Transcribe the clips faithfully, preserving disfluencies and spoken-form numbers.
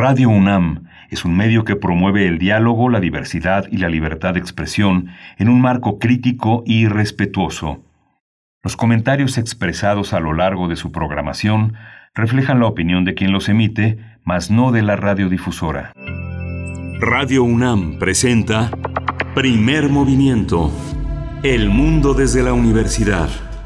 Radio UNAM es un medio que promueve el diálogo, la diversidad y la libertad de expresión en un marco crítico y respetuoso. Los comentarios expresados a lo largo de su programación reflejan la opinión de quien los emite, mas no de la radiodifusora. Radio UNAM presenta Primer Movimiento. El mundo desde la universidad.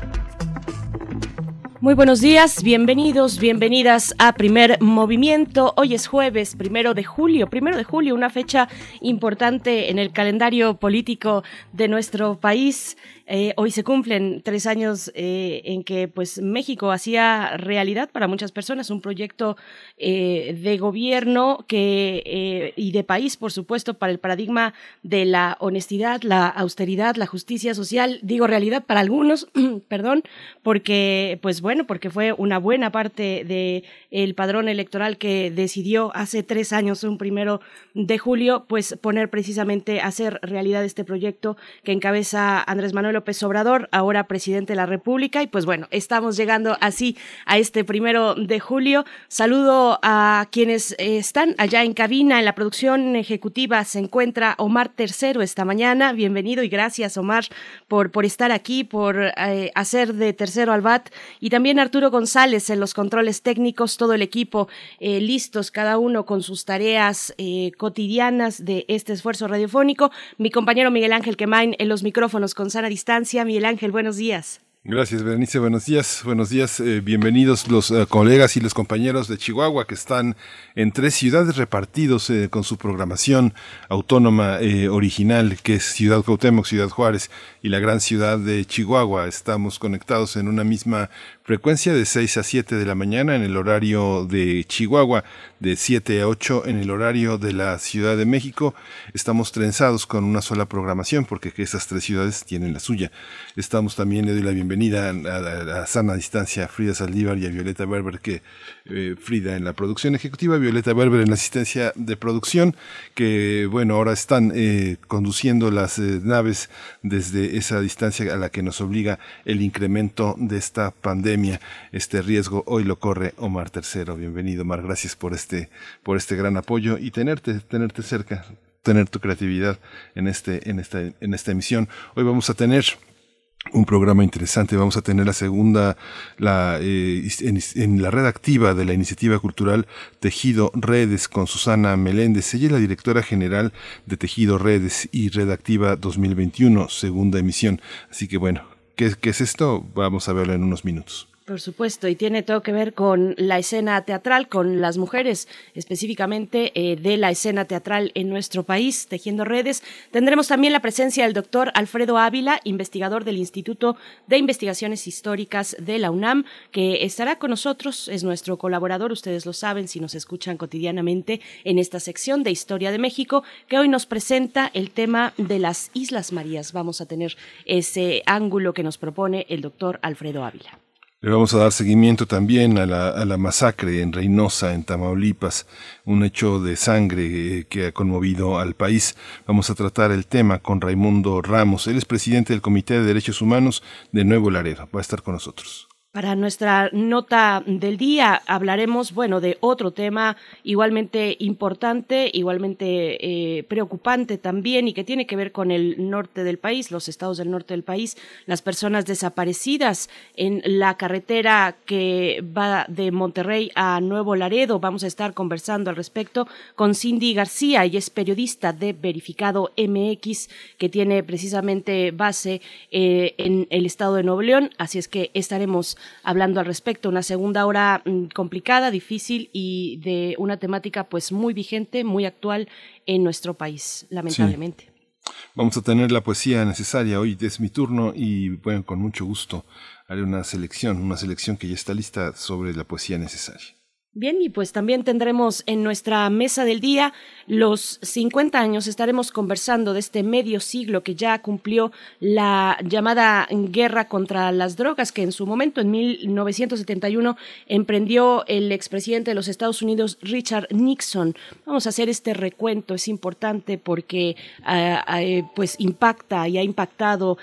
Muy buenos días, bienvenidos, bienvenidas a Primer Movimiento. Hoy es jueves, primero de julio, primero de julio, una fecha importante en el calendario político de nuestro país. Eh, hoy se cumplen tres años eh, en que pues México hacía realidad para muchas personas un proyecto eh, de gobierno que eh, y de país, por supuesto, para el paradigma de la honestidad, la austeridad, la justicia social. Digo realidad para algunos, perdón, porque pues bueno, porque fue una buena parte de el padrón electoral que decidió hace tres años, un primero de julio, pues poner precisamente, hacer realidad este proyecto que encabeza Andrés Manuel López Obrador, ahora presidente de la República. Y pues bueno, estamos llegando así a este primero de julio. Saludo a quienes eh, están allá en cabina. En la producción ejecutiva se encuentra Omar Tercero esta mañana. Bienvenido y gracias, Omar, por, por estar aquí, por eh, hacer de Tercero al B A T. Y también Arturo González en los controles técnicos, todo el equipo eh, listos, cada uno con sus tareas eh, cotidianas de este esfuerzo radiofónico. Mi compañero Miguel Ángel Quemain en los micrófonos con sana distancia. Miguel Ángel, buenos días. Gracias, Berenice, buenos días, buenos días, eh, bienvenidos los uh, colegas y los compañeros de Chihuahua que están en tres ciudades repartidos eh, con su programación autónoma eh, original, que es Ciudad Cuauhtémoc, Ciudad Juárez y la gran ciudad de Chihuahua. Estamos conectados en una misma frecuencia de seis a siete de la mañana en el horario de Chihuahua, de siete a ocho en el horario de la Ciudad de México. Estamos trenzados con una sola programación porque esas tres ciudades tienen la suya. Estamos también, le doy la bienvenida a, a, a sana distancia a Frida Saldívar y a Violeta Berber, que eh, Frida en la producción ejecutiva, Violeta Berber en la asistencia de producción, que bueno, ahora están eh, conduciendo las eh, naves desde esa distancia a la que nos obliga el incremento de esta pandemia. Este riesgo hoy lo corre Omar Tercero. Bienvenido, Omar, gracias por este, por este gran apoyo y tenerte, tenerte cerca, tener tu creatividad en este, en esta, en esta emisión. Hoy vamos a tener un programa interesante. Vamos a tener la segunda, la, eh, en, en la red activa de la iniciativa cultural Tejido Redes con Susana Meléndez. Ella es la directora general de Tejido Redes y Red Activa dos mil veintiuno, segunda emisión. Así que bueno, ¿qué, qué es esto? Vamos a verlo en unos minutos. Por supuesto, y tiene todo que ver con la escena teatral, con las mujeres específicamente eh, de la escena teatral en nuestro país, Tejiendo Redes. Tendremos también la presencia del doctor Alfredo Ávila, investigador del Instituto de Investigaciones Históricas de la UNAM, que estará con nosotros, es nuestro colaborador, ustedes lo saben si nos escuchan cotidianamente en esta sección de Historia de México, que hoy nos presenta el tema de las Islas Marías. Vamos a tener ese ángulo que nos propone el doctor Alfredo Ávila. Le vamos a dar seguimiento también a la, a la masacre en Reynosa, en Tamaulipas, un hecho de sangre eh, que ha conmovido al país. Vamos a tratar el tema con Raimundo Ramos. Él es presidente del Comité de Derechos Humanos de Nuevo Laredo. Va a estar con nosotros. Para nuestra nota del día hablaremos, bueno, de otro tema igualmente importante, igualmente eh, preocupante también y que tiene que ver con el norte del país, los estados del norte del país, las personas desaparecidas en la carretera que va de Monterrey a Nuevo Laredo. Vamos a estar conversando al respecto con Cindy García, ella es periodista de Verificado M X, que tiene precisamente base eh, en el estado de Nuevo León, así es que estaremos hablando al respecto. Una segunda hora mmm, complicada, difícil y de una temática pues muy vigente, muy actual en nuestro país, lamentablemente. Sí. Vamos a tener la poesía necesaria. Hoy es mi turno y bueno, con mucho gusto haré una selección, una selección que ya está lista sobre la poesía necesaria. Bien, y pues también tendremos en nuestra mesa del día los cincuenta años. Estaremos conversando de este medio siglo que ya cumplió la llamada guerra contra las drogas, que en su momento, en mil novecientos setenta y uno, emprendió el expresidente de los Estados Unidos, Richard Nixon. Vamos a hacer este recuento, es importante porque uh, uh, pues impacta y ha impactado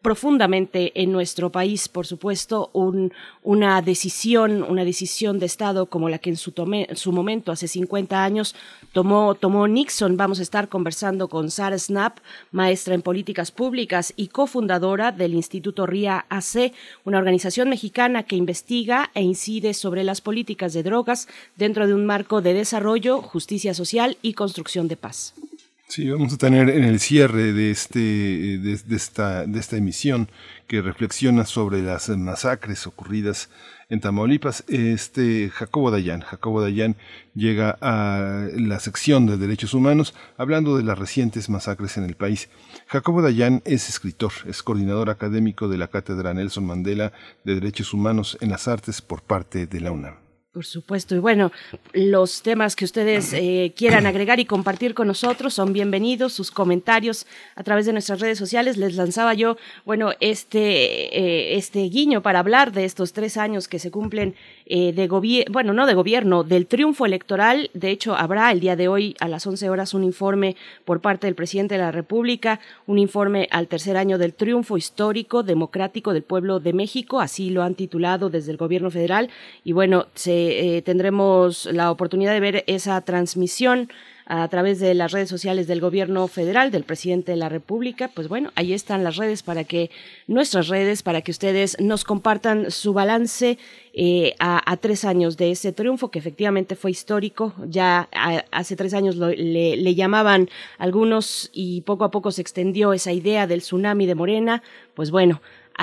profundamente en nuestro país. Por supuesto, un, una decisión, una decisión de Estado como la que en su, tome, su momento, hace cincuenta años, tomó, tomó Nixon. Vamos a estar conversando con Sara Snap, maestra en políticas públicas y cofundadora del Instituto R I A A C, una organización mexicana que investiga e incide sobre las políticas de drogas dentro de un marco de desarrollo, justicia social y construcción de paz. Sí, vamos a tener en el cierre de este de, de esta de esta emisión que reflexiona sobre las masacres ocurridas en Tamaulipas, este Jacobo Dayan. Jacobo Dayan llega a la sección de Derechos Humanos hablando de las recientes masacres en el país. Jacobo Dayan es escritor, es coordinador académico de la Cátedra Nelson Mandela de Derechos Humanos en las Artes por parte de la UNAM. Por supuesto. Y bueno, los temas que ustedes eh, quieran agregar y compartir con nosotros son bienvenidos. Sus comentarios a través de nuestras redes sociales. Les lanzaba yo, bueno, este, eh, este guiño para hablar de estos tres años que se cumplen eh, de gobierno, bueno, no de gobierno, del triunfo electoral. De hecho, habrá el día de hoy a las once horas un informe por parte del presidente de la República, un informe al tercer año del triunfo histórico, democrático del pueblo de México. Así lo han titulado desde el gobierno federal. Y bueno, se Eh, tendremos la oportunidad de ver esa transmisión a través de las redes sociales del gobierno federal, del presidente de la República. Pues bueno, ahí están las redes para que, nuestras redes, para que ustedes nos compartan su balance eh, a, a tres años de ese triunfo, que efectivamente fue histórico. Ya a, hace tres años lo, le, le llamaban algunos y poco a poco se extendió esa idea del tsunami de Morena. Pues bueno,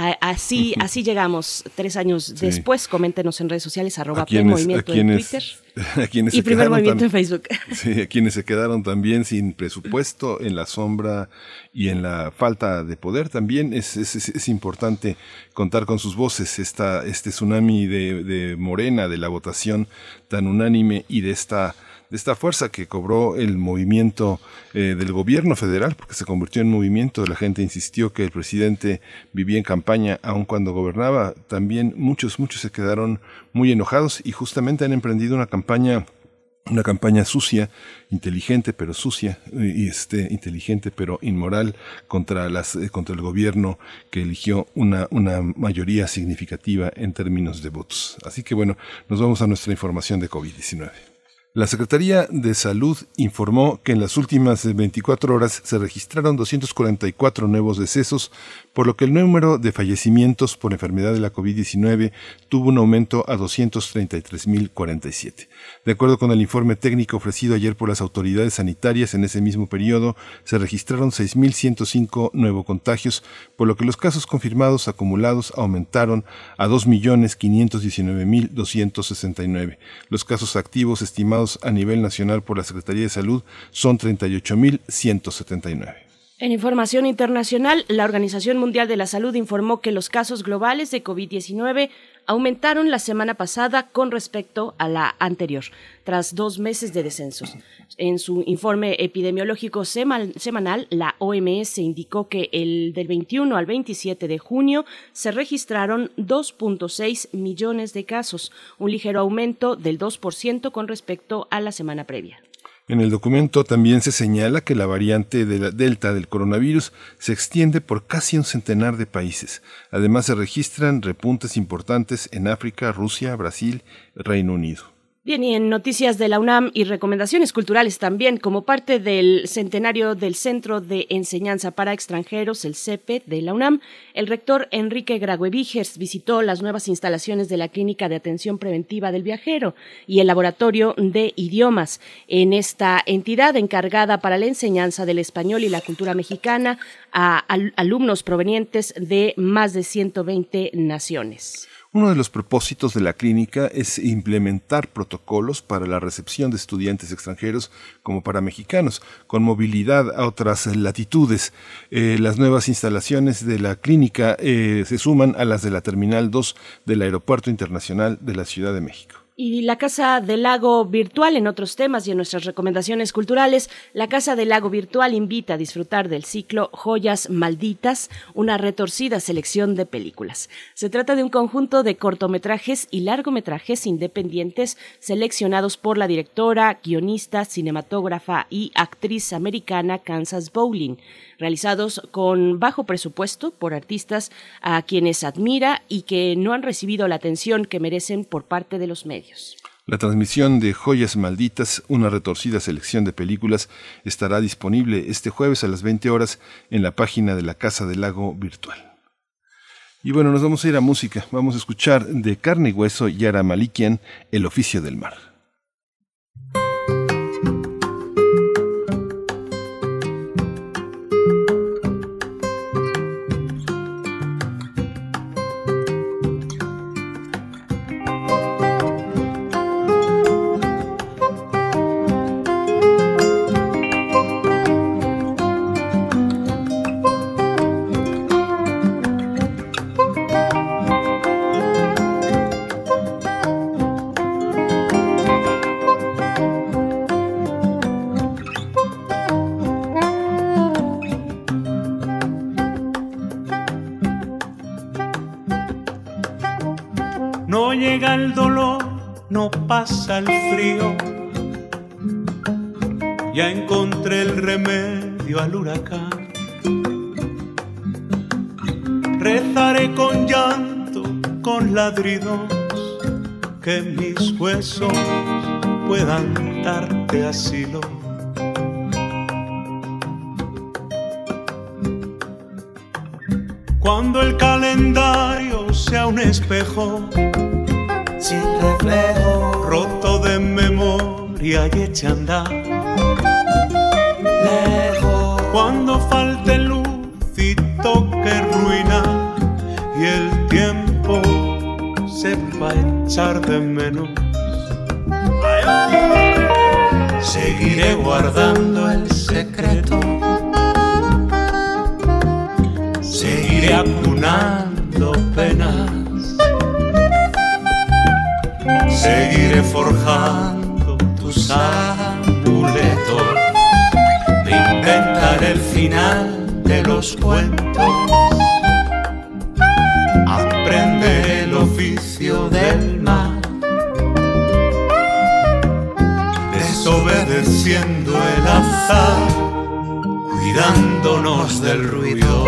Así, así llegamos tres años sí. después. Coméntenos en redes sociales, arroba P Movimiento en Twitter a quienes y Primer Movimiento en Facebook. Sí, a quienes se quedaron también sin presupuesto, en la sombra y en la falta de poder también. Es, es, es importante contar con sus voces. Esta, este tsunami de, de Morena, de la votación tan unánime y de esta de esta fuerza que cobró el movimiento eh, del gobierno federal, porque se convirtió en movimiento. La gente insistió que el presidente vivía en campaña aun cuando gobernaba. También muchos, muchos se quedaron muy enojados y justamente han emprendido una campaña una campaña sucia, inteligente pero sucia, y este inteligente pero inmoral contra las eh, contra el gobierno que eligió una una mayoría significativa en términos de votos. Así que bueno, nos vamos a nuestra información de COVID diecinueve. La Secretaría de Salud informó que en las últimas veinticuatro horas se registraron doscientos cuarenta y cuatro nuevos decesos, por lo que el número de fallecimientos por enfermedad de la COVID diecinueve tuvo un aumento a doscientos treinta y tres mil cuarenta y siete. De acuerdo con el informe técnico ofrecido ayer por las autoridades sanitarias, en ese mismo periodo se registraron seis mil ciento cinco nuevos contagios, por lo que los casos confirmados acumulados aumentaron a dos millones quinientos diecinueve mil doscientos sesenta y nueve. Los casos activos estimados a nivel nacional por la Secretaría de Salud son treinta y ocho mil ciento setenta y nueve. En información internacional, la Organización Mundial de la Salud informó que los casos globales de COVID diecinueve aumentaron la semana pasada con respecto a la anterior, tras dos meses de descensos. En su informe epidemiológico semanal, la O M S indicó que el del veintiuno al veintisiete de junio se registraron dos punto seis millones de casos, un ligero aumento del dos por ciento con respecto a la semana previa. En el documento también se señala que la variante de la Delta del coronavirus se extiende por casi un centenar de países. Además, se registran repuntes importantes en África, Rusia, Brasil, Reino Unido. Bien, y en noticias de la UNAM y recomendaciones culturales también, como parte del centenario del Centro de Enseñanza para Extranjeros, el C E P E de la UNAM, el rector Enrique Graue Vigers visitó las nuevas instalaciones de la Clínica de Atención Preventiva del Viajero y el Laboratorio de Idiomas. En esta entidad encargada para la enseñanza del español y la cultura mexicana a al- alumnos provenientes de más de ciento veinte naciones. Uno de los propósitos de la clínica es implementar protocolos para la recepción de estudiantes extranjeros como para mexicanos, con movilidad a otras latitudes. Eh, las nuevas instalaciones de la clínica eh, se suman a las de la Terminal dos del Aeropuerto Internacional de la Ciudad de México. Y la Casa del Lago Virtual, en otros temas y en nuestras recomendaciones culturales, la Casa del Lago Virtual invita a disfrutar del ciclo Joyas Malditas, una retorcida selección de películas. Se trata de un conjunto de cortometrajes y largometrajes independientes seleccionados por la directora, guionista, cinematógrafa y actriz americana Kansas Bowling, realizados con bajo presupuesto por artistas a quienes admira y que no han recibido la atención que merecen por parte de los medios. La transmisión de Joyas Malditas, una retorcida selección de películas, estará disponible este jueves a las veinte horas en la página de la Casa del Lago Virtual. Y bueno, nos vamos a ir a música. Vamos a escuchar de Carne y Hueso Yara Malikian, El oficio del mar. No llega el dolor, no pasa el frío. Ya encontré el remedio al huracán. Rezaré con llanto, con ladridos, que mis huesos puedan darte asilo. Cuando el calendario sea un espejo sin reflejo, roto de memoria y eche a andar lejos. Cuando falte luz y toque ruina y el tiempo sepa echar de menos, seguiré guardando el secreto, seguiré acunando penas, seguiré forjando tus amuletos, me inventaré el final de los cuentos, aprenderé el oficio del mar, desobedeciendo el azar, cuidándonos del ruido.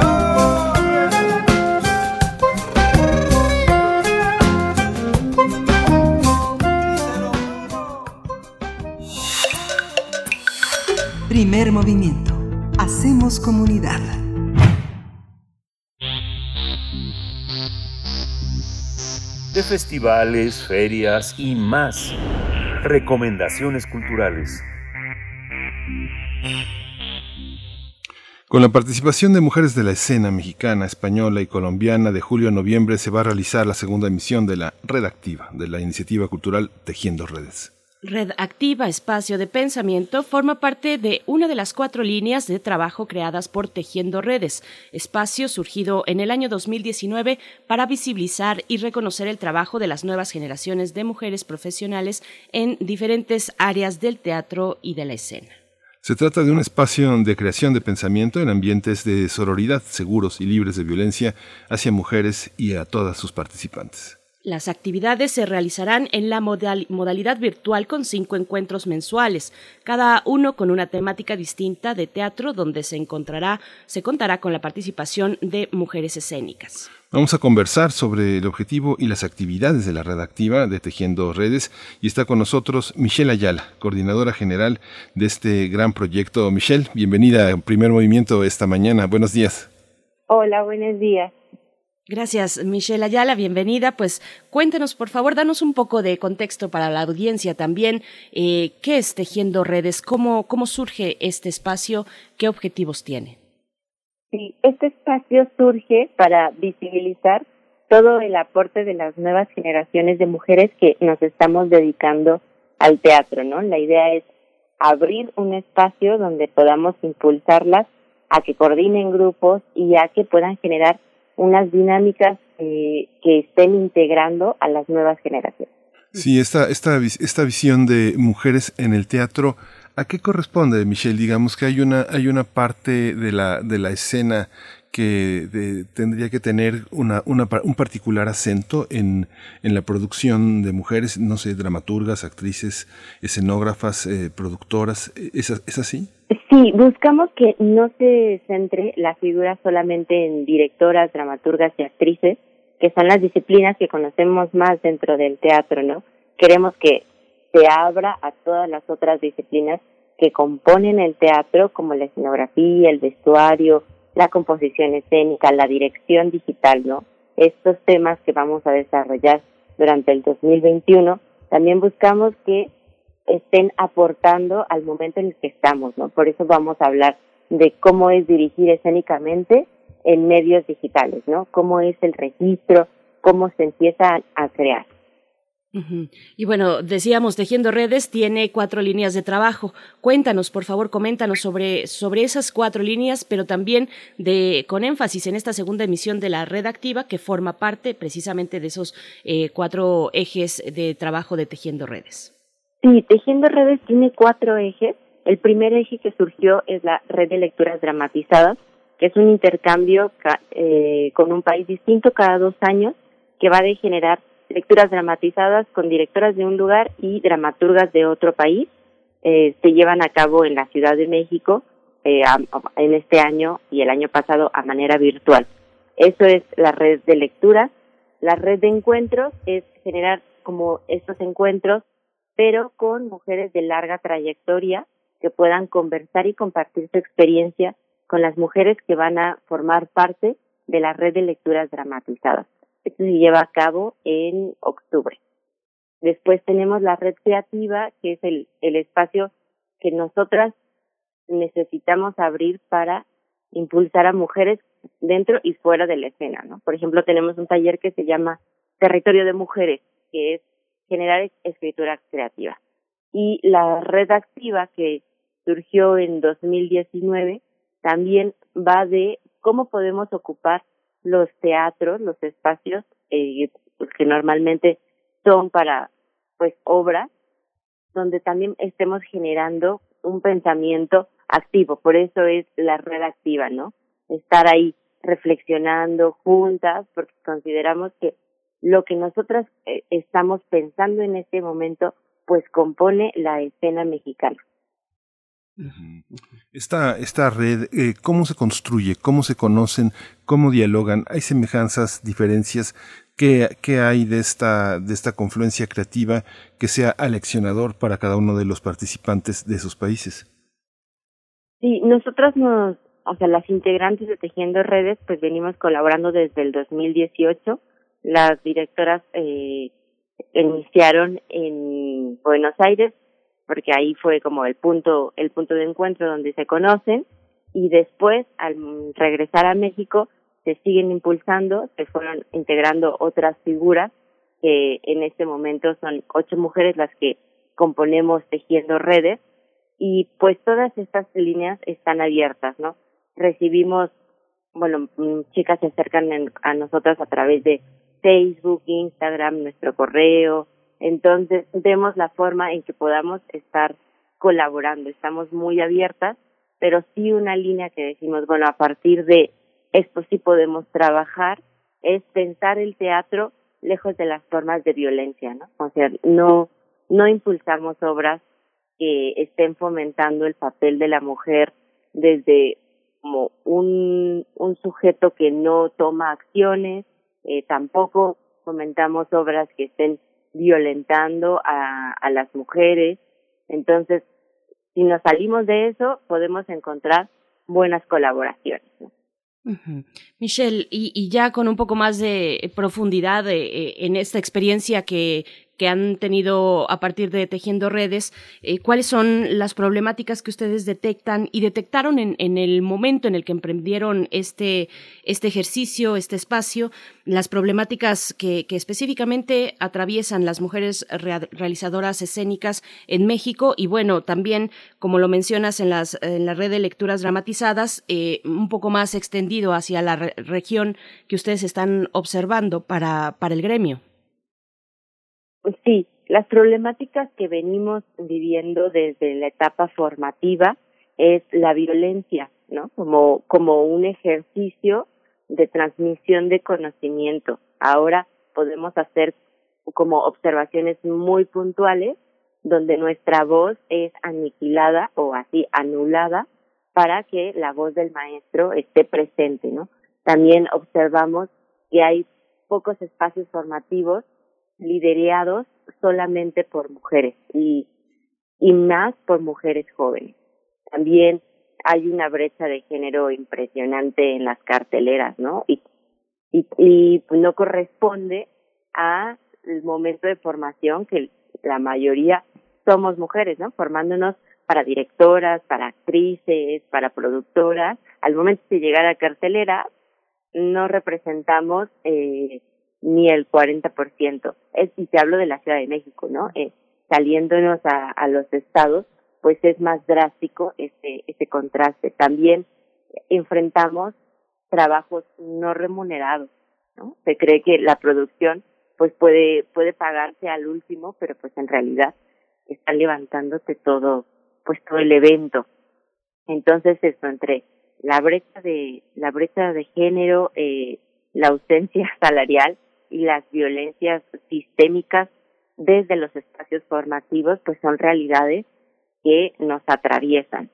Primer movimiento. Hacemos comunidad. De festivales, ferias y más. Recomendaciones culturales. Con la participación de mujeres de la escena mexicana, española y colombiana, de julio a noviembre se va a realizar la segunda emisión de la Red Activa, de la iniciativa cultural Tejiendo Redes. Red Activa, espacio de pensamiento, forma parte de una de las cuatro líneas de trabajo creadas por Tejiendo Redes, espacio surgido en el año dos mil diecinueve para visibilizar y reconocer el trabajo de las nuevas generaciones de mujeres profesionales en diferentes áreas del teatro y de la escena. Se trata de un espacio de creación de pensamiento en ambientes de sororidad seguros y libres de violencia hacia mujeres y a todas sus participantes. Las actividades se realizarán en la modal- modalidad virtual con cinco encuentros mensuales, cada uno con una temática distinta de teatro donde se encontrará, se contará con la participación de mujeres escénicas. Vamos a conversar sobre el objetivo y las actividades de la Red Activa de Tejiendo Redes y está con nosotros Michelle Ayala, coordinadora general de este gran proyecto. Michelle, bienvenida a Primer Movimiento esta mañana. Buenos días. Hola, buenos días. Gracias, Michelle Ayala, bienvenida. Pues cuéntanos, por favor, danos un poco de contexto para la audiencia también. Eh, ¿Qué es Tejiendo Redes? ¿Cómo, cómo surge este espacio? ¿Qué objetivos tiene? Sí, este espacio surge para visibilizar todo el aporte de las nuevas generaciones de mujeres que nos estamos dedicando al teatro, ¿no? La idea es abrir un espacio donde podamos impulsarlas a que coordinen grupos y a que puedan generar unas dinámicas eh, que estén integrando a las nuevas generaciones. Sí, esta, esta, esta visión de mujeres en el teatro, ¿a qué corresponde, Michelle? Digamos que hay una, hay una parte de la, de la escena que de, tendría que tener una, una, un particular acento en, en la producción de mujeres, no sé, dramaturgas, actrices, escenógrafas, eh, productoras. ¿Es, ¿Es así? Sí, buscamos que no se centre la figura solamente en directoras, dramaturgas y actrices, que son las disciplinas que conocemos más dentro del teatro, ¿no? Queremos que se abra a todas las otras disciplinas que componen el teatro, como la escenografía, el vestuario, la composición escénica, la dirección digital, ¿no? Estos temas que vamos a desarrollar durante el dos mil veintiuno, también buscamos que estén aportando al momento en el que estamos, ¿no? Por eso vamos a hablar de cómo es dirigir escénicamente en medios digitales, ¿no? Cómo es el registro, cómo se empieza a, a crear. Uh-huh. Y bueno, decíamos, Tejiendo Redes tiene cuatro líneas de trabajo. Cuéntanos, por favor, coméntanos sobre, sobre esas cuatro líneas, pero también de con énfasis en esta segunda emisión de la Red Activa, que forma parte precisamente de esos eh, cuatro ejes de trabajo de Tejiendo Redes. Sí, Tejiendo Redes tiene cuatro ejes. El primer eje que surgió es la Red de Lecturas Dramatizadas, que es un intercambio eh, con un país distinto cada dos años, que va a generar lecturas dramatizadas con directoras de un lugar y dramaturgas de otro país. Eh, se llevan a cabo en la Ciudad de México eh, a, en este año y el año pasado a manera virtual. Eso es la red de lectura. La red de encuentros es generar como estos encuentros, pero con mujeres de larga trayectoria que puedan conversar y compartir su experiencia con las mujeres que van a formar parte de la red de lecturas dramatizadas. Esto se lleva a cabo en octubre. Después tenemos la red creativa, que es el, el espacio que nosotras necesitamos abrir para impulsar a mujeres dentro y fuera de la escena, ¿no? Por ejemplo, tenemos un taller que se llama Territorio de Mujeres, que es generar escritura creativa. Y la red activa, que surgió en dos mil diecinueve, también va de cómo podemos ocupar los teatros, los espacios eh, pues que normalmente son para pues obras, donde también estemos generando un pensamiento activo. Por eso es la red activa, ¿no? Estar ahí reflexionando juntas, porque consideramos que lo que nosotras eh, estamos pensando en este momento pues compone la escena mexicana. Esta, esta red, eh, ¿cómo se construye? ¿Cómo se conocen? ¿Cómo dialogan? ¿Hay semejanzas, diferencias? ¿Qué, qué hay de esta, de esta confluencia creativa que sea aleccionador para cada uno de los participantes de esos países? Sí, nosotras nos, o sea, las integrantes de Tejiendo Redes, pues venimos colaborando desde el dos mil dieciocho. Las directoras eh, iniciaron en Buenos Aires, porque ahí fue como el punto el punto de encuentro donde se conocen, y después al regresar a México se siguen impulsando, se fueron integrando otras figuras que en este momento son ocho mujeres las que componemos Tejiendo Redes, y pues todas estas líneas están abiertas, ¿no? Recibimos, bueno, chicas se acercan en, a nosotras a través de Facebook, Instagram, nuestro correo. Entonces, vemos la forma en que podamos estar colaborando. Estamos muy abiertas, pero sí una línea que decimos, bueno, a partir de esto sí podemos trabajar, es pensar el teatro lejos de las formas de violencia, ¿no? O sea, no, no impulsamos obras que estén fomentando el papel de la mujer desde como un, un sujeto que no toma acciones, eh, tampoco fomentamos obras que estén violentando a, a las mujeres. Entonces, si nos salimos de eso, podemos encontrar buenas colaboraciones, ¿no? Uh-huh. Michelle, y, y ya con un poco más de profundidad eh, en esta experiencia que, que han tenido a partir de Tejiendo Redes, eh, ¿cuáles son las problemáticas que ustedes detectan y detectaron en, en el momento en el que emprendieron este, este ejercicio, este espacio, las problemáticas que, que específicamente atraviesan las mujeres rea- realizadoras escénicas en México? Y bueno, también, como lo mencionas en, las, en la red de lecturas dramatizadas, eh, un poco más extendido hacia la re- región que ustedes están observando para, para el gremio. Sí, las problemáticas que venimos viviendo desde la etapa formativa es la violencia, ¿no? Como, como un ejercicio de transmisión de conocimiento. Ahora podemos hacer como observaciones muy puntuales donde nuestra voz es aniquilada o así anulada para que la voz del maestro esté presente, ¿no? También observamos que hay pocos espacios formativos liderados solamente por mujeres y, y más por mujeres jóvenes. También hay una brecha de género impresionante en las carteleras, ¿no? Y, y, y no corresponde a el momento de formación que la mayoría somos mujeres, ¿no? Formándonos para directoras, para actrices, para productoras. Al momento de llegar a cartelera, no representamos eh, ni el cuarenta por ciento. Es, y te hablo de la Ciudad de México, ¿no? Eh, saliéndonos a, a los estados, pues es más drástico este, este contraste. También enfrentamos trabajos no remunerados, ¿no? Se cree que la producción pues puede puede pagarse al último, pero pues en realidad está levantándote todo, pues todo el evento. Entonces esto entre la brecha de la brecha de género, eh, la ausencia salarial y las violencias sistémicas desde los espacios formativos, pues son realidades que nos atraviesan.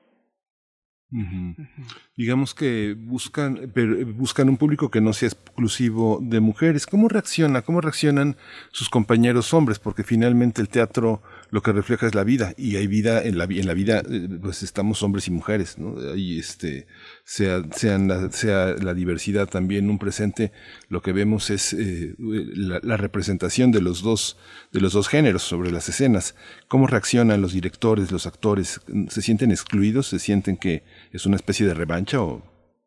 Uh-huh. Digamos que buscan, pero buscan un público que no sea exclusivo de mujeres. ¿Cómo reacciona? ¿Cómo reaccionan sus compañeros hombres? Porque finalmente el teatro lo que refleja es la vida, y hay vida en la en la vida, pues estamos hombres y mujeres, ¿no? Ahí este sea sean la, sea la diversidad también un presente. Lo que vemos es eh, la, la representación de los dos de los dos géneros sobre las escenas. ¿Cómo reaccionan los directores, los actores? ¿Se sienten excluidos? ¿Se sienten que es una especie de revancha o,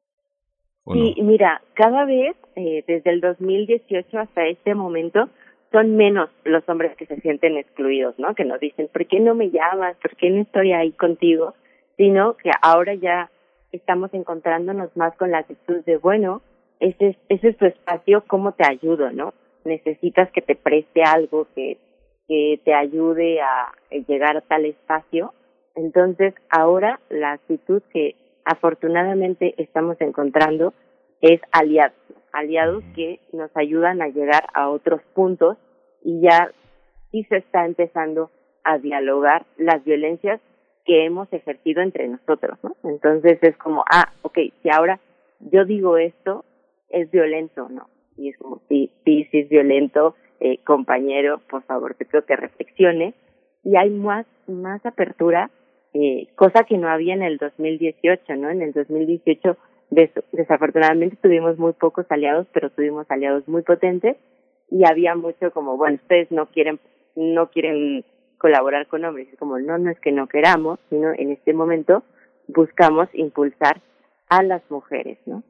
o sí, no? Mira, cada vez eh, desde el dos mil dieciocho hasta este momento son menos los hombres que se sienten excluidos, ¿no? Que nos dicen, ¿por qué no me llamas? ¿Por qué no estoy ahí contigo? Sino que ahora ya estamos encontrándonos más con la actitud de, bueno, ese es, ese es tu espacio, ¿cómo te ayudo, no? Necesitas que te preste algo que, que te ayude a llegar a tal espacio. Entonces, ahora la actitud que afortunadamente estamos encontrando es aliados, aliados que nos ayudan a llegar a otros puntos, y ya sí se está empezando a dialogar las violencias que hemos ejercido entre nosotros, ¿no? Entonces es como, ah, okay, si ahora yo digo esto, es violento, ¿no? Y es como, sí, sí, sí es violento, eh, compañero, por favor, te pido que reflexione. Y hay más, más apertura, eh, cosa que no había en el dos mil dieciocho, ¿no? En el dos mil dieciocho Des, desafortunadamente tuvimos muy pocos aliados, pero tuvimos aliados muy potentes, y había mucho como, bueno, ustedes no quieren no quieren colaborar con hombres. Es como, no, no es que no queramos, sino en este momento buscamos impulsar a las mujeres, ¿no?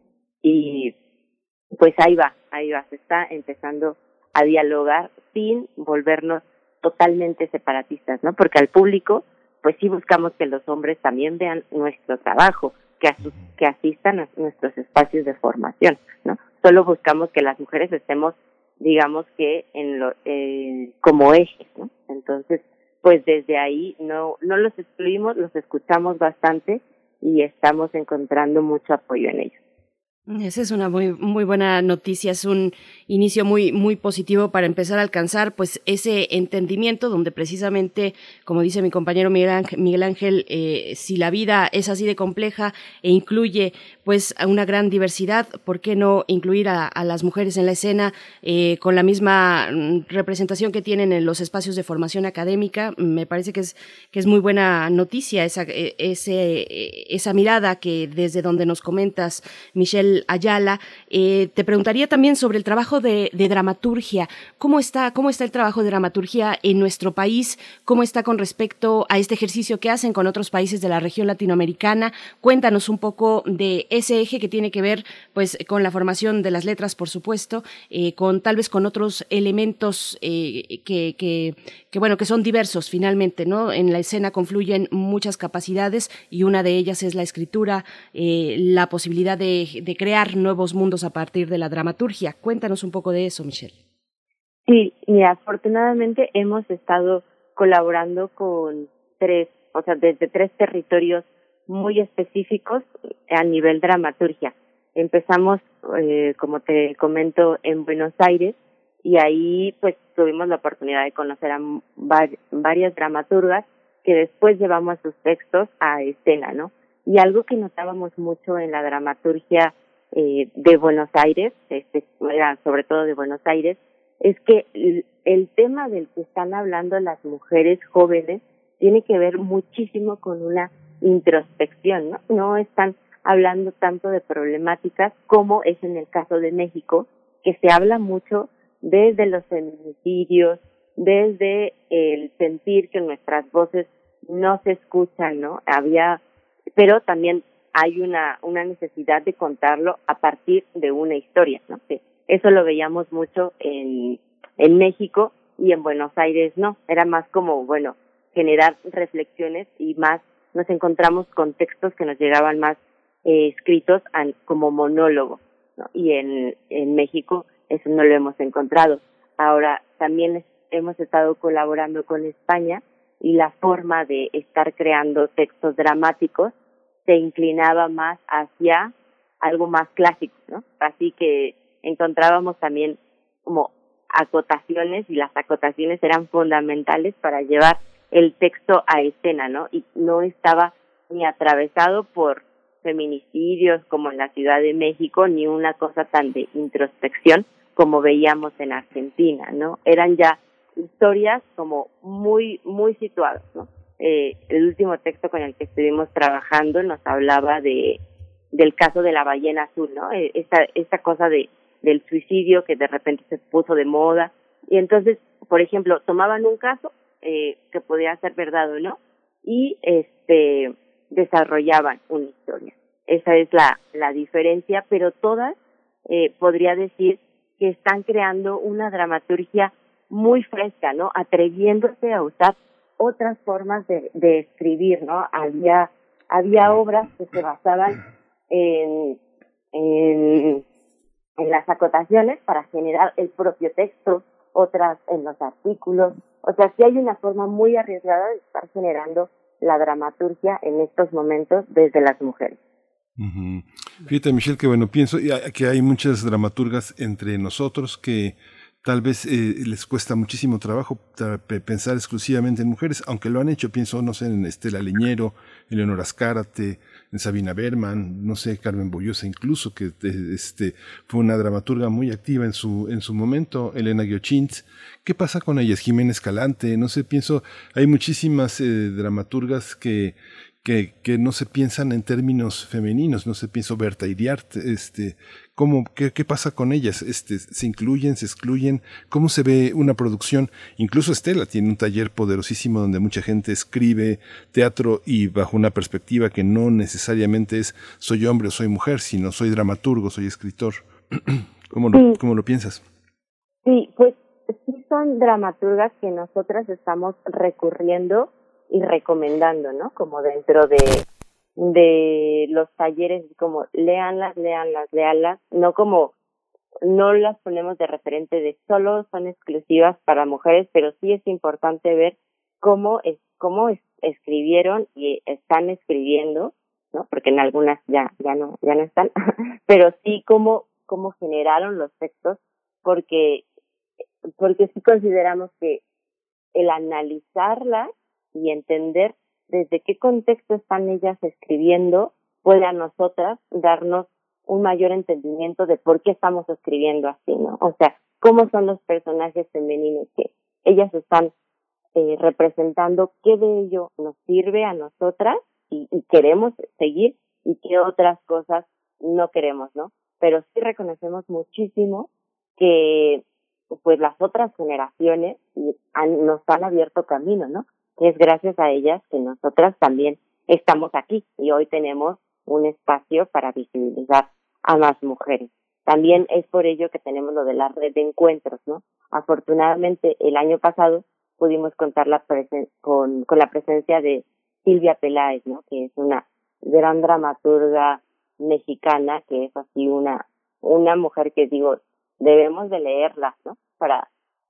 Y pues ahí va, ahí va, se está empezando a dialogar sin volvernos totalmente separatistas, ¿no? Porque al público, pues sí buscamos que los hombres también vean nuestro trabajo, que, asu- que asistan a nuestros espacios de formación, ¿no? Solo buscamos que las mujeres estemos, digamos que en lo, eh, como ejes, ¿no? Entonces, pues desde ahí no no los excluimos, los escuchamos bastante y estamos encontrando mucho apoyo en ellos. Esa es una muy muy buena noticia, es un inicio muy muy positivo para empezar a alcanzar pues ese entendimiento donde precisamente, como dice mi compañero Miguel Ángel, Miguel Ángel eh, si la vida es así de compleja e incluye pues a una gran diversidad, ¿por qué no incluir a, a las mujeres en la escena eh, con la misma representación que tienen en los espacios de formación académica? Me parece que es que es muy buena noticia esa ese esa mirada que desde donde nos comentas, Michelle Ayala. Eh, te preguntaría también sobre el trabajo de, de dramaturgia. ¿Cómo está, cómo está el trabajo de dramaturgia en nuestro país? ¿Cómo está con respecto a este ejercicio que hacen con otros países de la región latinoamericana? Cuéntanos un poco de ese eje que tiene que ver, pues, con la formación de las letras, por supuesto, eh, con tal vez con otros elementos eh, que, que, que, bueno, que son diversos finalmente, ¿no? En la escena confluyen muchas capacidades y una de ellas es la escritura, eh, la posibilidad de, de crear nuevos mundos a partir de la dramaturgia. Cuéntanos un poco de eso, Michelle. Sí, mira, afortunadamente hemos estado colaborando con tres, o sea, desde tres territorios muy específicos a nivel dramaturgia. Empezamos, eh, como te comento, en Buenos Aires, y ahí pues tuvimos la oportunidad de conocer a var- varias dramaturgas que después llevamos sus textos a escena, ¿no? Y algo que notábamos mucho en la dramaturgia eh, de Buenos Aires, este, era sobre todo de Buenos Aires, es que el, el tema del que están hablando las mujeres jóvenes tiene que ver muchísimo con una introspección, ¿no? No están hablando tanto de problemáticas como es en el caso de México, que se habla mucho desde los feminicidios, desde el sentir que nuestras voces no se escuchan, ¿no? Había, pero también hay una una necesidad de contarlo a partir de una historia, ¿no? Que eso lo veíamos mucho en en México, y en Buenos Aires no, era más como, bueno, generar reflexiones, y más nos encontramos con textos que nos llegaban más eh, escritos an, como monólogo, ¿no? Y en en México eso no lo hemos encontrado. Ahora también es, hemos estado colaborando con España, y la forma de estar creando textos dramáticos se inclinaba más hacia algo más clásico, ¿no? Así que encontrábamos también como acotaciones, y las acotaciones eran fundamentales para llevar el texto a escena, ¿no? Y no estaba ni atravesado por feminicidios como en la Ciudad de México, ni una cosa tan de introspección como veíamos en Argentina, ¿no? Eran ya historias como muy, muy situadas, ¿no? Eh, el último texto con el que estuvimos trabajando nos hablaba de del caso de la ballena azul, ¿no? Eh, esta, esta cosa de del suicidio que de repente se puso de moda, y entonces, por ejemplo, tomaban un caso eh, que podía ser verdad o no, y este desarrollaban una historia. Esa es la la diferencia, pero todas eh, podría decir que están creando una dramaturgia muy fresca, ¿no? Atreviéndose a usar otras formas de, de escribir, ¿no? Había había obras que se basaban en, en en las acotaciones para generar el propio texto, otras en los artículos. O sea, sí hay una forma muy arriesgada de estar generando la dramaturgia en estos momentos desde las mujeres. Ujú. Fíjate, Michelle, que bueno, pienso y hay- que hay muchas dramaturgas entre nosotros que tal vez eh, les cuesta muchísimo trabajo tra- pe- pensar exclusivamente en mujeres, aunque lo han hecho. Pienso, no sé, en Estela Leñero, en Leonora Azcárate, en Sabina Berman, no sé, Carmen Bollosa incluso, que eh, este fue una dramaturga muy activa en su en su momento, Elena Guiochintz. ¿Qué pasa con ellas? Jimena Escalante, no sé, pienso, hay muchísimas eh, dramaturgas que que, que no se piensan en términos femeninos, no se piensa Berta Iriart, este, ¿cómo, qué, qué pasa con ellas? Este, ¿se incluyen, se excluyen? ¿Cómo se ve una producción? Incluso Estela tiene un taller poderosísimo donde mucha gente escribe teatro, y bajo una perspectiva que no necesariamente es soy hombre o soy mujer, sino soy dramaturgo, soy escritor. ¿Cómo lo, Sí, cómo lo piensas? sí, pues sí son dramaturgas que nosotras estamos recurriendo y recomendando, ¿no? Como dentro de de los talleres, como léanlas, léanlas, léanlas, no como no las ponemos de referente de solo son exclusivas para mujeres, pero sí es importante ver cómo es cómo es, escribieron y están escribiendo, ¿no? Porque en algunas ya ya no ya no están, pero sí cómo cómo generaron los textos, porque porque sí consideramos que el analizarlas y entender desde qué contexto están ellas escribiendo puede a nosotras darnos un mayor entendimiento de por qué estamos escribiendo así, ¿no? O sea, cómo son los personajes femeninos que ellas están eh, representando, qué de ello nos sirve a nosotras y, y queremos seguir, y qué otras cosas no queremos, ¿no? Pero sí reconocemos muchísimo que pues las otras generaciones han, nos han abierto camino, ¿no? Que es gracias a ellas que nosotras también estamos aquí, y hoy tenemos un espacio para visibilizar a más mujeres. También es por ello que tenemos lo de la red de encuentros, ¿no? Afortunadamente, el año pasado pudimos contar la presen- con, con la presencia de Silvia Peláez, ¿no? Que es una gran dramaturga mexicana, que es así una una mujer que digo, debemos de leerla, ¿no? Para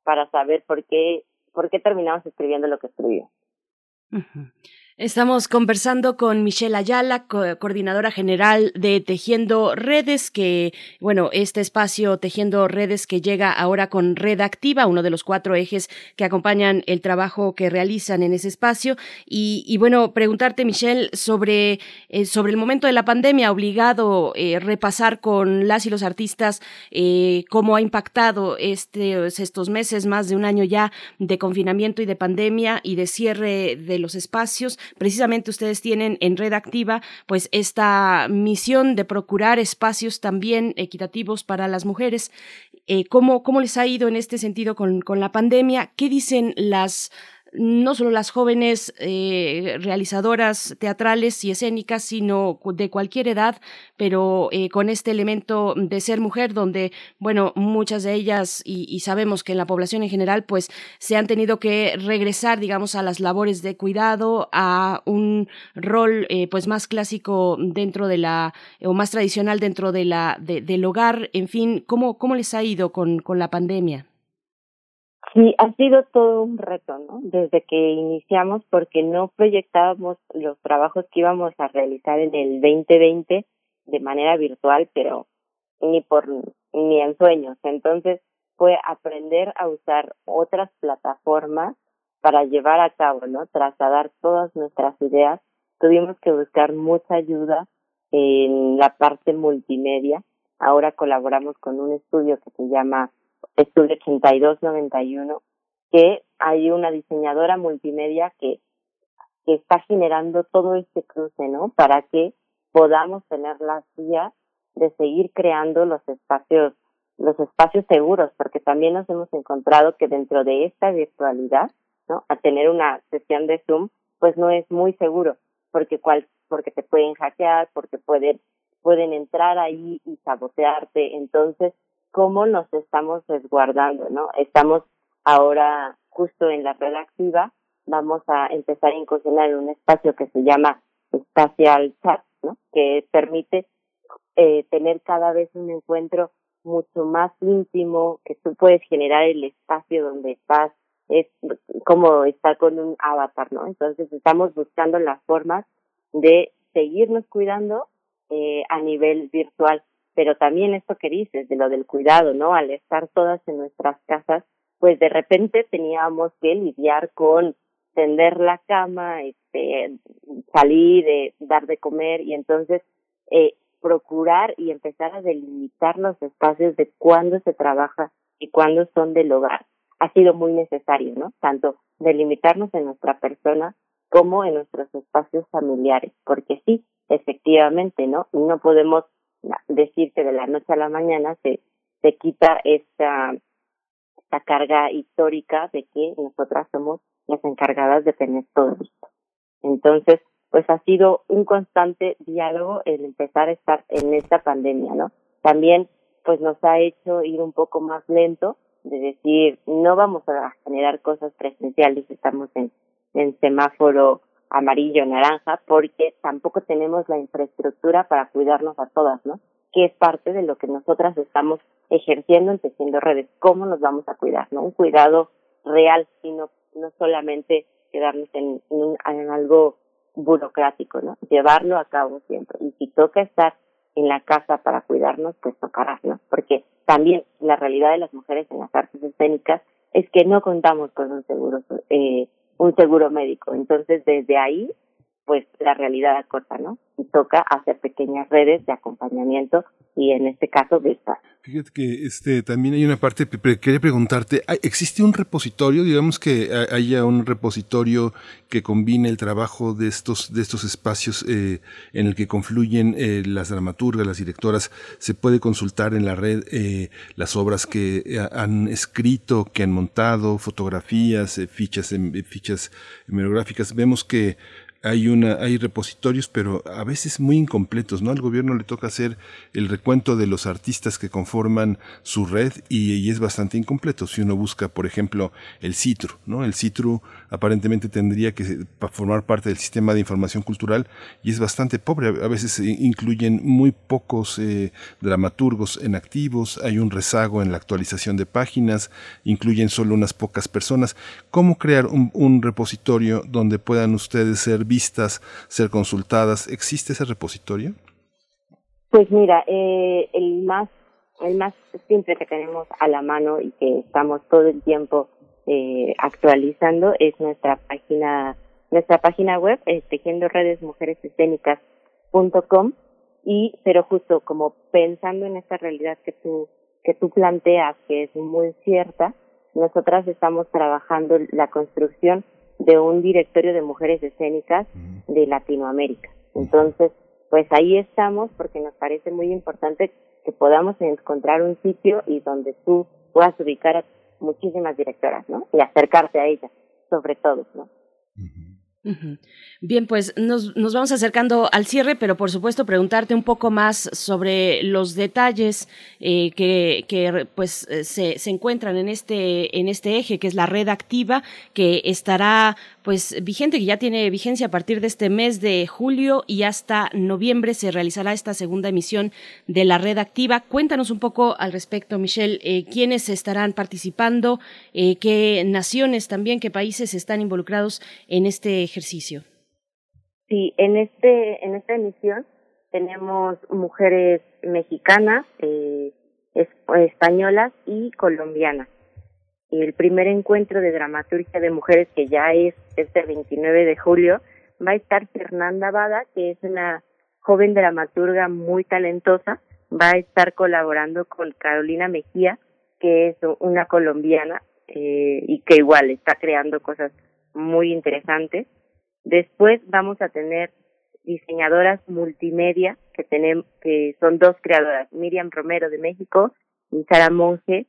para saber por qué, por qué terminamos escribiendo lo que escribimos. Uh-huh. Estamos conversando con Michelle Ayala, co- coordinadora general de Tejiendo Redes, que, bueno, este espacio Tejiendo Redes que llega ahora con Red Activa, uno de los cuatro ejes que acompañan el trabajo que realizan en ese espacio. Y, y bueno, preguntarte, Michelle, sobre, eh, sobre el momento de la pandemia, obligado eh, repasar con las y los artistas eh, cómo ha impactado este, estos meses, más de un año ya de confinamiento y de pandemia y de cierre de los espacios. Precisamente ustedes tienen en Red Activa pues esta misión de procurar espacios también equitativos para las mujeres. Eh, ¿cómo, ¿Cómo les ha ido en este sentido con, con la pandemia? ¿Qué dicen las no solo las jóvenes eh, realizadoras teatrales y escénicas, sino de cualquier edad, pero eh, con este elemento de ser mujer, donde, bueno, muchas de ellas, y, y sabemos que en la población en general, pues se han tenido que regresar, digamos, a las labores de cuidado, a un rol eh, pues más clásico dentro de la, o más tradicional dentro de la, de, del hogar, en fin, ¿cómo, cómo les ha ido con, con la pandemia? Sí, ha sido todo un reto, ¿no? Desde que iniciamos, porque no proyectábamos los trabajos que íbamos a realizar en el veinte veinte de manera virtual, pero ni por ni en sueños. Entonces fue aprender a usar otras plataformas para llevar a cabo, ¿no? Trasladar todas nuestras ideas. Tuvimos que buscar mucha ayuda en la parte multimedia. Ahora colaboramos con un estudio que se llama Estudio ochenta y dos noventa y uno, que hay una diseñadora multimedia que, que está generando todo este cruce, ¿no? Para que podamos tener las vías de seguir creando los espacios, los espacios seguros, porque también nos hemos encontrado que dentro de esta virtualidad, ¿no? A tener una sesión de Zoom, pues no es muy seguro, porque cual, porque te pueden hackear, porque pueden, pueden entrar ahí y sabotearte. Entonces, ¿cómo nos estamos resguardando, no? Estamos ahora justo en la Red Activa, vamos a empezar a incursionar en un espacio que se llama Spatial Chat, ¿no? Que permite eh, tener cada vez un encuentro mucho más íntimo, que tú puedes generar el espacio donde estás, es como estar con un avatar, ¿no? Entonces estamos buscando las formas de seguirnos cuidando eh, a nivel virtual. Pero también esto que dices, de lo del cuidado, ¿no? Al estar todas en nuestras casas, pues de repente teníamos que lidiar con tender la cama, este, salir, eh, dar de comer, y entonces eh, procurar y empezar a delimitar los espacios de cuándo se trabaja y cuándo son del hogar. Ha sido muy necesario, ¿no? Tanto delimitarnos en nuestra persona como en nuestros espacios familiares, porque sí, efectivamente, ¿no? No podemos decir que de la noche a la mañana se, se quita esta, esta carga histórica de que nosotras somos las encargadas de tener todo listo. Entonces, pues ha sido un constante diálogo el empezar a estar en esta pandemia, ¿no? También, pues nos ha hecho ir un poco más lento, de decir, no vamos a generar cosas presenciales, estamos en, en semáforo amarillo, naranja, porque tampoco tenemos la infraestructura para cuidarnos a todas, ¿no? Que es parte de lo que nosotras estamos ejerciendo en Tejiendo Redes. ¿Cómo nos vamos a cuidar, no? Un cuidado real, y no, no solamente quedarnos en, en, un, en algo burocrático, ¿no? Llevarlo a cabo siempre. Y si toca estar en la casa para cuidarnos, pues tocará, ¿no? Porque también la realidad de las mujeres en las artes escénicas es que no contamos con un seguro eh, un seguro médico. Entonces, desde ahí, pues la realidad acorta, ¿no? Y toca hacer pequeñas redes de acompañamiento y en este caso virtual. Fíjate que este también hay una parte, quería preguntarte, ¿existe un repositorio, digamos que haya un repositorio que combine el trabajo de estos de estos espacios eh, en el que confluyen eh, las dramaturgas, las directoras? Se puede consultar en la red eh, las obras que han escrito, que han montado, fotografías, eh, fichas, fichas hemerográficas. Vemos que hay una, hay repositorios, pero a veces muy incompletos, ¿no? Al gobierno le toca hacer el recuento de los artistas que conforman su red y, y es bastante incompleto. Si uno busca, por ejemplo, el CITRU, ¿no? El CITRU aparentemente tendría que formar parte del sistema de información cultural y es bastante pobre. A veces incluyen muy pocos eh, dramaturgos en activos, hay un rezago en la actualización de páginas, incluyen solo unas pocas personas. ¿Cómo crear un, un repositorio donde puedan ustedes ser vistas, ser consultadas? ¿Existe ese repositorio? Pues mira, eh, el más el más simple que tenemos a la mano y que estamos todo el tiempo eh, actualizando es nuestra página nuestra página web, es tejiendo redes mujeres escénicas punto com, y pero justo como pensando en esta realidad que tú que tú planteas, que es muy cierta, nosotras estamos trabajando la construcción de un directorio de mujeres escénicas de Latinoamérica. Entonces, pues ahí estamos porque nos parece muy importante que podamos encontrar un sitio y donde tú puedas ubicar a muchísimas directoras, ¿no? Y acercarte a ellas, sobre todo, ¿no? Uh-huh. Bien, pues nos, nos vamos acercando al cierre, pero por supuesto preguntarte un poco más sobre los detalles eh, que, que pues se, se encuentran en este en este eje, que es la red activa, que estará pues vigente, que ya tiene vigencia a partir de este mes de julio y hasta noviembre se realizará esta segunda emisión de la red activa. Cuéntanos un poco al respecto, Michelle, eh, quiénes estarán participando, eh, qué naciones también, qué países están involucrados en este ejercicio. Sí, en este en esta emisión tenemos mujeres mexicanas, eh, es, españolas y colombianas. El primer encuentro de dramaturgia de mujeres, que ya es este veintinueve de julio, va a estar Fernanda Bada, que es una joven dramaturga muy talentosa, va a estar colaborando con Carolina Mejía, que es una colombiana eh, y que igual está creando cosas muy interesantes. Después vamos a tener diseñadoras multimedia, que tenemos, que son dos creadoras, Miriam Romero de México y Sara Monge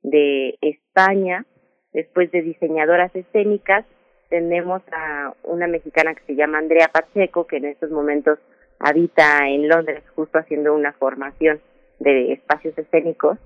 de España. Después de diseñadoras escénicas tenemos a una mexicana que se llama Andrea Pacheco, que en estos momentos habita en Londres, justo haciendo una formación de espacios escénicos,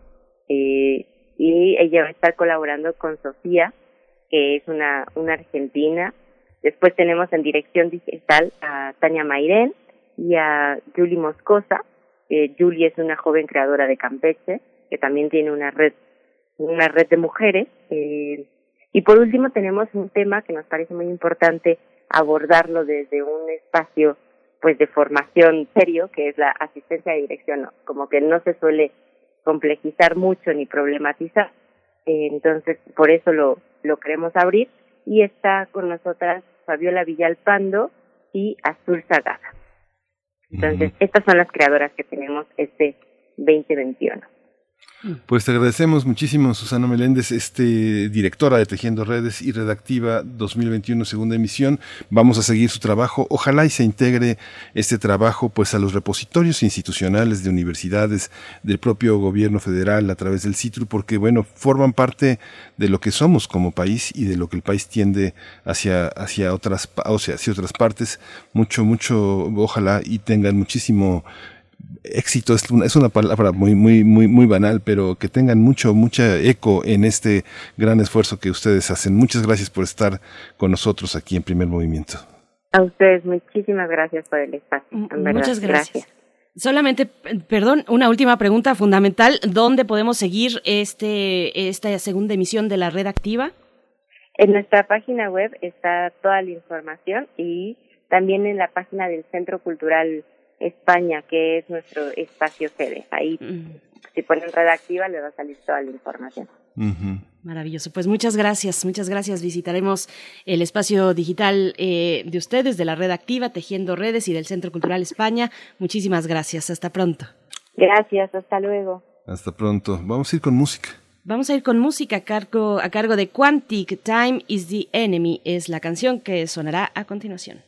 eh, y ella va a estar colaborando con Sofía, que es una, una argentina. Después tenemos en dirección digital a Tania Mairén y a Julie Moscosa. Eh, Julie es una joven creadora de Campeche, que también tiene una red una red de mujeres. Eh, y por último tenemos un tema que nos parece muy importante abordarlo desde un espacio pues de formación serio, que es la asistencia de dirección, ¿no? Como que no se suele complejizar mucho ni problematizar. Eh, entonces, por eso lo, lo queremos abrir. Y está con nosotras Fabiola Villalpando y Azul Sagada. Entonces, uh-huh. Estas son las creadoras que tenemos este veinte veintiuno. Pues te agradecemos muchísimo, Susana Meléndez, este, directora de Tejiendo Redes y Redactiva dos mil veintiuno, segunda emisión. Vamos a seguir su trabajo. Ojalá y se integre este trabajo pues a los repositorios institucionales de universidades, del propio gobierno federal a través del CITRU, porque bueno, forman parte de lo que somos como país y de lo que el país tiende hacia, hacia otras, o sea, hacia otras partes. Mucho, mucho, ojalá y tengan muchísimo éxito. Es una, es una palabra muy, muy, muy, muy banal, pero que tengan mucho, mucha eco en este gran esfuerzo que ustedes hacen. Muchas gracias por estar con nosotros aquí en Primer Movimiento. A ustedes, muchísimas gracias por el espacio. En verdad, muchas gracias. gracias. Solamente, perdón, una última pregunta fundamental. ¿Dónde podemos seguir este esta segunda emisión de la Red Activa? En nuestra página web está toda la información y también en la página del Centro Cultural España, que es nuestro espacio sede. Ahí, uh-huh. Si ponen Red Activa, le va a salir toda la información. Uh-huh. Maravilloso. Pues muchas gracias, muchas gracias. Visitaremos el espacio digital eh, de ustedes, de la Red Activa, Tejiendo Redes y del Centro Cultural España. Muchísimas gracias. Hasta pronto. Gracias, hasta luego. Hasta pronto. Vamos a ir con música. Vamos a ir con música a cargo, a cargo de Quantic. Time is the Enemy es la canción que sonará a continuación.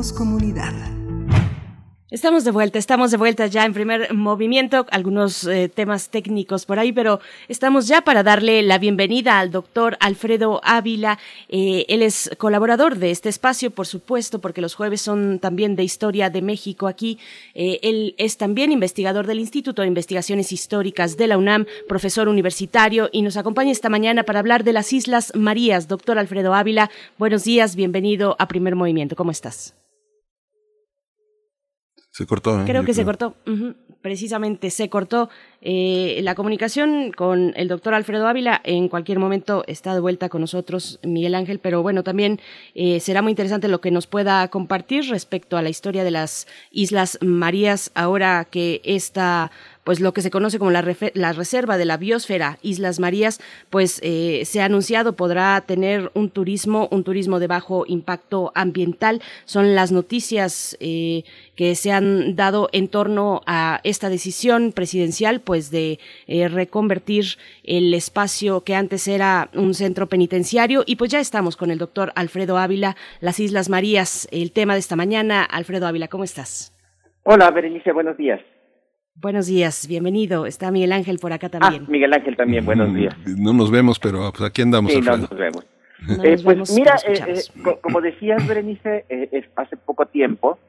Hacemos comunidad. Estamos de vuelta, estamos de vuelta ya en Primer Movimiento, algunos eh, temas técnicos por ahí, pero estamos ya para darle la bienvenida al doctor Alfredo Ávila. Eh, él es colaborador de este espacio, por supuesto, porque los jueves son también de Historia de México aquí. Eh, él es también investigador del Instituto de Investigaciones Históricas de la UNAM, profesor universitario, y nos acompaña esta mañana para hablar de las Islas Marías. Doctor Alfredo Ávila, buenos días, bienvenido a Primer Movimiento. ¿Cómo estás? Se cortó. ¿eh? Creo Yo que creo. se cortó, uh-huh. Precisamente se cortó eh, la comunicación con el doctor Alfredo Ávila. En cualquier momento está de vuelta con nosotros Miguel Ángel, pero bueno, también eh, será muy interesante lo que nos pueda compartir respecto a la historia de las Islas Marías, ahora que esta, pues lo que se conoce como la, refe- la reserva de la biosfera Islas Marías, pues eh, se ha anunciado podrá tener un turismo, un turismo de bajo impacto ambiental. Son las noticias eh, que se han dado en torno a esta decisión presidencial, pues de eh, reconvertir el espacio que antes era un centro penitenciario. Y pues ya estamos con el doctor Alfredo Ávila, las Islas Marías, el tema de esta mañana. Alfredo Ávila, ¿cómo estás? Hola, Berenice, buenos días. Buenos días, bienvenido. Está Miguel Ángel por acá también. Ah, Miguel Ángel también, buenos días. No nos vemos, pero pues aquí andamos, Sí, no Alfredo. nos vemos. No Eh, nos pues vemos, mira, pero eh, eh, escuchamos. co- como decías, Berenice, eh, es- hace poco tiempo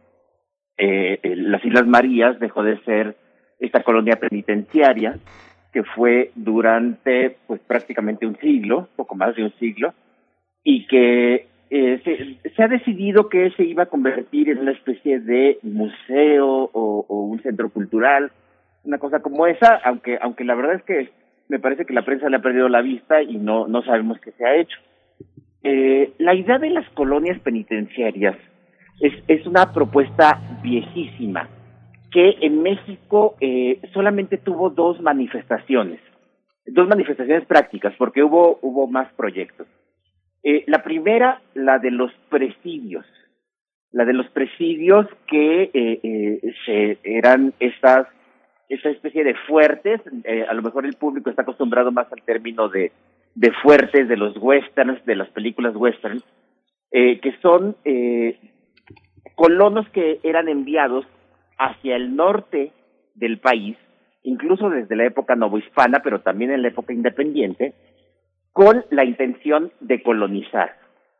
eh, eh, las Islas Marías dejó de ser esta colonia penitenciaria que fue durante pues prácticamente un siglo, poco más de un siglo, y que eh, se, se ha decidido que se iba a convertir en una especie de museo o, o un centro cultural, una cosa como esa, aunque aunque la verdad es que me parece que la prensa le ha perdido la vista y no no sabemos qué se ha hecho. Eh, la idea de las colonias penitenciarias es, es una propuesta viejísima que en México eh, solamente tuvo dos manifestaciones, dos manifestaciones prácticas, porque hubo hubo más proyectos. Eh, la primera, la de los presidios, la de los presidios que eh, eh, se, eran estas esta especie de fuertes, eh, a lo mejor el público está acostumbrado más al término de, de fuertes de los westerns, de las películas westerns, eh, que son eh, colonos que eran enviados hacia el norte del país, incluso desde la época novohispana, pero también en la época independiente, con la intención de colonizar.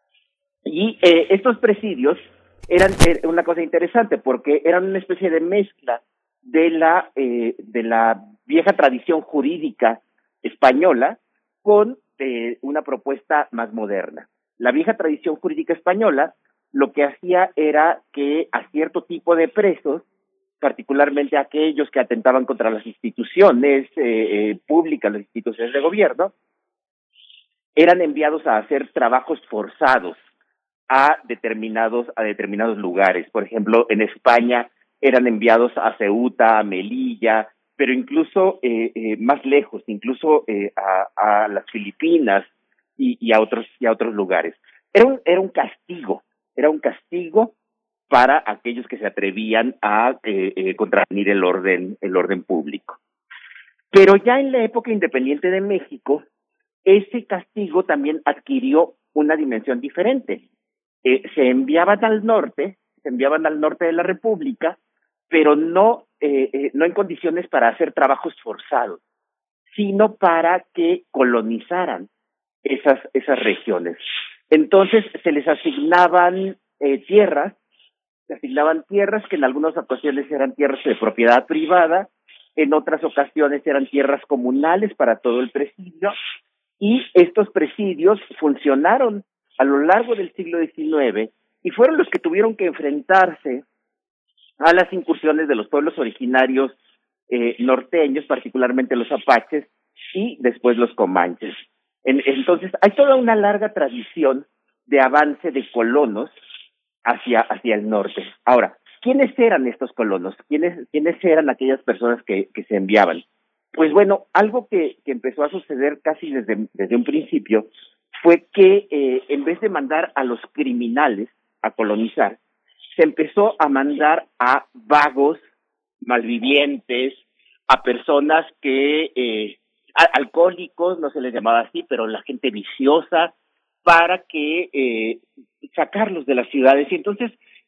Y eh, estos presidios eran eh, una cosa interesante porque eran una especie de mezcla de la eh, de la vieja tradición jurídica española con eh, una propuesta más moderna. La vieja tradición jurídica española lo que hacía era que a cierto tipo de presos, particularmente aquellos que atentaban contra las instituciones eh, eh, públicas, las instituciones de gobierno, eran enviados a hacer trabajos forzados a determinados a determinados lugares. Por ejemplo, en España eran enviados a Ceuta, a Melilla, pero incluso eh, eh, más lejos, incluso eh, a, a las Filipinas y, y a otros y a otros lugares. Era un era un castigo, era un castigo para aquellos que se atrevían a eh, eh, contravenir el orden el orden público. Pero ya en la época independiente de México, ese castigo también adquirió una dimensión diferente. Eh, se enviaban al norte, se enviaban al norte de la República, pero no eh, eh, no en condiciones para hacer trabajos forzados, sino para que colonizaran esas esas regiones. Entonces se les asignaban eh, tierras, se asignaban tierras que en algunas ocasiones eran tierras de propiedad privada, en otras ocasiones eran tierras comunales para todo el presidio, y estos presidios funcionaron a lo largo del siglo diecinueve y fueron los que tuvieron que enfrentarse a las incursiones de los pueblos originarios eh, norteños, particularmente los apaches y después los comanches. En, entonces, hay toda una larga tradición de avance de colonos hacia, hacia el norte. Ahora, ¿quiénes eran estos colonos? ¿Quiénes, quiénes eran aquellas personas que, que se enviaban? Pues bueno, algo que, que empezó a suceder casi desde, desde un principio fue que eh, en vez de mandar a los criminales a colonizar, se empezó a mandar a vagos, malvivientes, a personas que, eh, a, alcohólicos, no se les llamaba así, pero la gente viciosa, para que eh, sacarlos de las ciudades. Y entonces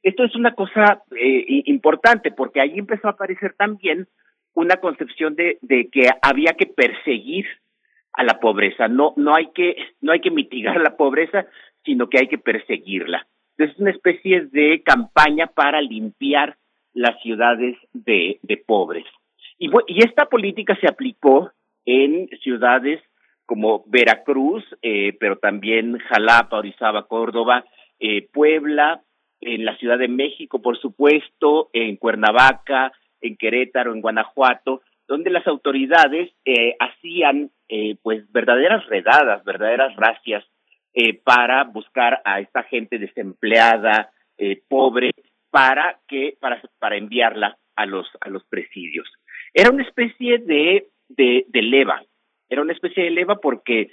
Esto es una cosa eh, importante porque ahí empezó a aparecer también una concepción de, de que había que perseguir a la pobreza. No, no hay que, no hay que mitigar la pobreza, sino que hay que perseguirla. Es una especie de campaña para limpiar las ciudades de, de pobres. Y, y esta política se aplicó en ciudades como Veracruz, eh, pero también Jalapa, Orizaba, Córdoba, eh, Puebla, en la Ciudad de México, por supuesto, en Cuernavaca, en Querétaro, en Guanajuato, donde las autoridades eh, hacían eh, pues verdaderas redadas, verdaderas razias eh, para buscar a esta gente desempleada, eh, pobre, para que para para enviarla a los a los presidios. Era una especie de de, de leva, era una especie de leva porque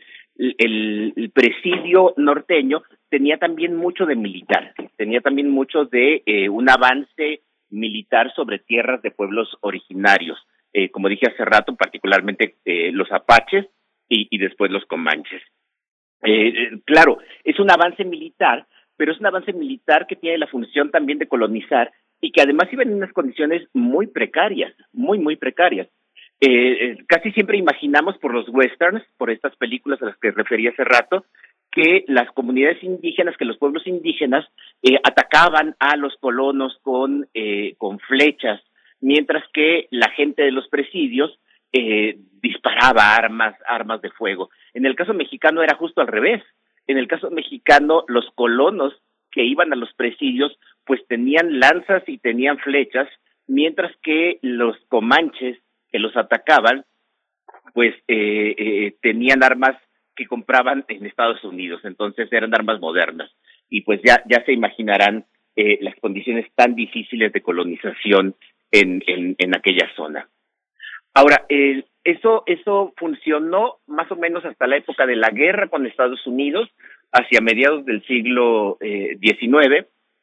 el, el presidio norteño tenía también mucho de militar, tenía también mucho de eh, un avance militar sobre tierras de pueblos originarios, eh, como dije hace rato, particularmente eh, los apaches y, y después los comanches. Eh, eh, claro, es un avance militar, pero es un avance militar que tiene la función también de colonizar y que además iba en unas condiciones muy precarias, muy, muy precarias. Eh, eh, casi siempre imaginamos por los westerns, por estas películas a las que referí hace rato, que las comunidades indígenas, que los pueblos indígenas eh, atacaban a los colonos con, eh, con flechas, mientras que la gente de los presidios eh, disparaba armas, armas de fuego. En el caso mexicano era justo al revés. En el caso mexicano, los colonos que iban a los presidios, pues tenían lanzas y tenían flechas, mientras que los comanches que los atacaban, pues eh, eh, tenían armas que compraban en Estados Unidos, entonces eran armas modernas. Y pues ya, ya se imaginarán eh, las condiciones tan difíciles de colonización en, en, en aquella zona. Ahora, eh, eso, eso funcionó más o menos hasta la época de la guerra con Estados Unidos, hacia mediados del siglo eh, diecinueve,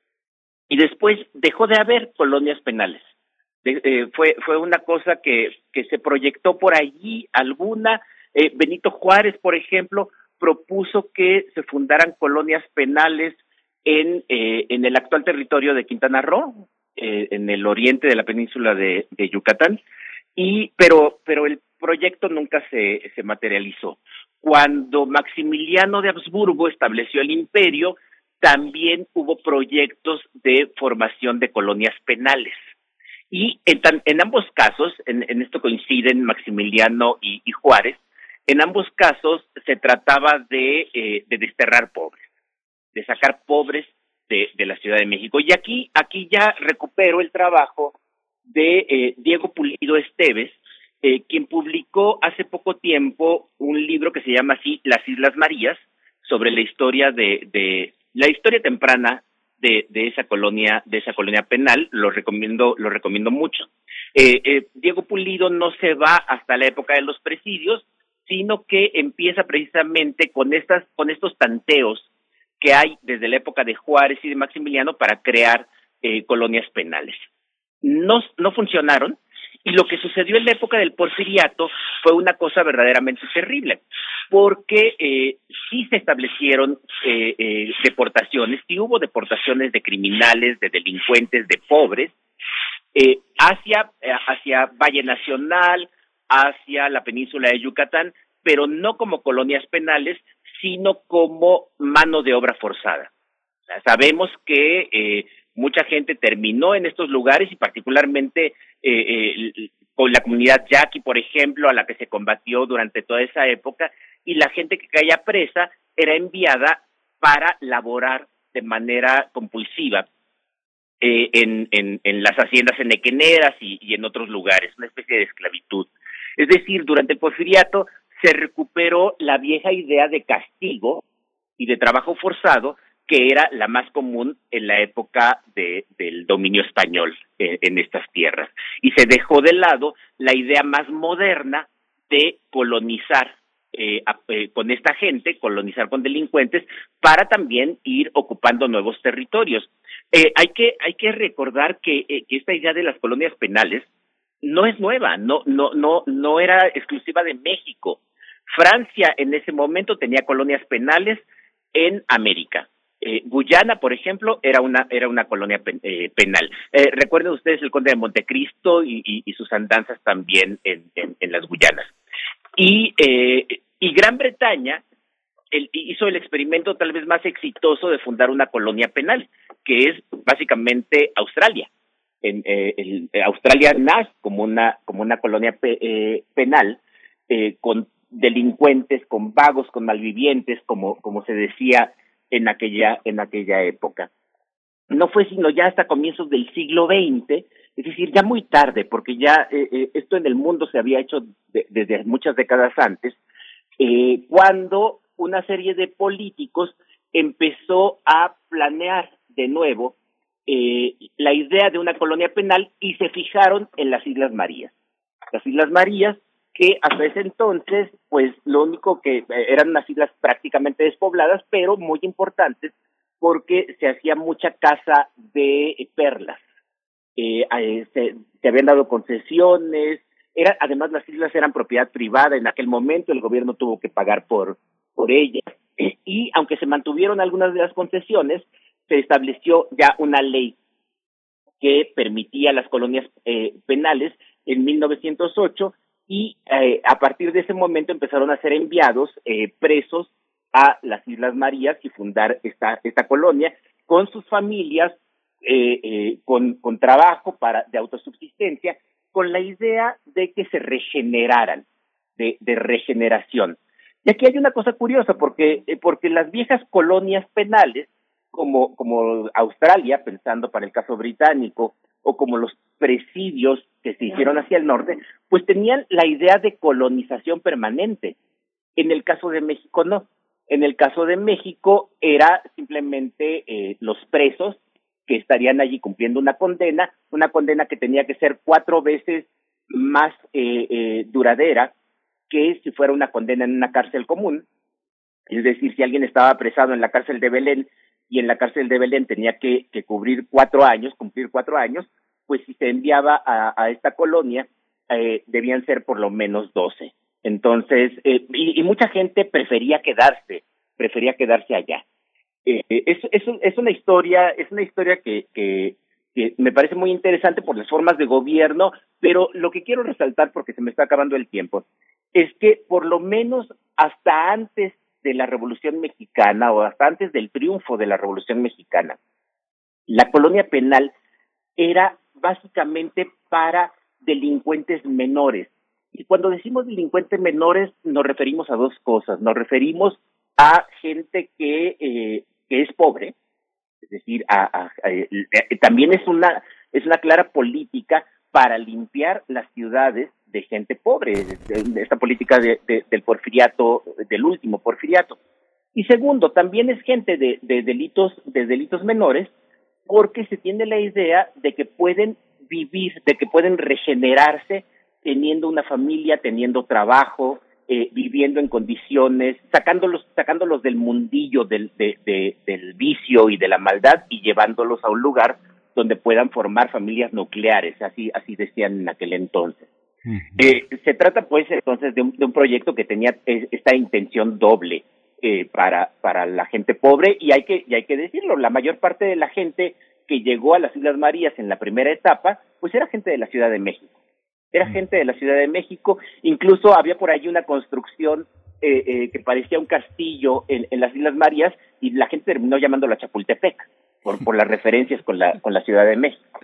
y después dejó de haber colonias penales. De, eh, fue, fue una cosa que, que se proyectó por allí alguna. Eh, Benito Juárez, por ejemplo, propuso que se fundaran colonias penales en, eh, en el actual territorio de Quintana Roo, eh, en el oriente de la península de, de Yucatán, y pero pero el proyecto nunca se, se materializó. Cuando Maximiliano de Habsburgo estableció el imperio, también hubo proyectos de formación de colonias penales. Y en, en ambos casos, en, en esto coinciden Maximiliano y, y Juárez, en ambos casos se trataba de, eh, de desterrar pobres, de sacar pobres de, de la Ciudad de México. Y aquí, aquí ya recupero el trabajo de eh, Diego Pulido Esteves, eh, quien publicó hace poco tiempo un libro que se llama así Las Islas Marías, sobre la historia de, de la historia temprana de, de esa colonia, de esa colonia penal. Lo recomiendo, lo recomiendo mucho. Eh, eh, Diego Pulido no se va hasta la época de los presidios, sino que empieza precisamente con estas, con estos tanteos que hay desde la época de Juárez y de Maximiliano para crear eh, colonias penales. No, no funcionaron, y lo que sucedió en la época del Porfiriato fue una cosa verdaderamente terrible, porque eh, sí se establecieron eh, eh, deportaciones, sí hubo deportaciones de criminales, de delincuentes, de pobres, eh, hacia, eh, hacia Valle Nacional, hacia la península de Yucatán, pero no como colonias penales, sino como mano de obra forzada. O sea, sabemos que eh, mucha gente terminó en estos lugares, y particularmente eh, eh, con la comunidad yaqui, por ejemplo, a la que se combatió durante toda esa época, y la gente que caía presa era enviada para laborar de manera compulsiva eh, en, en, en las haciendas enequeneras y, y en otros lugares, una especie de esclavitud. Es decir, durante el Porfiriato se recuperó la vieja idea de castigo y de trabajo forzado, que era la más común en la época de, del dominio español eh, en estas tierras. Y se dejó de lado la idea más moderna de colonizar eh, a, eh, con esta gente, colonizar con delincuentes, para también ir ocupando nuevos territorios. Eh, hay que hay que recordar que, eh, que esta idea de las colonias penales no es nueva, no no no no era exclusiva de México. Francia en ese momento tenía colonias penales en América. Eh, Guyana, por ejemplo, era una era una colonia pen, eh, penal. Eh, recuerden ustedes el Conde de Montecristo y, y, y sus andanzas también en, en, en las Guyanas. Y, eh, y Gran Bretaña el, hizo el experimento tal vez más exitoso de fundar una colonia penal, que es básicamente Australia. En, eh, el, Australia nace como una como una colonia pe, eh, penal eh, con delincuentes, con vagos, con malvivientes, como como se decía en aquella en aquella época. No fue sino ya hasta comienzos del siglo veinte, es decir, ya muy tarde, porque ya eh, eh, esto en el mundo se había hecho de, desde muchas décadas antes, eh, cuando una serie de políticos empezó a planear de nuevo eh, la idea de una colonia penal y se fijaron en las Islas Marías. Las Islas Marías, que hasta ese entonces, pues lo único que eh, eran unas islas prácticamente despobladas, pero muy importantes, porque se hacía mucha caza de eh, perlas. Eh, eh, se, se habían dado concesiones, era, además las islas eran propiedad privada en aquel momento, el gobierno tuvo que pagar por, por ellas, eh, y aunque se mantuvieron algunas de las concesiones, se estableció ya una ley que permitía las colonias eh, penales en mil novecientos ocho, y eh, a partir de ese momento empezaron a ser enviados eh, presos a las Islas Marías y fundar esta esta colonia con sus familias, eh, eh, con, con trabajo para de autosubsistencia, con la idea de que se regeneraran, de, de regeneración. Y aquí hay una cosa curiosa, porque eh, porque las viejas colonias penales, como como Australia, pensando para el caso británico, o como los presidios que se hicieron hacia el norte, pues tenían la idea de colonización permanente. En el caso de México, no. En el caso de México era simplemente eh, los presos que estarían allí cumpliendo una condena, una condena que tenía que ser cuatro veces más eh, eh, duradera que si fuera una condena en una cárcel común. Es decir, si alguien estaba apresado en la cárcel de Belén y en la cárcel de Belén tenía que, que cubrir cuatro años, cumplir cuatro años, pues si se enviaba a, a esta colonia, eh, debían ser por lo menos doce. Entonces, eh, y, y mucha gente prefería quedarse, prefería quedarse allá. Eh, es, es, es una historia, es una historia que, que, que me parece muy interesante por las formas de gobierno, pero lo que quiero resaltar, porque se me está acabando el tiempo, es que por lo menos hasta antes de la Revolución Mexicana o hasta antes del triunfo de la Revolución Mexicana, la colonia penal era básicamente para delincuentes menores. Y cuando decimos delincuentes menores nos referimos a dos cosas. Nos referimos a gente que eh, que es pobre, es decir, a, a, a, a, también es una es una clara política para limpiar las ciudades de gente pobre, de, de esta política de, de, del porfiriato, del último porfiriato. Y segundo, también es gente de, de delitos de delitos menores, porque se tiene la idea de que pueden vivir, de que pueden regenerarse teniendo una familia, teniendo trabajo, eh, viviendo en condiciones, sacándolos, sacándolos del mundillo del, de, de, del vicio y de la maldad y llevándolos a un lugar donde puedan formar familias nucleares, así, así decían en aquel entonces. Uh-huh. Eh, se trata pues entonces de un, de un proyecto que tenía eh, esta intención doble eh, para, para la gente pobre, y hay que, y hay que decirlo, la mayor parte de la gente que llegó a las Islas Marías en la primera etapa, pues era gente de la Ciudad de México. Era gente de la Ciudad de México, incluso había por ahí una construcción eh, eh, que parecía un castillo en, en las Islas Marías, y la gente terminó llamándola Chapultepec, por, por las referencias con la, con la Ciudad de México.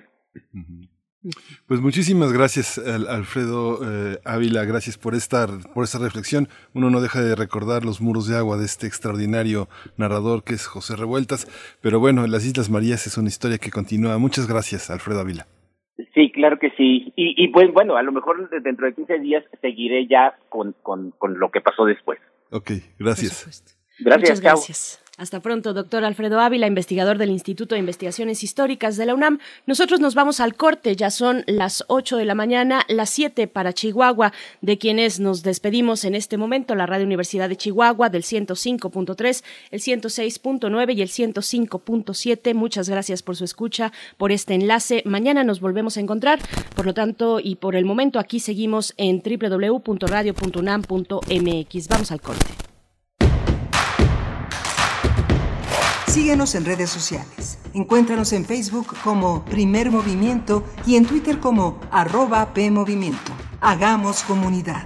Pues muchísimas gracias, Alfredo eh, Ávila, gracias por esta, por esta reflexión. Uno no deja de recordar los muros de agua de este extraordinario narrador que es José Revueltas, pero bueno, las Islas Marías es una historia que continúa. Muchas gracias, Alfredo Ávila. Sí, claro que sí. Y, y pues bueno, a lo mejor dentro de quince días seguiré ya con, con, con lo que pasó después. Ok, gracias. Gracias, Muchas gracias. Chao. Hasta pronto, doctor Alfredo Ávila, investigador del Instituto de Investigaciones Históricas de la UNAM. Nosotros nos vamos al corte, ya son las ocho de la mañana, las siete para Chihuahua, de quienes nos despedimos en este momento, la Radio Universidad de Chihuahua del ciento cinco punto tres, el ciento seis punto nueve y el ciento cinco punto siete. Muchas gracias por su escucha, por este enlace. Mañana nos volvemos a encontrar, por lo tanto, y por el momento aquí seguimos en doble u doble u doble u punto radio punto unam punto m x. Vamos al corte. Síguenos en redes sociales. Encuéntranos en Facebook como Primer Movimiento y en Twitter como arroba PMovimiento. Hagamos comunidad.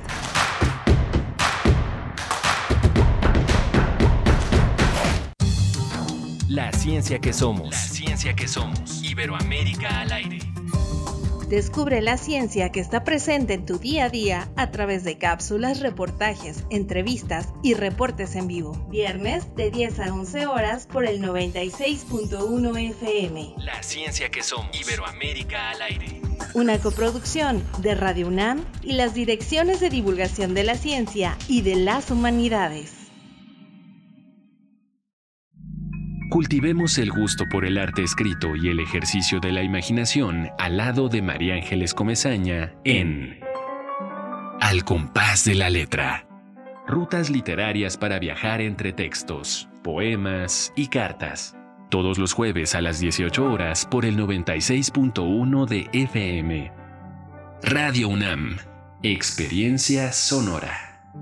La ciencia que somos. La ciencia que somos. Iberoamérica al aire. Descubre la ciencia que está presente en tu día a día a través de cápsulas, reportajes, entrevistas y reportes en vivo. Viernes de diez a once horas por el noventa y seis punto uno F M. La ciencia que somos. Iberoamérica al aire. Una coproducción de Radio UNAM y las direcciones de divulgación de la ciencia y de las humanidades. Cultivemos el gusto por el arte escrito y el ejercicio de la imaginación al lado de María Ángeles Comesaña en Al compás de la letra. Rutas literarias para viajar entre textos, poemas y cartas. Todos los jueves a las dieciocho horas por el noventa y seis punto uno de F M. Radio UNAM. Experiencia sonora.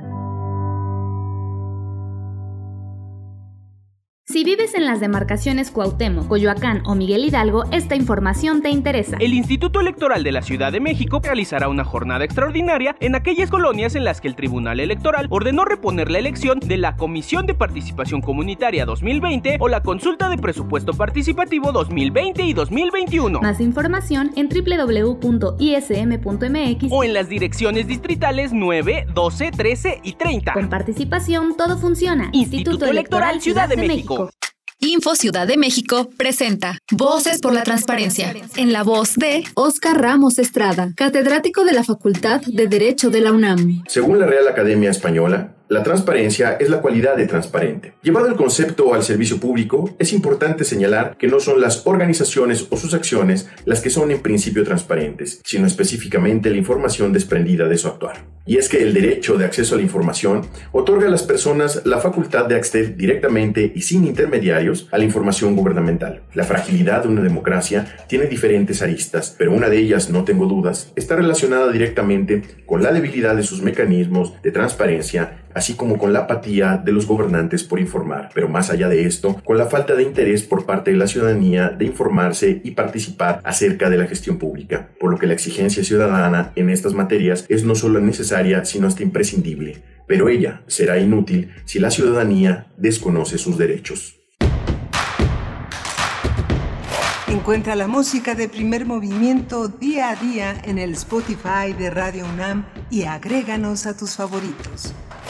Si vives en las demarcaciones Cuauhtémoc, Coyoacán o Miguel Hidalgo, esta información te interesa. El Instituto Electoral de la Ciudad de México realizará una jornada extraordinaria en aquellas colonias en las que el Tribunal Electoral ordenó reponer la elección de la Comisión de Participación Comunitaria dos mil veinte o la Consulta de Presupuesto Participativo dos mil veinte y dos mil veintiuno. Más información en doble u doble u doble u punto i s m punto m x o en las direcciones distritales nueve, doce, trece y treinta. Con participación todo funciona. Instituto, Instituto Electoral Ciudad de México. Info Ciudad de México presenta Voces por la Transparencia, en la voz de Óscar Ramos Estrada, catedrático de la Facultad de Derecho de la UNAM. Según la Real Academia Española, la transparencia es la cualidad de transparente. Llevado el concepto al servicio público, es importante señalar que no son las organizaciones o sus acciones las que son en principio transparentes, sino específicamente la información desprendida de su actuar. Y es que el derecho de acceso a la información otorga a las personas la facultad de acceder directamente y sin intermediarios a la información gubernamental. La fragilidad de una democracia tiene diferentes aristas, pero una de ellas, no tengo dudas, está relacionada directamente con la debilidad de sus mecanismos de transparencia, así como con la apatía de los gobernantes por informar, pero más allá de esto, con la falta de interés por parte de la ciudadanía de informarse y participar acerca de la gestión pública, por lo que la exigencia ciudadana en estas materias es no solo necesaria, sino hasta imprescindible, pero ella será inútil si la ciudadanía desconoce sus derechos. Encuentra la música de Primer Movimiento día a día en el Spotify de Radio UNAM y agréganos a tus favoritos.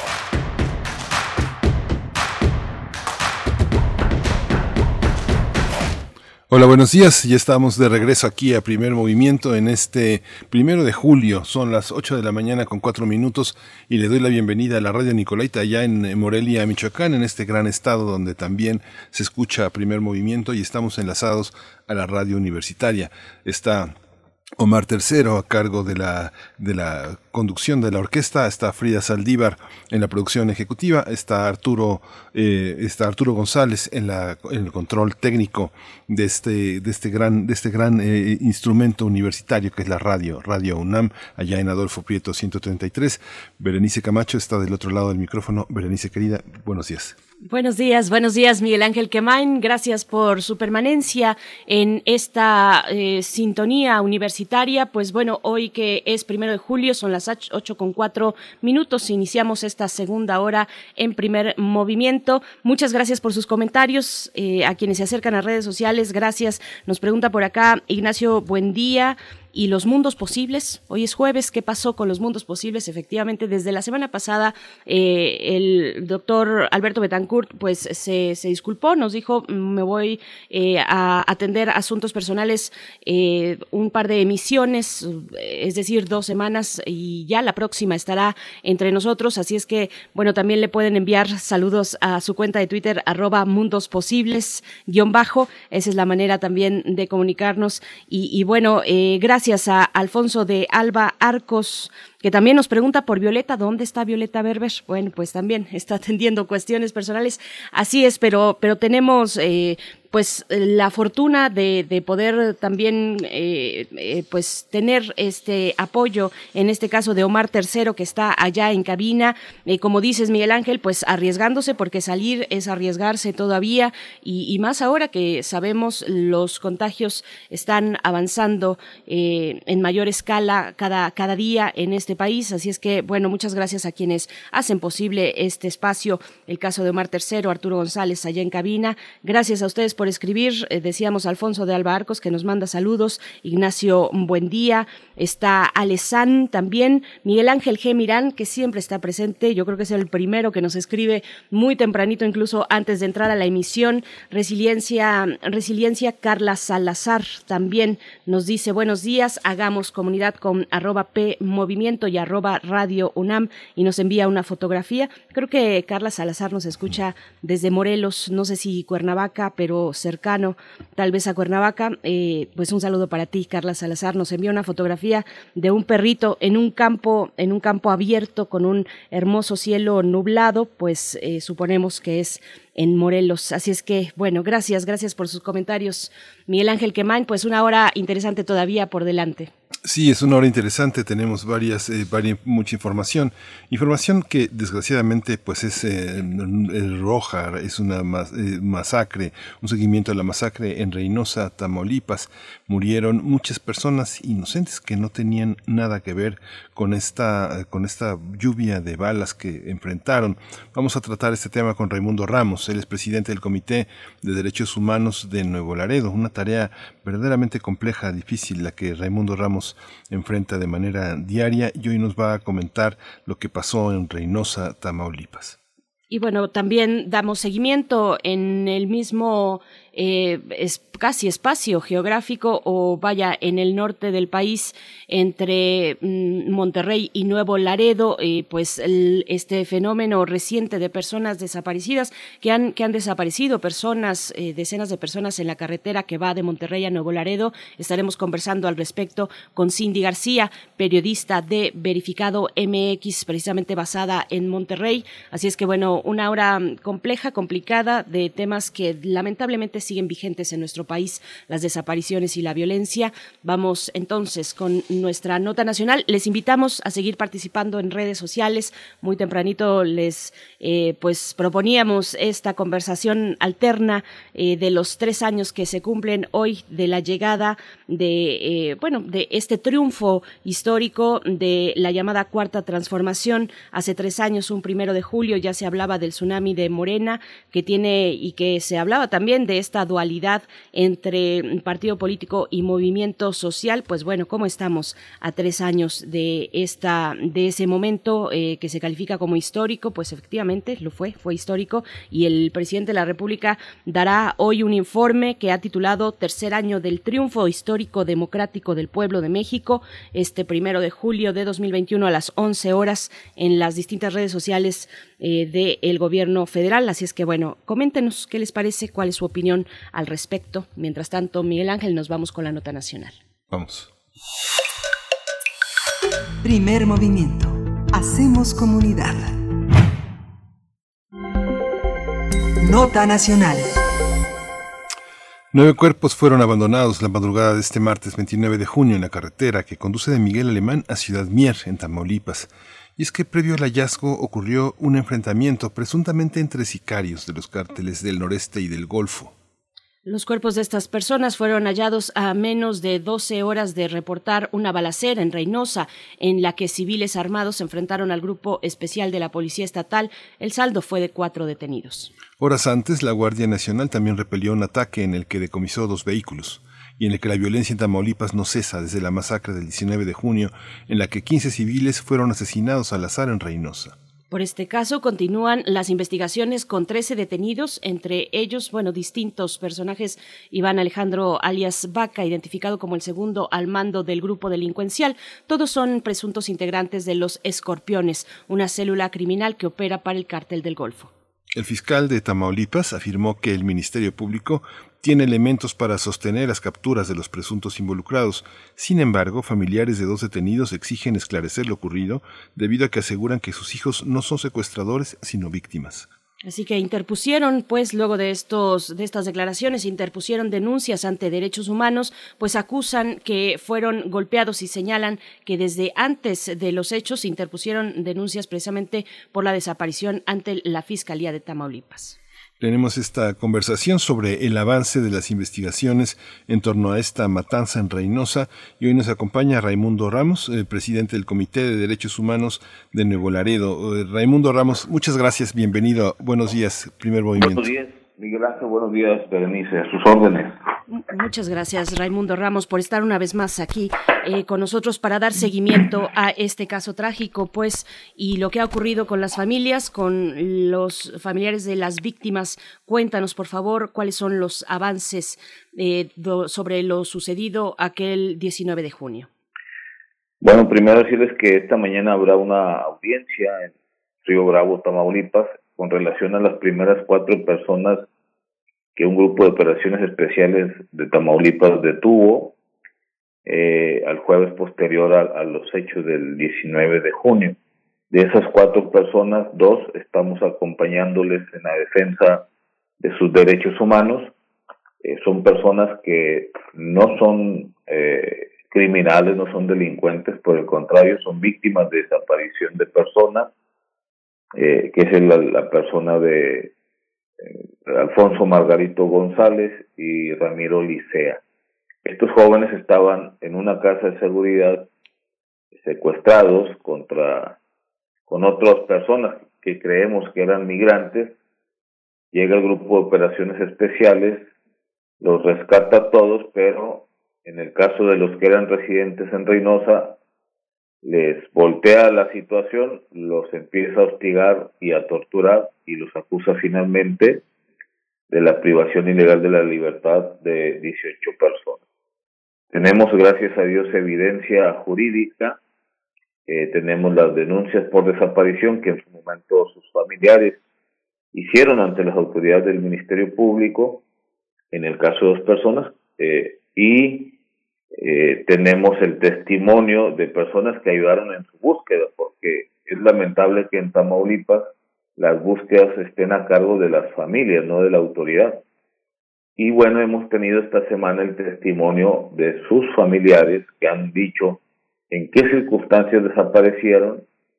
Hola, buenos días. Ya estamos de regreso aquí a Primer Movimiento en este primero de julio. Son las ocho de la mañana con cuatro minutos y le doy la bienvenida a la Radio Nicolaita allá en Morelia, Michoacán, en este gran estado donde también se escucha Primer Movimiento y estamos enlazados a la radio universitaria. Está Omar Tercero a cargo de la de la conducción de la orquesta, está Frida Saldívar en la producción ejecutiva, está Arturo eh, está Arturo González en la en el control técnico de este de este gran de este gran eh, instrumento universitario que es la radio Radio UNAM allá en Adolfo Prieto ciento treinta y tres. Berenice Camacho está del otro lado del micrófono. Berenice querida, buenos días. Buenos días, buenos días Miguel Ángel Quemain, gracias por su permanencia en esta eh, sintonía universitaria. Pues bueno, hoy que es primero de julio, son las ocho con cuatro minutos, iniciamos esta segunda hora en Primer Movimiento. Muchas gracias por sus comentarios, eh, a quienes se acercan a redes sociales, gracias. Nos pregunta por acá Ignacio Buendía, y los mundos posibles. Hoy es jueves, ¿qué pasó con los mundos posibles? Efectivamente, desde la semana pasada eh, el doctor Alberto Betancourt pues se, se disculpó, nos dijo me voy eh, a atender asuntos personales eh, un par de emisiones, es decir, dos semanas y ya la próxima estará entre nosotros, así es que bueno, también le pueden enviar saludos a su cuenta de Twitter, arroba mundos posibles, guión bajo, esa es la manera también de comunicarnos y, y bueno, eh, gracias Gracias a Alfonso de Alba Arcos, que también nos pregunta por Violeta, ¿dónde está Violeta Berber? Bueno, pues también está atendiendo cuestiones personales, así es, pero, pero tenemos eh, pues la fortuna de, de poder también eh, eh, pues tener este apoyo, en este caso de Omar Tercero, que está allá en cabina, eh, como dices, Miguel Ángel, pues arriesgándose, porque salir es arriesgarse todavía, y, y más ahora que sabemos los contagios están avanzando eh, en mayor escala cada, cada día en este país. Así es que, bueno, muchas gracias a quienes hacen posible este espacio, el caso de Omar Tercero, Arturo González allá en cabina. Gracias a ustedes por escribir. Eh, decíamos Alfonso de Alba Arcos, que nos manda saludos, Ignacio Buendía, está Alesán también, Miguel Ángel G. Mirán, que siempre está presente, yo creo que es el primero que nos escribe muy tempranito, incluso antes de entrar a la emisión. Resiliencia, Resiliencia Carla Salazar también nos dice buenos días, hagamos comunidad con arroba P Movimiento y arroba Radio UNAM, y nos envía una fotografía. Creo que Carla Salazar nos escucha desde Morelos, no sé si Cuernavaca, pero cercano tal vez a Cuernavaca. Eh, pues un saludo para ti, Carla Salazar. Nos envía una fotografía de un perrito en un campo, en un campo abierto con un hermoso cielo nublado, pues eh, suponemos que es en Morelos. Así es que, bueno, gracias, gracias por sus comentarios, Miguel Ángel Quemain. Pues una hora interesante todavía por delante. Sí, es una hora interesante, tenemos varias, eh, varias mucha información, información que desgraciadamente pues es eh, roja, es una mas, eh, masacre, un seguimiento de la masacre en Reynosa, Tamaulipas. Murieron muchas personas inocentes que no tenían nada que ver con esta, con esta lluvia de balas que enfrentaron. Vamos a tratar este tema con Raimundo Ramos, él es presidente del Comité de Derechos Humanos de Nuevo Laredo, una tarea verdaderamente compleja, difícil, la que Raimundo Ramos enfrenta de manera diaria, y hoy nos va a comentar lo que pasó en Reynosa, Tamaulipas. Y bueno, también damos seguimiento en el mismo eh, es casi espacio geográfico, o vaya, en el norte del país, entre mm, Monterrey y Nuevo Laredo, eh, pues el, este fenómeno reciente de personas desaparecidas, que han, que han desaparecido personas, eh, decenas de personas en la carretera que va de Monterrey a Nuevo Laredo. Estaremos conversando al respecto con Cindy García, periodista de Verificado M X, precisamente basada en Monterrey. Así es que, bueno, una hora compleja, complicada, de temas que lamentablemente siguen vigentes en nuestro país, las desapariciones y la violencia. Vamos entonces con nuestra nota nacional. Les invitamos a seguir participando en redes sociales. Muy tempranito les eh, pues proponíamos esta conversación alterna eh, de los tres años que se cumplen hoy de la llegada de eh, bueno de este triunfo histórico de la llamada Cuarta Transformación. Hace tres años, un primero de julio, ya se hablaba del tsunami de Morena, que tiene y que se hablaba también de esta dualidad entre partido político y movimiento social. Pues bueno, ¿cómo estamos a tres años de esta de ese momento eh, que se califica como histórico? Pues efectivamente lo fue, fue histórico, y el presidente de la República dará hoy un informe que ha titulado Tercer año del triunfo histórico democrático del pueblo de México, este primero de julio de dos mil veintiuno a las once horas, en las distintas redes sociales eh, del gobierno federal. Así es que, bueno, coméntenos qué les parece, cuál es su opinión al respecto. Mientras tanto, Miguel Ángel, nos vamos con la nota nacional. Vamos. Primer movimiento. Hacemos comunidad. Nota nacional. Nueve cuerpos fueron abandonados la madrugada de este martes veintinueve de junio en la carretera que conduce de Miguel Alemán a Ciudad Mier, en Tamaulipas. Y es que previo al hallazgo ocurrió un enfrentamiento presuntamente entre sicarios de los cárteles del noreste y del Golfo. Los cuerpos de estas personas fueron hallados a menos de doce horas de reportar una balacera en Reynosa, en la que civiles armados se enfrentaron al grupo especial de la Policía Estatal. El saldo fue de cuatro detenidos. Horas antes, la Guardia Nacional también repelió un ataque en el que decomisó dos vehículos, y en el que la violencia en Tamaulipas no cesa desde la masacre del diecinueve de junio, en la que quince civiles fueron asesinados al azar en Reynosa. Por este caso continúan las investigaciones con trece detenidos, entre ellos, bueno, distintos personajes. Iván Alejandro alias Vaca, identificado como el segundo al mando del grupo delincuencial. Todos son presuntos integrantes de los Escorpiones, una célula criminal que opera para el Cártel del Golfo. El fiscal de Tamaulipas afirmó que el Ministerio Público tiene elementos para sostener las capturas de los presuntos involucrados. Sin embargo, familiares de dos detenidos exigen esclarecer lo ocurrido debido a que aseguran que sus hijos no son secuestradores, sino víctimas. Así que interpusieron, pues, luego de estos, de estas declaraciones, interpusieron denuncias ante Derechos Humanos, pues acusan que fueron golpeados y señalan que desde antes de los hechos interpusieron denuncias precisamente por la desaparición ante la Fiscalía de Tamaulipas. Tenemos esta conversación sobre el avance de las investigaciones en torno a esta matanza en Reynosa y hoy nos acompaña Raimundo Ramos, eh, presidente del Comité de Derechos Humanos de Nuevo Laredo. Eh, Raimundo Ramos, muchas gracias, bienvenido, buenos días, Primer Movimiento. Buenos días, Miguel Ángel, buenos días, Berenice, a sus órdenes. Muchas gracias, Raimundo Ramos, por estar una vez más aquí eh, con nosotros para dar seguimiento a este caso trágico, pues, y lo que ha ocurrido con las familias, con los familiares de las víctimas. Cuéntanos, por favor, cuáles son los avances eh, do, sobre lo sucedido aquel diecinueve de junio. Bueno, primero decirles que esta mañana habrá una audiencia en Río Bravo, Tamaulipas, con relación a las primeras cuatro personas que un grupo de operaciones especiales de Tamaulipas detuvo eh, al jueves posterior a, a los hechos del diecinueve de junio. De esas cuatro personas, dos estamos acompañándoles en la defensa de sus derechos humanos. Eh, son personas que no son eh, criminales, no son delincuentes, por el contrario, son víctimas de desaparición de personas, eh, que es la, la persona de Alfonso Margarito González y Ramiro Licea. Estos jóvenes estaban en una casa de seguridad secuestrados contra con otras personas que creemos que eran migrantes. Llega el grupo de operaciones especiales, los rescata a todos, pero en el caso de los que eran residentes en Reynosa, les voltea la situación, los empieza a hostigar y a torturar y los acusa finalmente de la privación ilegal de la libertad de dieciocho personas. Tenemos, gracias a Dios, evidencia jurídica, eh, tenemos las denuncias por desaparición que en su momento sus familiares hicieron ante las autoridades del Ministerio Público, en el caso de dos personas, eh, y Eh, tenemos el testimonio de personas que ayudaron en su búsqueda, porque es lamentable que en Tamaulipas las búsquedas estén a cargo de las familias, no de la autoridad. Y bueno, hemos tenido esta semana el testimonio de sus familiares que han dicho en qué circunstancias desaparecieron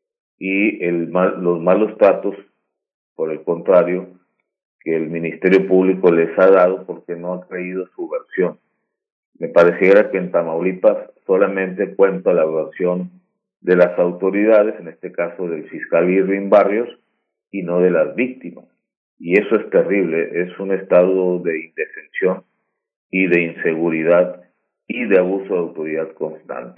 y el mal, los malos tratos, por el contrario, que el Ministerio Público les ha dado porque no ha creído su versión. Me pareciera que en Tamaulipas solamente cuenta la versión de las autoridades, en este caso del fiscal Irving Barrios, y no de las víctimas. Y eso es terrible, es un estado de indefensión y de inseguridad y de abuso de autoridad constante.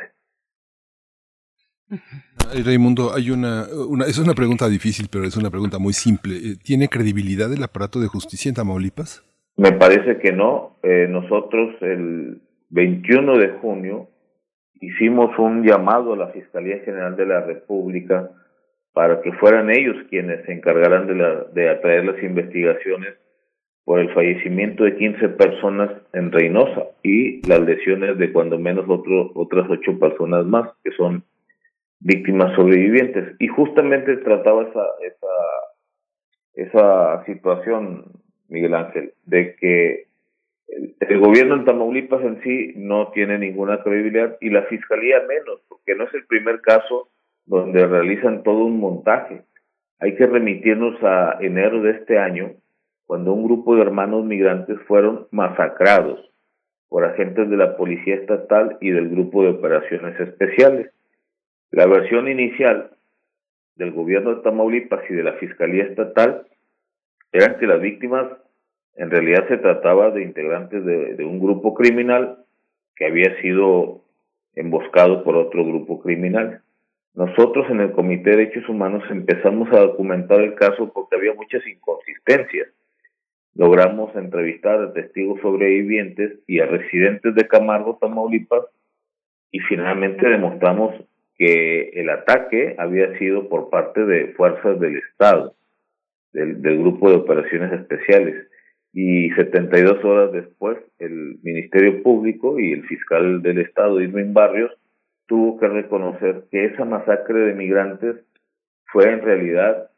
Ay, Raimundo, hay una, una, es una pregunta difícil, pero es una pregunta muy simple. ¿Tiene credibilidad el aparato de justicia en Tamaulipas? Me parece que no. Eh, nosotros el veintiuno de junio hicimos un llamado a la Fiscalía General de la República para que fueran ellos quienes se encargaran de, la, de atraer las investigaciones por el fallecimiento de quince personas en Reynosa y las lesiones de cuando menos otro, otras ocho personas más que son víctimas sobrevivientes. Y justamente trataba esa, esa, esa situación, Miguel Ángel, de que el, el gobierno en Tamaulipas en sí no tiene ninguna credibilidad y la Fiscalía menos, porque no es el primer caso donde realizan todo un montaje. Hay que remitirnos a enero de este año, cuando un grupo de hermanos migrantes fueron masacrados por agentes de la Policía Estatal y del Grupo de Operaciones Especiales. La versión inicial del gobierno de Tamaulipas y de la Fiscalía Estatal eran que las víctimas en realidad se trataba de integrantes de, de un grupo criminal que había sido emboscado por otro grupo criminal. Nosotros en el Comité de Derechos Humanos empezamos a documentar el caso porque había muchas inconsistencias. Logramos entrevistar a testigos sobrevivientes y a residentes de Camargo, Tamaulipas, y finalmente demostramos que el ataque había sido por parte de fuerzas del Estado, del, del Grupo de Operaciones Especiales. Y setenta y dos horas después, el Ministerio Público y el fiscal del Estado, Irving Barrios, tuvo que reconocer que esa masacre de migrantes fue en realidad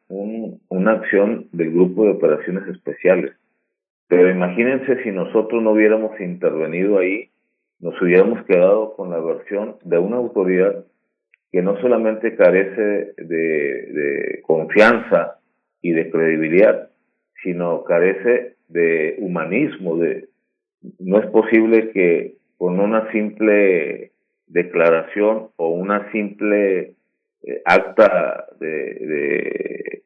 un, una acción del Grupo de Operaciones Especiales. Pero imagínense si nosotros no hubiéramos intervenido ahí, nos hubiéramos quedado con la versión de una autoridad que no solamente carece de, de confianza y de credibilidad, sino carece de humanismo. De, no es posible que con una simple declaración o una simple eh, acta de, de,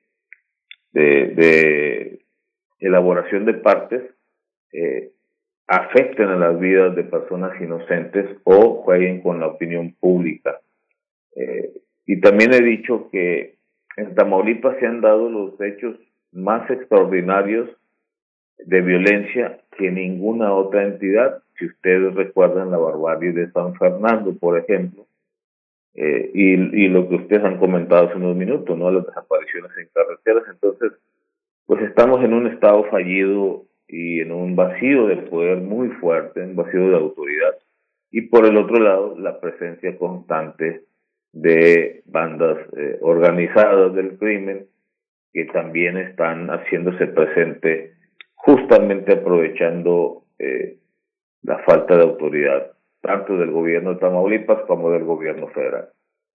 de, de elaboración de partes eh, afecten a las vidas de personas inocentes o jueguen con la opinión pública. Eh, y también he dicho que en Tamaulipas se han dado los hechos más extraordinarios de violencia que ninguna otra entidad. Si ustedes recuerdan la barbarie de San Fernando, por ejemplo, eh, y, y lo que ustedes han comentado hace unos minutos, ¿no? Las desapariciones en carreteras. Entonces, pues estamos en un estado fallido y en un vacío de poder muy fuerte, un vacío de autoridad, y por el otro lado, la presencia constante de bandas eh, organizadas del crimen que también están haciéndose presente, justamente aprovechando eh, la falta de autoridad, tanto del gobierno de Tamaulipas como del gobierno federal.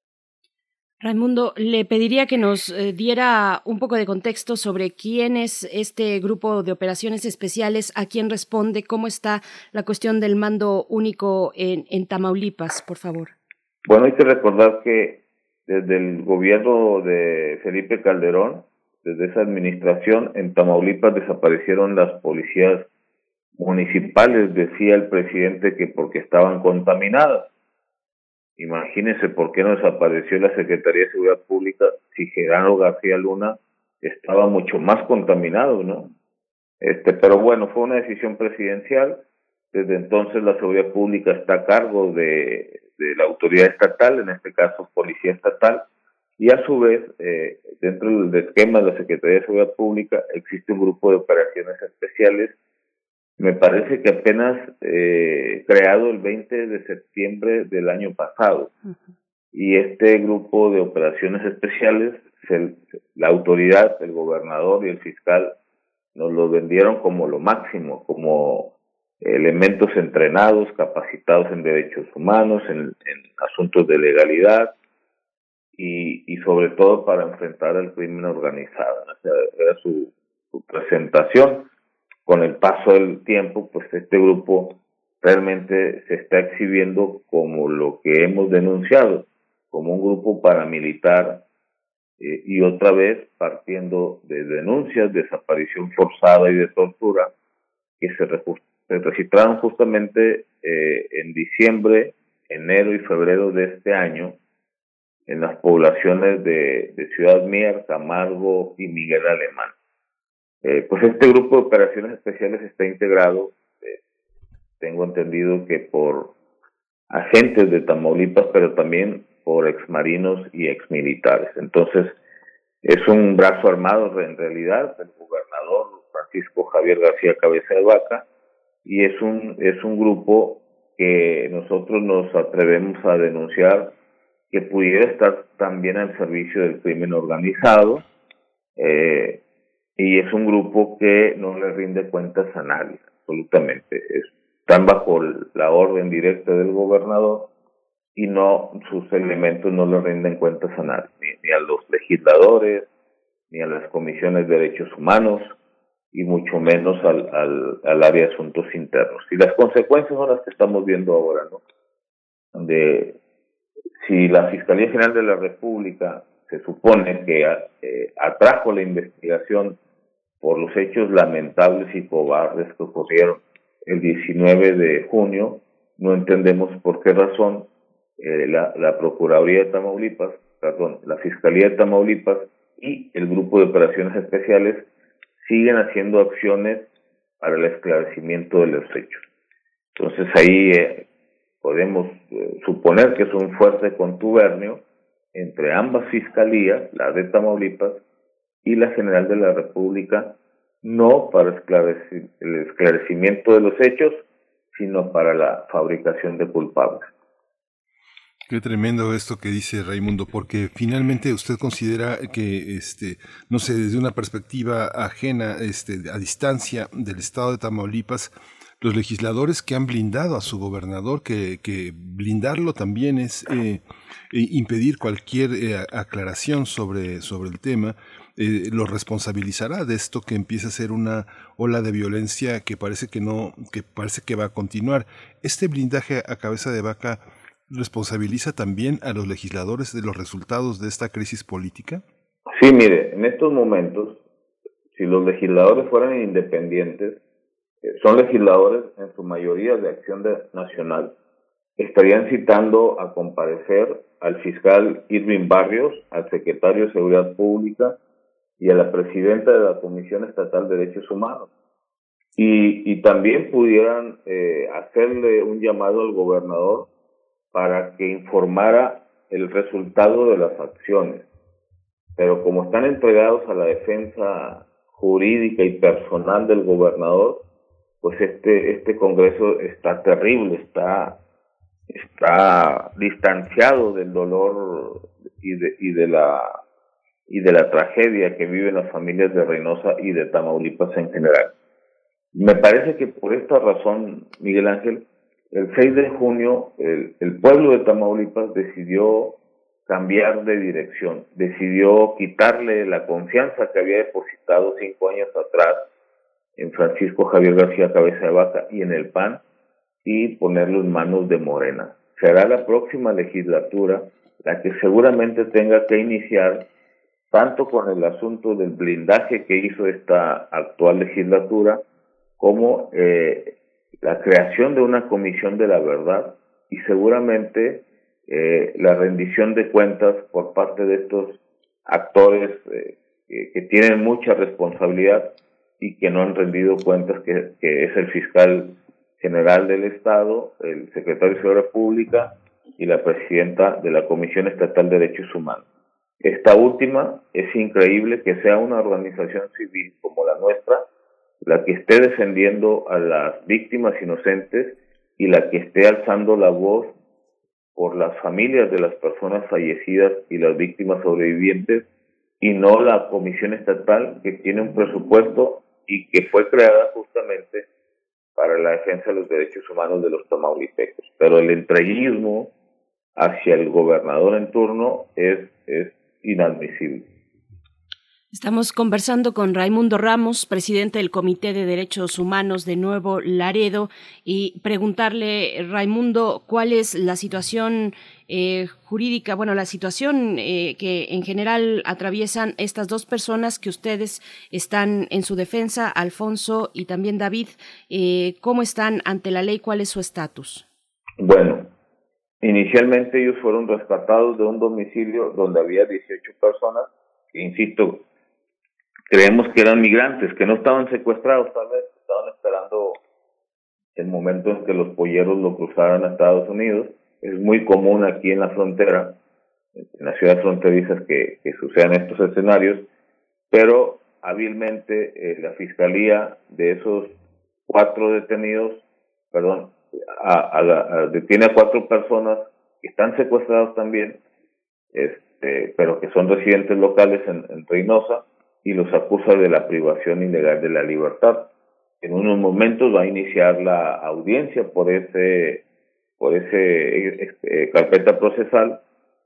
Raimundo, le pediría que nos eh, diera un poco de contexto sobre quién es este grupo de operaciones especiales, a quién responde, cómo está la cuestión del mando único en, en Tamaulipas, por favor. Bueno, hay que recordar que desde el gobierno de Felipe Calderón, desde esa administración, en Tamaulipas desaparecieron las policías municipales, decía el presidente que porque estaban contaminadas. Imagínense por qué no desapareció la Secretaría de Seguridad Pública si Gerardo García Luna estaba mucho más contaminado, ¿no? Este, pero bueno, fue una decisión presidencial. Desde entonces la seguridad pública está a cargo de, de la autoridad estatal, en este caso Policía Estatal, y a su vez, eh, dentro del esquema de la Secretaría de Seguridad Pública existe un grupo de operaciones especiales, me parece que apenas eh, creado el veinte de septiembre del año pasado. Uh-huh. Y este grupo de operaciones especiales, se, la autoridad, el gobernador y el fiscal nos lo vendieron como lo máximo, como elementos entrenados, capacitados en derechos humanos, en, en asuntos de legalidad y, y sobre todo para enfrentar al crimen organizado. O sea, era su, su presentación. Con el paso del tiempo, pues este grupo realmente se está exhibiendo como lo que hemos denunciado, como un grupo paramilitar eh, y otra vez partiendo de denuncias de desaparición forzada y de tortura que se, se registraron justamente eh, en diciembre, enero y febrero de este año en las poblaciones de, de Ciudad Mier, Camargo y Miguel Alemán. Eh, pues este grupo de operaciones especiales está integrado, eh, tengo entendido que por agentes de Tamaulipas, pero también por exmarinos y exmilitares. Entonces, es un brazo armado en realidad del gobernador Francisco Javier García Cabeza de Vaca, y es un, es un grupo que nosotros nos atrevemos a denunciar que pudiera estar también al servicio del crimen organizado, eh, y es un grupo que no le rinde cuentas a nadie, absolutamente. Están bajo la orden directa del gobernador y no, sus elementos no le rinden cuentas a nadie, ni, ni a los legisladores, ni a las comisiones de derechos humanos, y mucho menos al, al, al área de asuntos internos. Y las consecuencias son las que estamos viendo ahora, ¿no? De si la Fiscalía General de la República se supone que eh, atrajo la investigación por los hechos lamentables y cobardes que ocurrieron el diecinueve de junio, no entendemos por qué razón eh, la, la Procuraduría de Tamaulipas, perdón, la Fiscalía de Tamaulipas y el Grupo de Operaciones Especiales siguen haciendo acciones para el esclarecimiento de los hechos. Entonces ahí eh, podemos eh, suponer que es un fuerte contubernio entre ambas fiscalías, la de Tamaulipas y la General de la República, no para esclarecer, el esclarecimiento de los hechos, sino para la fabricación de culpables. Qué tremendo esto que dice Raimundo, porque finalmente usted considera que, este, no sé, desde una perspectiva ajena, este, a distancia del estado de Tamaulipas, los legisladores que han blindado a su gobernador, que, que blindarlo también es eh, impedir cualquier eh, aclaración sobre, sobre el tema, eh, lo responsabilizará de esto que empieza a ser una ola de violencia que parece que no, que parece que va a continuar. Este blindaje a cabeza de vaca ¿responsabiliza también a los legisladores de los resultados de esta crisis política? Sí, mire, en estos momentos, si los legisladores fueran independientes, eh, son legisladores en su mayoría de Acción de, Nacional, estarían citando a comparecer al fiscal Irving Barrios, al secretario de Seguridad Pública y a la presidenta de la Comisión Estatal de Derechos Humanos. Y, y también pudieran eh, hacerle un llamado al gobernador para que informara el resultado de las acciones. Pero como están entregados a la defensa jurídica y personal del gobernador, pues este este Congreso está terrible, está está distanciado del dolor y de y de la y de la tragedia que viven las familias de Reynosa y de Tamaulipas en general. Me parece que por esta razón, Miguel Ángel, el seis de junio, el, el pueblo de Tamaulipas decidió cambiar de dirección, decidió quitarle la confianza que había depositado cinco años atrás en Francisco Javier García Cabeza de Vaca y en el P A N y ponerlo en manos de Morena. Será la próxima legislatura la que seguramente tenga que iniciar tanto con el asunto del blindaje que hizo esta actual legislatura como eh, la creación de una comisión de la verdad y seguramente eh, la rendición de cuentas por parte de estos actores eh, que, que tienen mucha responsabilidad y que no han rendido cuentas, que, que es el fiscal general del Estado, el secretario de Seguridad Pública y la presidenta de la Comisión Estatal de Derechos Humanos. Esta última, es increíble que sea una organización civil como la nuestra la que esté defendiendo a las víctimas inocentes y la que esté alzando la voz por las familias de las personas fallecidas y las víctimas sobrevivientes, y no la Comisión Estatal, que tiene un presupuesto y que fue creada justamente para la defensa de los derechos humanos de los tamaulipecos. Pero el entreguismo hacia el gobernador en turno es, es inadmisible. Estamos conversando con Raimundo Ramos, presidente del Comité de Derechos Humanos de Nuevo Laredo, y preguntarle, Raimundo, ¿cuál es la situación eh, jurídica, bueno, la situación eh, que en general atraviesan estas dos personas que ustedes están en su defensa, Alfonso y también David? Eh, ¿Cómo están ante la ley? ¿Cuál es su estatus? Bueno, inicialmente ellos fueron rescatados de un domicilio donde había dieciocho personas, que insisto, creemos que eran migrantes, que no estaban secuestrados, tal vez estaban esperando el momento en que los polleros lo cruzaran a Estados Unidos. Es muy común aquí en la frontera, en las ciudades fronterizas, que, que sucedan estos escenarios, pero hábilmente eh, la fiscalía de esos cuatro detenidos, perdón, a, a la, a, detiene a cuatro personas que están secuestrados también, este, pero que son residentes locales en, en Reynosa, y los acusa de la privación ilegal de la libertad. En unos momentos va a iniciar la audiencia por ese por ese eh, carpeta procesal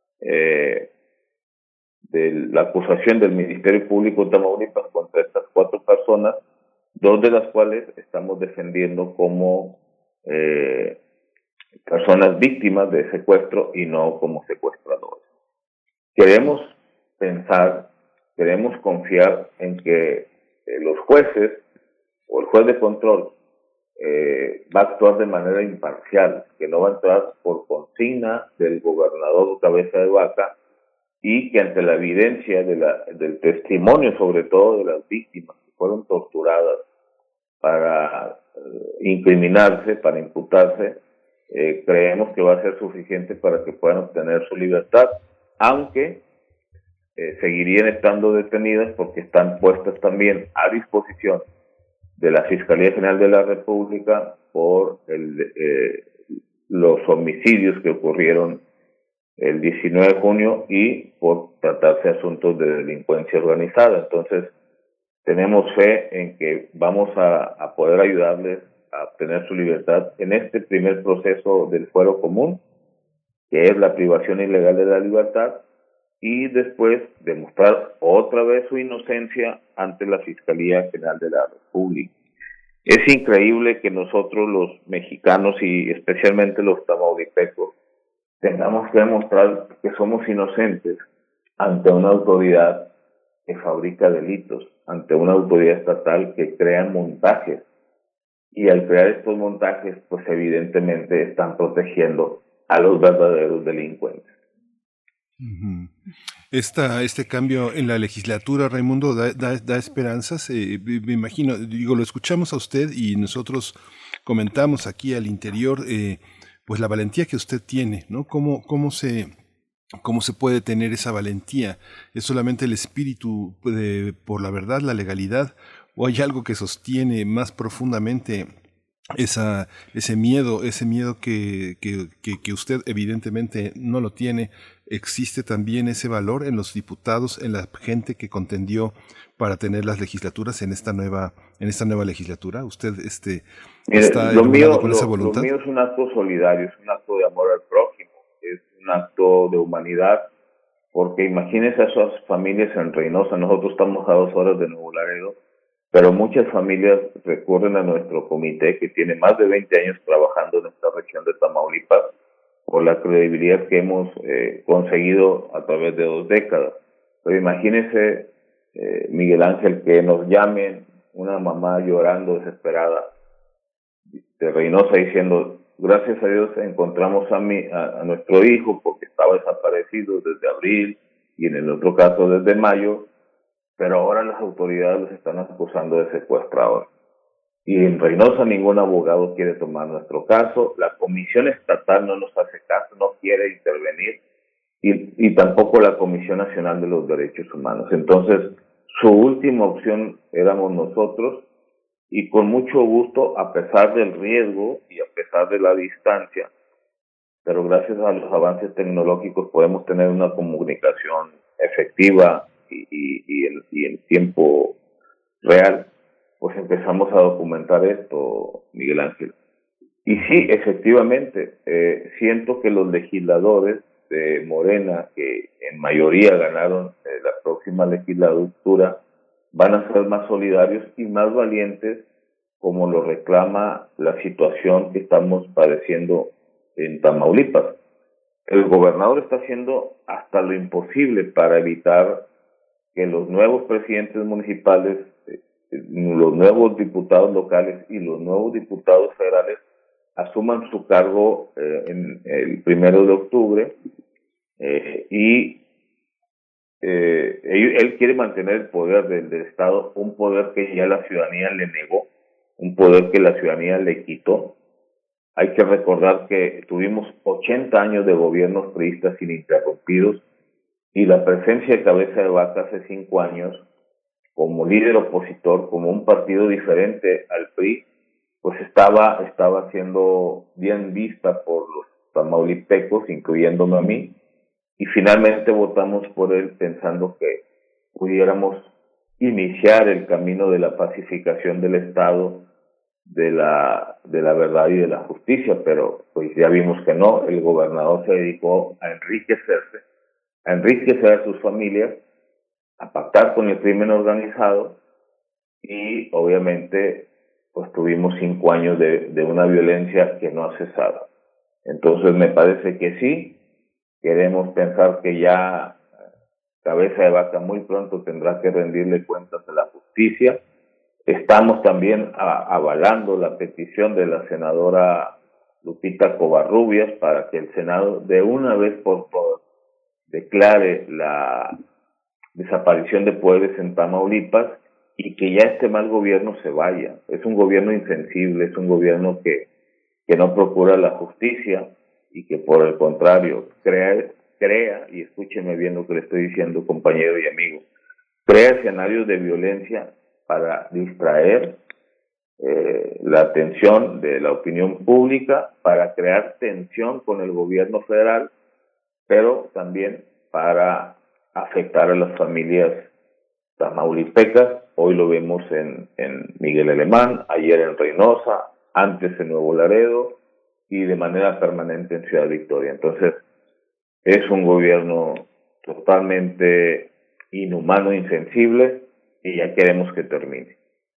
eh, de la acusación del Ministerio Público de Tamaulipas contra estas cuatro personas, dos de las cuales estamos defendiendo como eh, personas víctimas de secuestro y no como secuestradores. Queremos pensar Queremos confiar en que eh, los jueces o el juez de control eh, va a actuar de manera imparcial, que no va a entrar por consigna del gobernador Cabeza de Vaca, y que ante la evidencia de la, del testimonio, sobre todo de las víctimas que fueron torturadas para eh, incriminarse, para imputarse, eh, creemos que va a ser suficiente para que puedan obtener su libertad, aunque Eh, seguirían estando detenidas porque están puestas también a disposición de la Fiscalía General de la República por el, eh, los homicidios que ocurrieron el diecinueve de junio y por tratarse de asuntos de delincuencia organizada. Entonces, tenemos fe en que vamos a, a poder ayudarles a obtener su libertad en este primer proceso del fuero común, que es la privación ilegal de la libertad, y después demostrar otra vez su inocencia ante la Fiscalía General de la República. Es increíble que nosotros los mexicanos y especialmente los tamaulipecos tengamos que demostrar que somos inocentes ante una autoridad que fabrica delitos, ante una autoridad estatal que crea montajes. Y al crear estos montajes, pues evidentemente están protegiendo a los verdaderos delincuentes. Uh-huh. Esta, este cambio en la legislatura, Raimundo, da, da, da esperanzas. Eh, me imagino, digo, lo escuchamos a usted y nosotros comentamos aquí al interior, eh, pues la valentía que usted tiene, ¿no? ¿Cómo, cómo se, cómo se puede tener esa valentía? ¿Es solamente el espíritu de, por la verdad, la legalidad, o hay algo que sostiene más profundamente esa, ese miedo, ese miedo que, que, que, que usted evidentemente no lo tiene? ¿Existe también ese valor en los diputados, en la gente que contendió para tener las legislaturas en esta nueva, en esta nueva legislatura? ¿Usted este, Mire, está lo mío, con lo, esa voluntad? Lo mío es un acto solidario, es un acto de amor al prójimo, es un acto de humanidad, porque imagínense a esas familias en Reynosa. Nosotros estamos a dos horas de Nuevo Laredo, pero muchas familias recurren a nuestro comité, que tiene más de veinte años trabajando en esta región de Tamaulipas, por la credibilidad que hemos eh, conseguido a través de dos décadas. Pero imagínese, eh, Miguel Ángel, que nos llamen una mamá llorando desesperada de Reynosa diciendo: gracias a Dios encontramos a, mi, a, a nuestro hijo, porque estaba desaparecido desde abril y en el otro caso desde mayo, pero ahora las autoridades los están acusando de secuestrador. Y en Reynosa ningún abogado quiere tomar nuestro caso, la Comisión Estatal no nos hace caso, no quiere intervenir, y, y tampoco la Comisión Nacional de los Derechos Humanos. Entonces, su última opción éramos nosotros, y con mucho gusto, a pesar del riesgo y a pesar de la distancia, pero gracias a los avances tecnológicos podemos tener una comunicación efectiva y, y, y, en, y en tiempo real, pues empezamos a documentar esto, Miguel Ángel. Y sí, efectivamente, eh, siento que los legisladores de Morena, que en mayoría ganaron eh, la próxima legislatura, van a ser más solidarios y más valientes, como lo reclama la situación que estamos padeciendo en Tamaulipas. El gobernador está haciendo hasta lo imposible para evitar que los nuevos presidentes municipales, los nuevos diputados locales y los nuevos diputados federales asuman su cargo eh, en el primero de octubre eh, y eh, él, él quiere mantener el poder del, del Estado, un poder que ya la ciudadanía le negó, un poder que la ciudadanía le quitó. Hay que recordar que tuvimos ochenta años de gobiernos priistas ininterrumpidos, y la presencia de Cabeza de Vaca hace cinco años como líder opositor, como un partido diferente al P R I, pues estaba, estaba siendo bien vista por los tamaulipecos, incluyéndome a mí, y finalmente votamos por él pensando que pudiéramos iniciar el camino de la pacificación del Estado, de la, de la verdad y de la justicia, pero pues ya vimos que no. El gobernador se dedicó a enriquecerse, a enriquecer a sus familias, a pactar con el crimen organizado, y obviamente pues tuvimos cinco años de, de una violencia que no ha cesado. Entonces me parece que sí, queremos pensar que ya Cabeza de Vaca muy pronto tendrá que rendirle cuentas a la justicia. Estamos también a, avalando la petición de la senadora Lupita Covarrubias para que el Senado de una vez por todas declare la desaparición de poderes en Tamaulipas y que ya este mal gobierno se vaya. Es un gobierno insensible, es un gobierno que, que no procura la justicia y que por el contrario crea, crea, y escúcheme bien lo que le estoy diciendo, compañero y amigo, crea escenarios de violencia para distraer eh, la atención de la opinión pública, para crear tensión con el gobierno federal, pero también para afectar a las familias tamaulipecas. Hoy lo vemos en, en Miguel Alemán, ayer en Reynosa, antes en Nuevo Laredo y de manera permanente en Ciudad Victoria. Entonces, es un gobierno totalmente inhumano, insensible, y ya queremos que termine.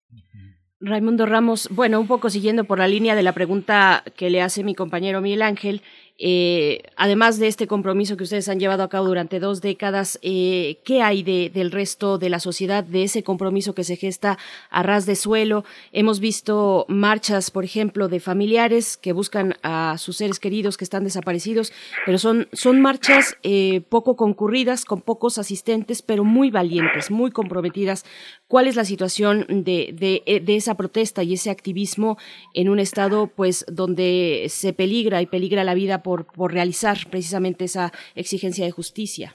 Raimundo Ramos, bueno, un poco siguiendo por la línea de la pregunta que le hace mi compañero Miguel Ángel, eh, además de este compromiso que ustedes han llevado a cabo durante dos décadas, eh, ¿qué hay de, del resto de la sociedad, de ese compromiso que se gesta a ras de suelo? Hemos visto marchas, por ejemplo, de familiares que buscan a sus seres queridos que están desaparecidos, pero son, son marchas eh, poco concurridas, con pocos asistentes, pero muy valientes, muy comprometidas. ¿Cuál es la situación de, de, de esa protesta y ese activismo en un estado, pues, donde se peligra y peligra la vida por, por realizar precisamente esa exigencia de justicia?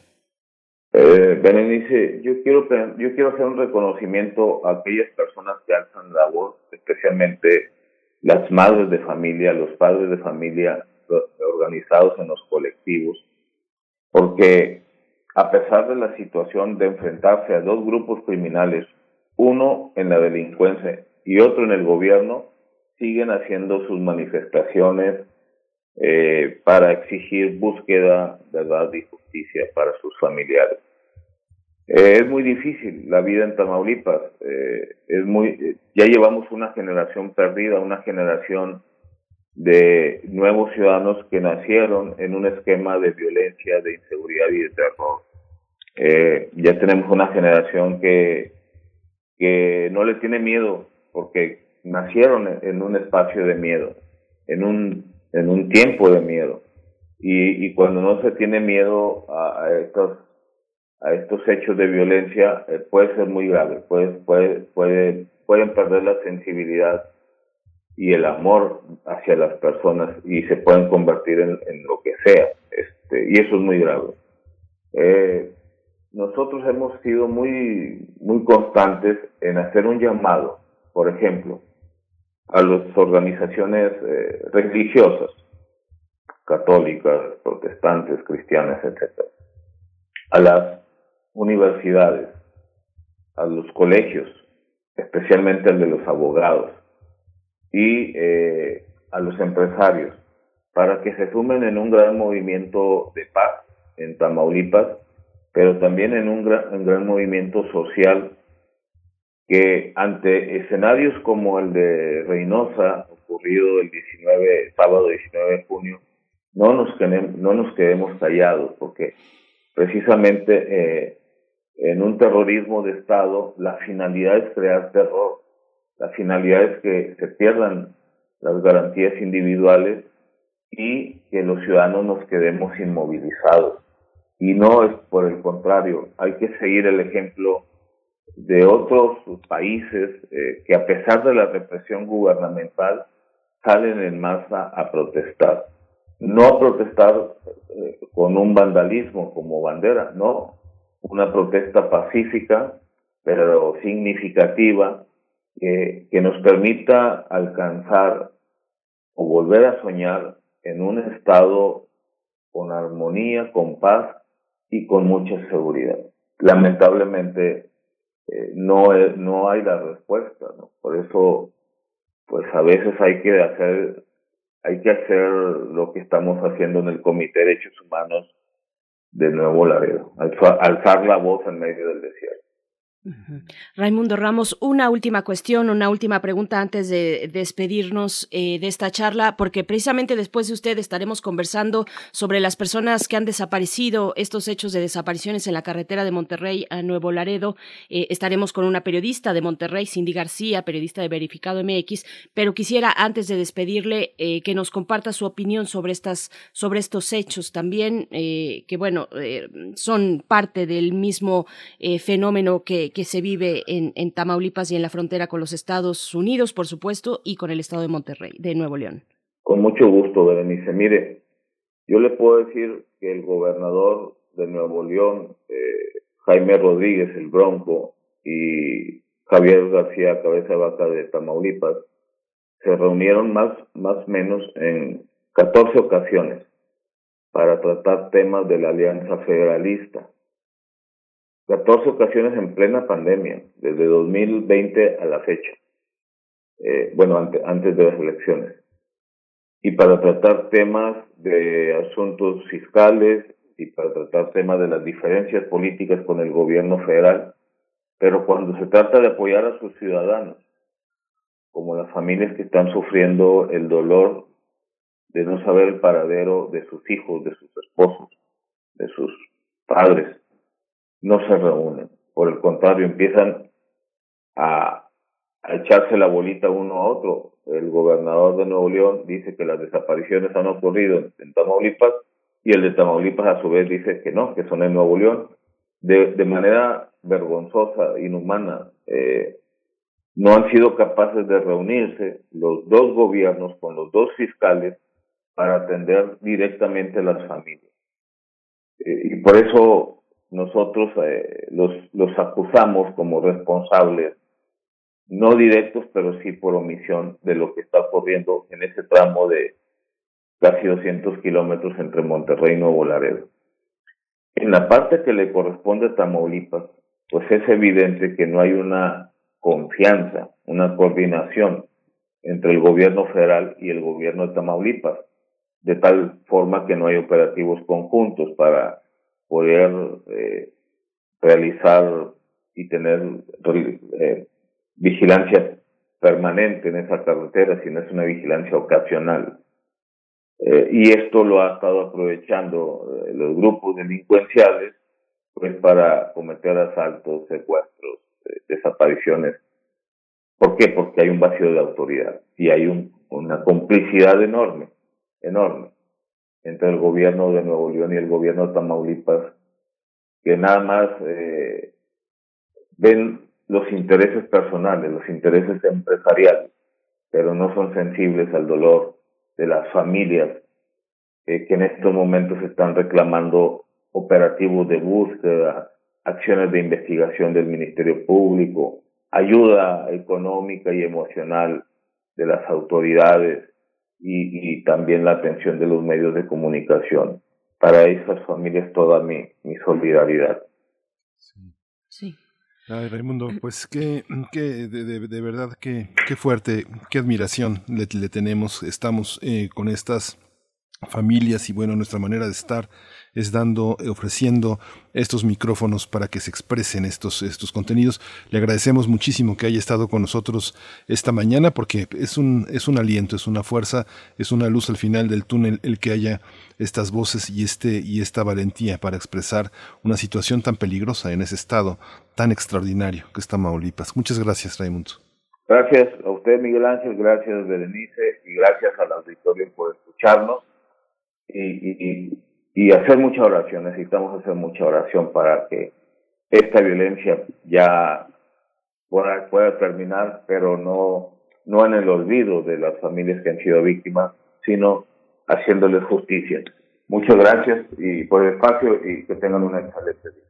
Eh, Berenice, yo quiero, yo quiero hacer un reconocimiento a aquellas personas que alzan la voz, especialmente las madres de familia, los padres de familia organizados en los colectivos, porque a pesar de la situación de enfrentarse a dos grupos criminales, uno en la delincuencia y otro en el gobierno, siguen haciendo sus manifestaciones eh, para exigir búsqueda, verdad y justicia para sus familiares. Eh, es muy difícil la vida en Tamaulipas. Eh, es muy, eh, ya llevamos una generación perdida, una generación de nuevos ciudadanos que nacieron en un esquema de violencia, de inseguridad y de terror. Eh, ya tenemos una generación que que no le tiene miedo porque nacieron en un espacio de miedo, en un en un tiempo de miedo, y, y cuando no se tiene miedo a, a estos a estos hechos de violencia eh, puede ser muy grave, puede puede puede pueden perder la sensibilidad y el amor hacia las personas y se pueden convertir en, en lo que sea, este y eso es muy grave. Eh, Nosotros hemos sido muy, muy constantes en hacer un llamado, por ejemplo, a las organizaciones eh, religiosas, católicas, protestantes, cristianas, etcétera, a las universidades, a los colegios, especialmente al de los abogados, y eh, a los empresarios, para que se sumen en un gran movimiento de paz en Tamaulipas, pero también en un gran, un gran movimiento social que ante escenarios como el de Reynosa, ocurrido el diecinueve, sábado diecinueve de junio, no nos quedemos, no nos quedemos callados, porque precisamente eh, en un terrorismo de Estado la finalidad es crear terror, la finalidad es que se pierdan las garantías individuales y que los ciudadanos nos quedemos inmovilizados. Y no es por el contrario, hay que seguir el ejemplo de otros países eh, que a pesar de la represión gubernamental salen en masa a protestar. No a protestar eh, con un vandalismo como bandera, no, una protesta pacífica pero significativa eh, que nos permita alcanzar o volver a soñar en un estado con armonía, con paz y con mucha seguridad. Lamentablemente eh, no es, no hay la respuesta, ¿no? Por eso, pues a veces hay que hacer, hay que hacer lo que estamos haciendo en el Comité de Derechos Humanos de Nuevo Laredo, alzar, alzar la voz en medio del desierto. Uh-huh. Raimundo Ramos, una última cuestión, una última pregunta antes de despedirnos eh, de esta charla, porque precisamente después de usted estaremos conversando sobre las personas que han desaparecido, estos hechos de desapariciones en la carretera de Monterrey a Nuevo Laredo. Eh, estaremos con una periodista de Monterrey, Cindy García, periodista de Verificado M X, pero quisiera antes de despedirle eh, que nos comparta su opinión sobre estas, sobre estos hechos también, eh, que bueno, eh, son parte del mismo eh, fenómeno que que se vive en, en Tamaulipas y en la frontera con los Estados Unidos, por supuesto, y con el estado de Monterrey, de Nuevo León. Con mucho gusto, Berenice. Mire, yo le puedo decir que el gobernador de Nuevo León, eh, Jaime Rodríguez, el Bronco, y Javier García, cabeza de vaca de Tamaulipas, se reunieron más más menos en catorce ocasiones para tratar temas de la Alianza Federalista. catorce ocasiones en plena pandemia, desde dos mil veinte a la fecha. Eh, bueno, ante, antes de las elecciones. Y para tratar temas de asuntos fiscales y para tratar temas de las diferencias políticas con el gobierno federal. Pero cuando se trata de apoyar a sus ciudadanos, como las familias que están sufriendo el dolor de no saber el paradero de sus hijos, de sus esposos, de sus padres, no se reúnen. Por el contrario, empiezan a, a echarse la bolita uno a otro. El gobernador de Nuevo León dice que las desapariciones han ocurrido en, en Tamaulipas y el de Tamaulipas a su vez dice que no, que son en Nuevo León. De, de manera vergonzosa, inhumana, eh, no han sido capaces de reunirse los dos gobiernos con los dos fiscales para atender directamente a las familias. Eh, y por eso nosotros eh, los, los acusamos como responsables, no directos, pero sí por omisión de lo que está ocurriendo en ese tramo de casi doscientos kilómetros entre Monterrey y Nuevo Laredo. En la parte que le corresponde a Tamaulipas, pues es evidente que no hay una confianza, una coordinación entre el gobierno federal y el gobierno de Tamaulipas, de tal forma que no hay operativos conjuntos para poder eh, realizar y tener eh, vigilancia permanente en esa carretera, sino es una vigilancia ocasional. Eh, y esto lo ha estado aprovechando eh, los grupos delincuenciales pues para cometer asaltos, secuestros, eh, desapariciones. ¿Por qué? Porque hay un vacío de autoridad y hay un, una complicidad enorme, enorme entre el gobierno de Nuevo León y el gobierno de Tamaulipas, que nada más eh, ven los intereses personales, los intereses empresariales, pero no son sensibles al dolor de las familias eh, que en estos momentos están reclamando operativos de búsqueda, acciones de investigación del Ministerio Público, ayuda económica y emocional de las autoridades y, y también la atención de los medios de comunicación. Para esas familias toda mi, mi solidaridad. Sí. Sí. Ay, Raimundo, pues qué, qué de, de, de verdad, qué, qué fuerte, qué admiración le, le tenemos. Estamos eh, con estas familias y bueno, nuestra manera de estar es dando, ofreciendo estos micrófonos para que se expresen estos, estos contenidos. Le agradecemos muchísimo que haya estado con nosotros esta mañana porque es un, es un aliento, es una fuerza, es una luz al final del túnel el que haya estas voces y este, y esta valentía para expresar una situación tan peligrosa en ese estado tan extraordinario que es Tamaulipas. Muchas gracias, Raimundo. Gracias a usted, Miguel Ángel, gracias, Berenice, y gracias al auditorio por escucharnos. Y, y, y hacer mucha oración, necesitamos hacer mucha oración para que esta violencia ya pueda, pueda terminar, pero no, no en el olvido de las familias que han sido víctimas, sino haciéndoles justicia. Muchas gracias y por el espacio y que tengan una excelente día.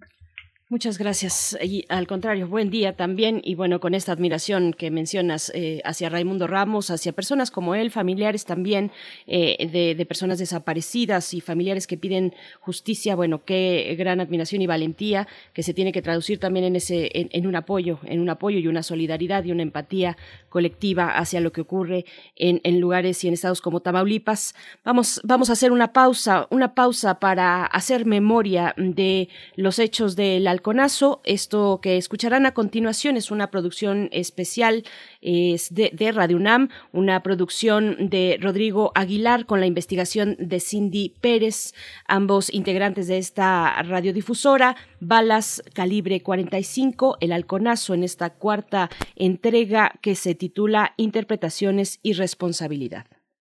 Muchas gracias. Y al contrario, buen día también. Y bueno, con esta admiración que mencionas eh, hacia Raimundo Ramos, hacia personas como él, familiares también eh, de, de personas desaparecidas y familiares que piden justicia, bueno, qué gran admiración y valentía que se tiene que traducir también en ese, en, en un apoyo, en un apoyo y una solidaridad y una empatía colectiva hacia lo que ocurre en, en lugares y en estados como Tamaulipas. Vamos, vamos a hacer una pausa, una pausa para hacer memoria de los hechos de la Alconazo. Esto que escucharán a continuación es una producción especial es de, de Radio UNAM, una producción de Rodrigo Aguilar con la investigación de Cindy Pérez, ambos integrantes de esta radiodifusora. Balas calibre cuarenta y cinco, El Alconazo, en esta cuarta entrega que se titula Interpretaciones y Responsabilidad.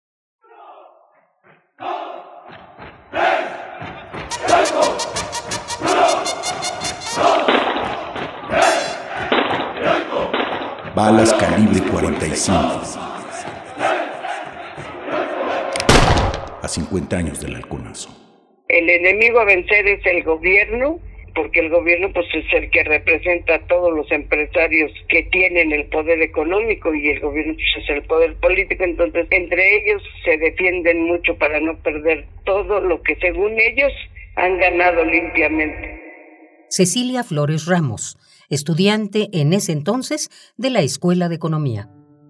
Balas calibre cuarenta y cinco. A cincuenta años del Alconazo. El enemigo a vencer es el gobierno, porque porque el gobierno pues es el que representa a todos los empresarios que tienen el poder económico y el gobierno pues, es el poder político, entonces entre ellos se defienden mucho para no perder todo lo que según ellos han ganado limpiamente. Cecilia Flores Ramos, estudiante en ese entonces de la Escuela de Economía.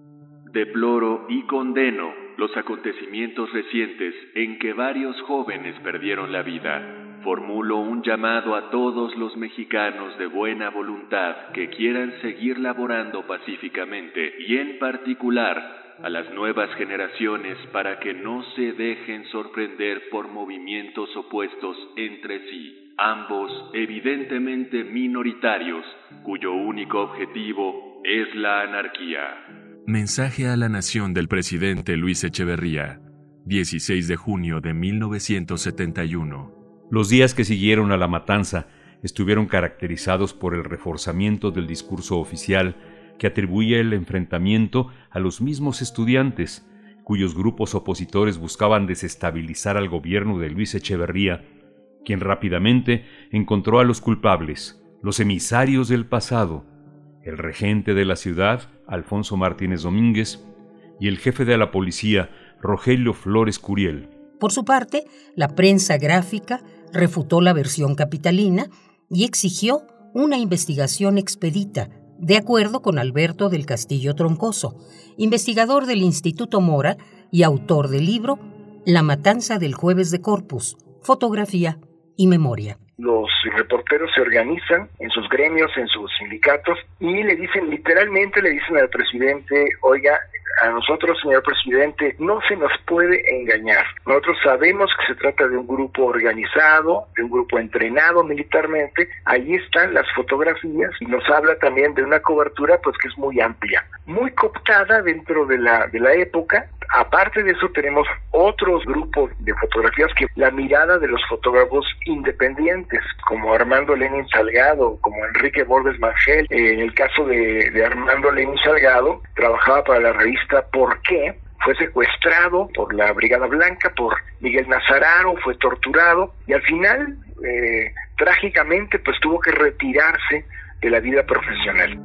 Deploro y condeno los acontecimientos recientes en que varios jóvenes perdieron la vida. Formulo un llamado a todos los mexicanos de buena voluntad que quieran seguir laborando pacíficamente y en particular a las nuevas generaciones para que no se dejen sorprender por movimientos opuestos entre sí, ambos evidentemente minoritarios, cuyo único objetivo es la anarquía. Mensaje a la nación del presidente Luis Echeverría, dieciséis de junio de mil novecientos setenta y uno. Los días que siguieron a la matanza estuvieron caracterizados por el reforzamiento del discurso oficial que atribuía el enfrentamiento a los mismos estudiantes, cuyos grupos opositores buscaban desestabilizar al gobierno de Luis Echeverría, quien rápidamente encontró a los culpables, los emisarios del pasado, el regente de la ciudad, Alfonso Martínez Domínguez, y el jefe de la policía, Rogelio Flores Curiel. Por su parte, la prensa gráfica refutó la versión capitalina y exigió una investigación expedita, de acuerdo con Alberto del Castillo Troncoso, investigador del Instituto Mora y autor del libro La matanza del Jueves de Corpus, fotografía y memoria. Los reporteros se organizan en sus gremios, en sus sindicatos, y le dicen, literalmente le dicen al presidente, oiga, a nosotros, señor presidente, no se nos puede engañar. Nosotros sabemos que se trata de un grupo organizado, de un grupo entrenado militarmente. Ahí están las fotografías y nos habla también de una cobertura pues que es muy amplia, muy cooptada dentro de la de la época. Aparte de eso tenemos otros grupos de fotografías que la mirada de los fotógrafos independientes, como Armando Lenin Salgado, como Enrique Borges Mangel. En el caso de, de Armando Lenin Salgado, trabajaba para la revista ¿Por qué? Fue secuestrado por la Brigada Blanca, por Miguel Nazararo, fue torturado y al final, eh, trágicamente, pues tuvo que retirarse de la vida profesional.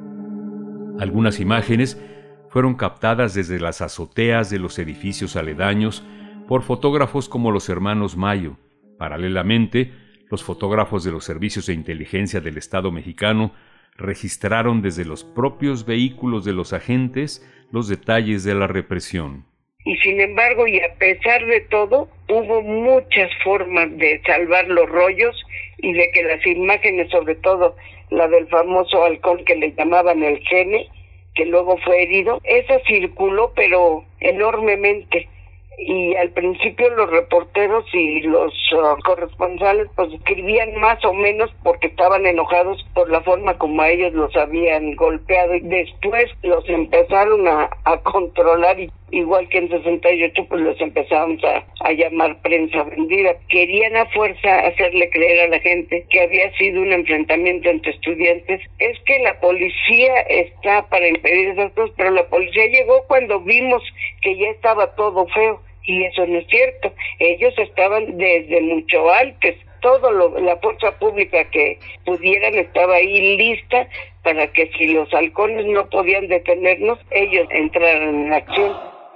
Algunas imágenes fueron captadas desde las azoteas de los edificios aledaños por fotógrafos como los hermanos Mayo. Paralelamente, los fotógrafos de los servicios de inteligencia del Estado mexicano registraron desde los propios vehículos de los agentes los detalles de la represión. Y sin embargo, y a pesar de todo, hubo muchas formas de salvar los rollos y de que las imágenes, sobre todo la del famoso halcón que le llamaban el Gene, que luego fue herido, esa circuló pero enormemente. Y al principio los reporteros y los uh, corresponsales pues escribían más o menos porque estaban enojados por la forma como a ellos los habían golpeado, y después los empezaron a, a controlar, y igual que en sesenta y ocho pues los empezamos a, a llamar prensa vendida. Querían a fuerza hacerle creer a la gente que había sido un enfrentamiento entre estudiantes. Es que la policía está para impedir esas cosas, pero la policía llegó cuando vimos que ya estaba todo feo. Y eso no es cierto. Ellos estaban desde mucho antes. Todo lo, la fuerza pública que pudieran estaba ahí lista para que si los halcones no podían detenernos, ellos entraran en acción.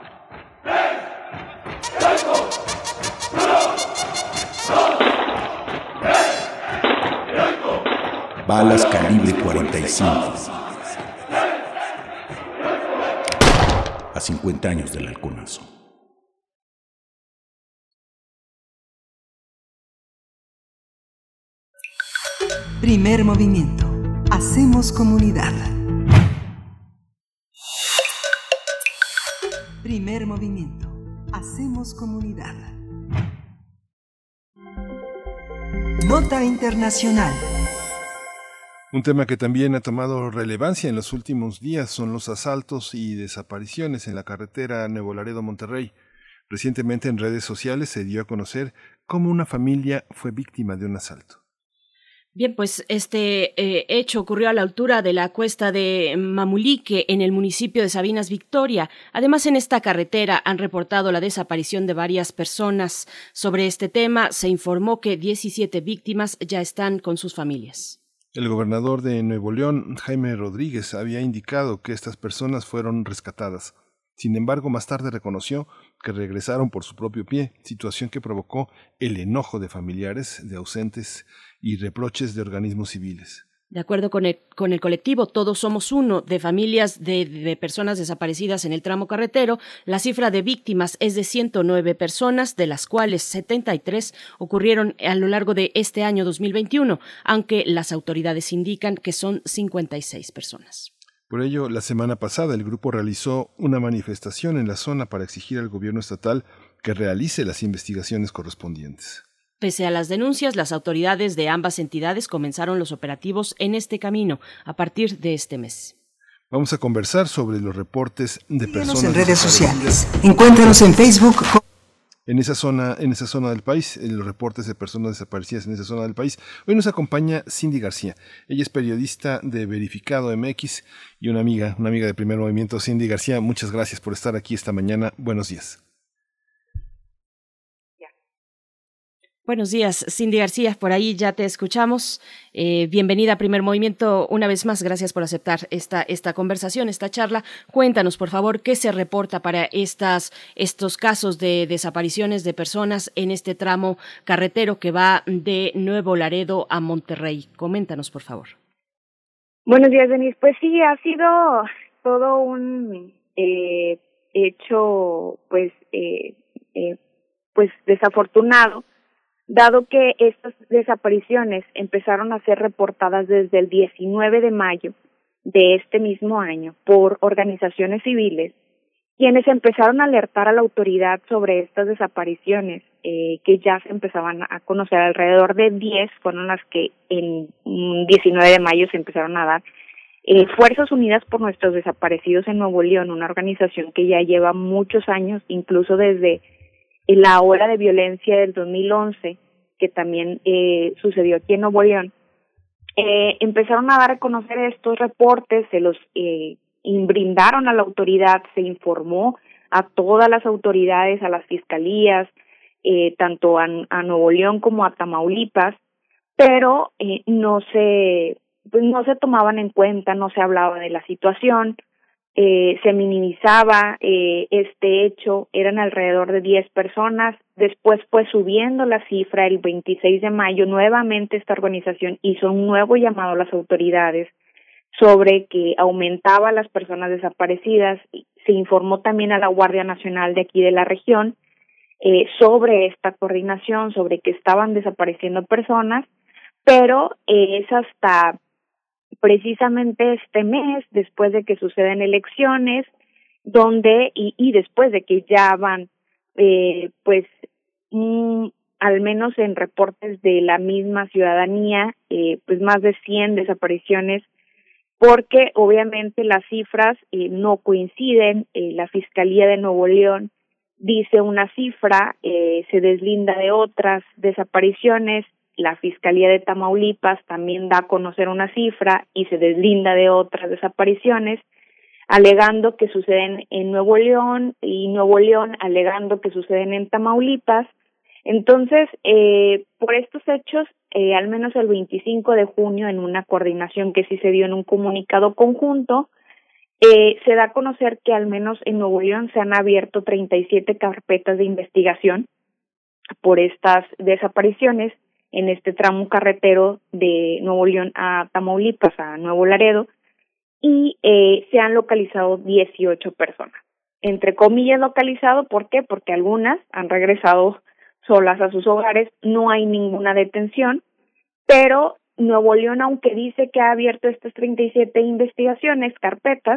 Balas calibre cuarenta y cinco. A cincuenta años del halconazo. Primer movimiento. Hacemos comunidad. Primer movimiento. Hacemos comunidad. Nota internacional. Un tema que también ha tomado relevancia en los últimos días son los asaltos y desapariciones en la carretera Nuevo Laredo-Monterrey. Recientemente en redes sociales se dio a conocer cómo una familia fue víctima de un asalto. Bien, pues este eh, hecho ocurrió a la altura de la cuesta de Mamulique, en el municipio de Sabinas Victoria. Además, en esta carretera han reportado la desaparición de varias personas. Sobre este tema, se informó que diecisiete víctimas ya están con sus familias. El gobernador de Nuevo León, Jaime Rodríguez, había indicado que estas personas fueron rescatadas. Sin embargo, más tarde reconoció que regresaron por su propio pie, situación que provocó el enojo de familiares de ausentes y reproches de organismos civiles. De acuerdo con el, con el colectivo Todos Somos Uno, de familias de, de personas desaparecidas en el tramo carretero, la cifra de víctimas es de ciento nueve personas, de las cuales setenta y tres ocurrieron a lo largo de este año dos mil veintiuno, aunque las autoridades indican que son cincuenta y seis personas. Por ello, la semana pasada el grupo realizó una manifestación en la zona para exigir al gobierno estatal que realice las investigaciones correspondientes. Pese a las denuncias, las autoridades de ambas entidades comenzaron los operativos en este camino a partir de este mes. Vamos a conversar sobre los reportes de Síguenos personas en redes desaparecidas. sociales. Encuéntranos en Facebook. En esa zona, en esa zona del país, en los reportes de personas desaparecidas en esa zona del país. Hoy nos acompaña Cindy García. Ella es periodista de Verificado M X y una amiga, una amiga de Primer Movimiento. Cindy García, muchas gracias por estar aquí esta mañana. Buenos días. Buenos días, Cindy García, por ahí ya te escuchamos. Eh, bienvenida a Primer Movimiento una vez más. Gracias por aceptar esta, esta conversación, esta charla. Cuéntanos, por favor, qué se reporta para estas, estos casos de desapariciones de personas en este tramo carretero que va de Nuevo Laredo a Monterrey. Coméntanos, por favor. Buenos días, Denise. Pues sí, ha sido todo un eh, hecho, pues, eh, eh, pues desafortunado, dado que estas desapariciones empezaron a ser reportadas desde el diecinueve de mayo de este mismo año por organizaciones civiles, quienes empezaron a alertar a la autoridad sobre estas desapariciones, eh, que ya se empezaban a conocer. Alrededor de diez fueron las que en diecinueve de mayo se empezaron a dar. Eh, Fuerzas Unidas por Nuestros Desaparecidos en Nuevo León, una organización que ya lleva muchos años, incluso desde la ola de violencia del dos mil once, que también eh, sucedió aquí en Nuevo León, eh, empezaron a dar a conocer estos reportes, se los eh, brindaron a la autoridad, se informó a todas las autoridades, a las fiscalías, eh, tanto a, a Nuevo León como a Tamaulipas, pero eh, no se pues no se tomaban en cuenta, no se hablaba de la situación. Eh, se minimizaba eh, este hecho, eran alrededor de diez personas. Después fue subiendo la cifra. El veintiséis de mayo nuevamente esta organización hizo un nuevo llamado a las autoridades sobre que aumentaba las personas desaparecidas. Se informó también a la Guardia Nacional de aquí de la región eh, sobre esta coordinación, sobre que estaban desapareciendo personas, pero eh, es hasta precisamente este mes, después de que suceden elecciones, donde, y, y después de que ya van, eh, pues, mm, al menos en reportes de la misma ciudadanía, eh, pues más de cien desapariciones, porque obviamente las cifras eh, no coinciden. Eh, la Fiscalía de Nuevo León dice una cifra, eh, se deslinda de otras desapariciones. La Fiscalía de Tamaulipas también da a conocer una cifra y se deslinda de otras desapariciones, alegando que suceden en Nuevo León, y Nuevo León alegando que suceden en Tamaulipas. Entonces, eh, por estos hechos, eh, al menos el veinticinco de junio, en una coordinación que sí se dio en un comunicado conjunto, eh, se da a conocer que al menos en Nuevo León se han abierto treinta y siete carpetas de investigación por estas desapariciones en este tramo carretero de Nuevo León a Tamaulipas, a Nuevo Laredo, y eh, se han localizado dieciocho personas. Entre comillas localizado, ¿por qué? Porque algunas han regresado solas a sus hogares, no hay ninguna detención, pero Nuevo León, aunque dice que ha abierto estas treinta y siete investigaciones, carpetas,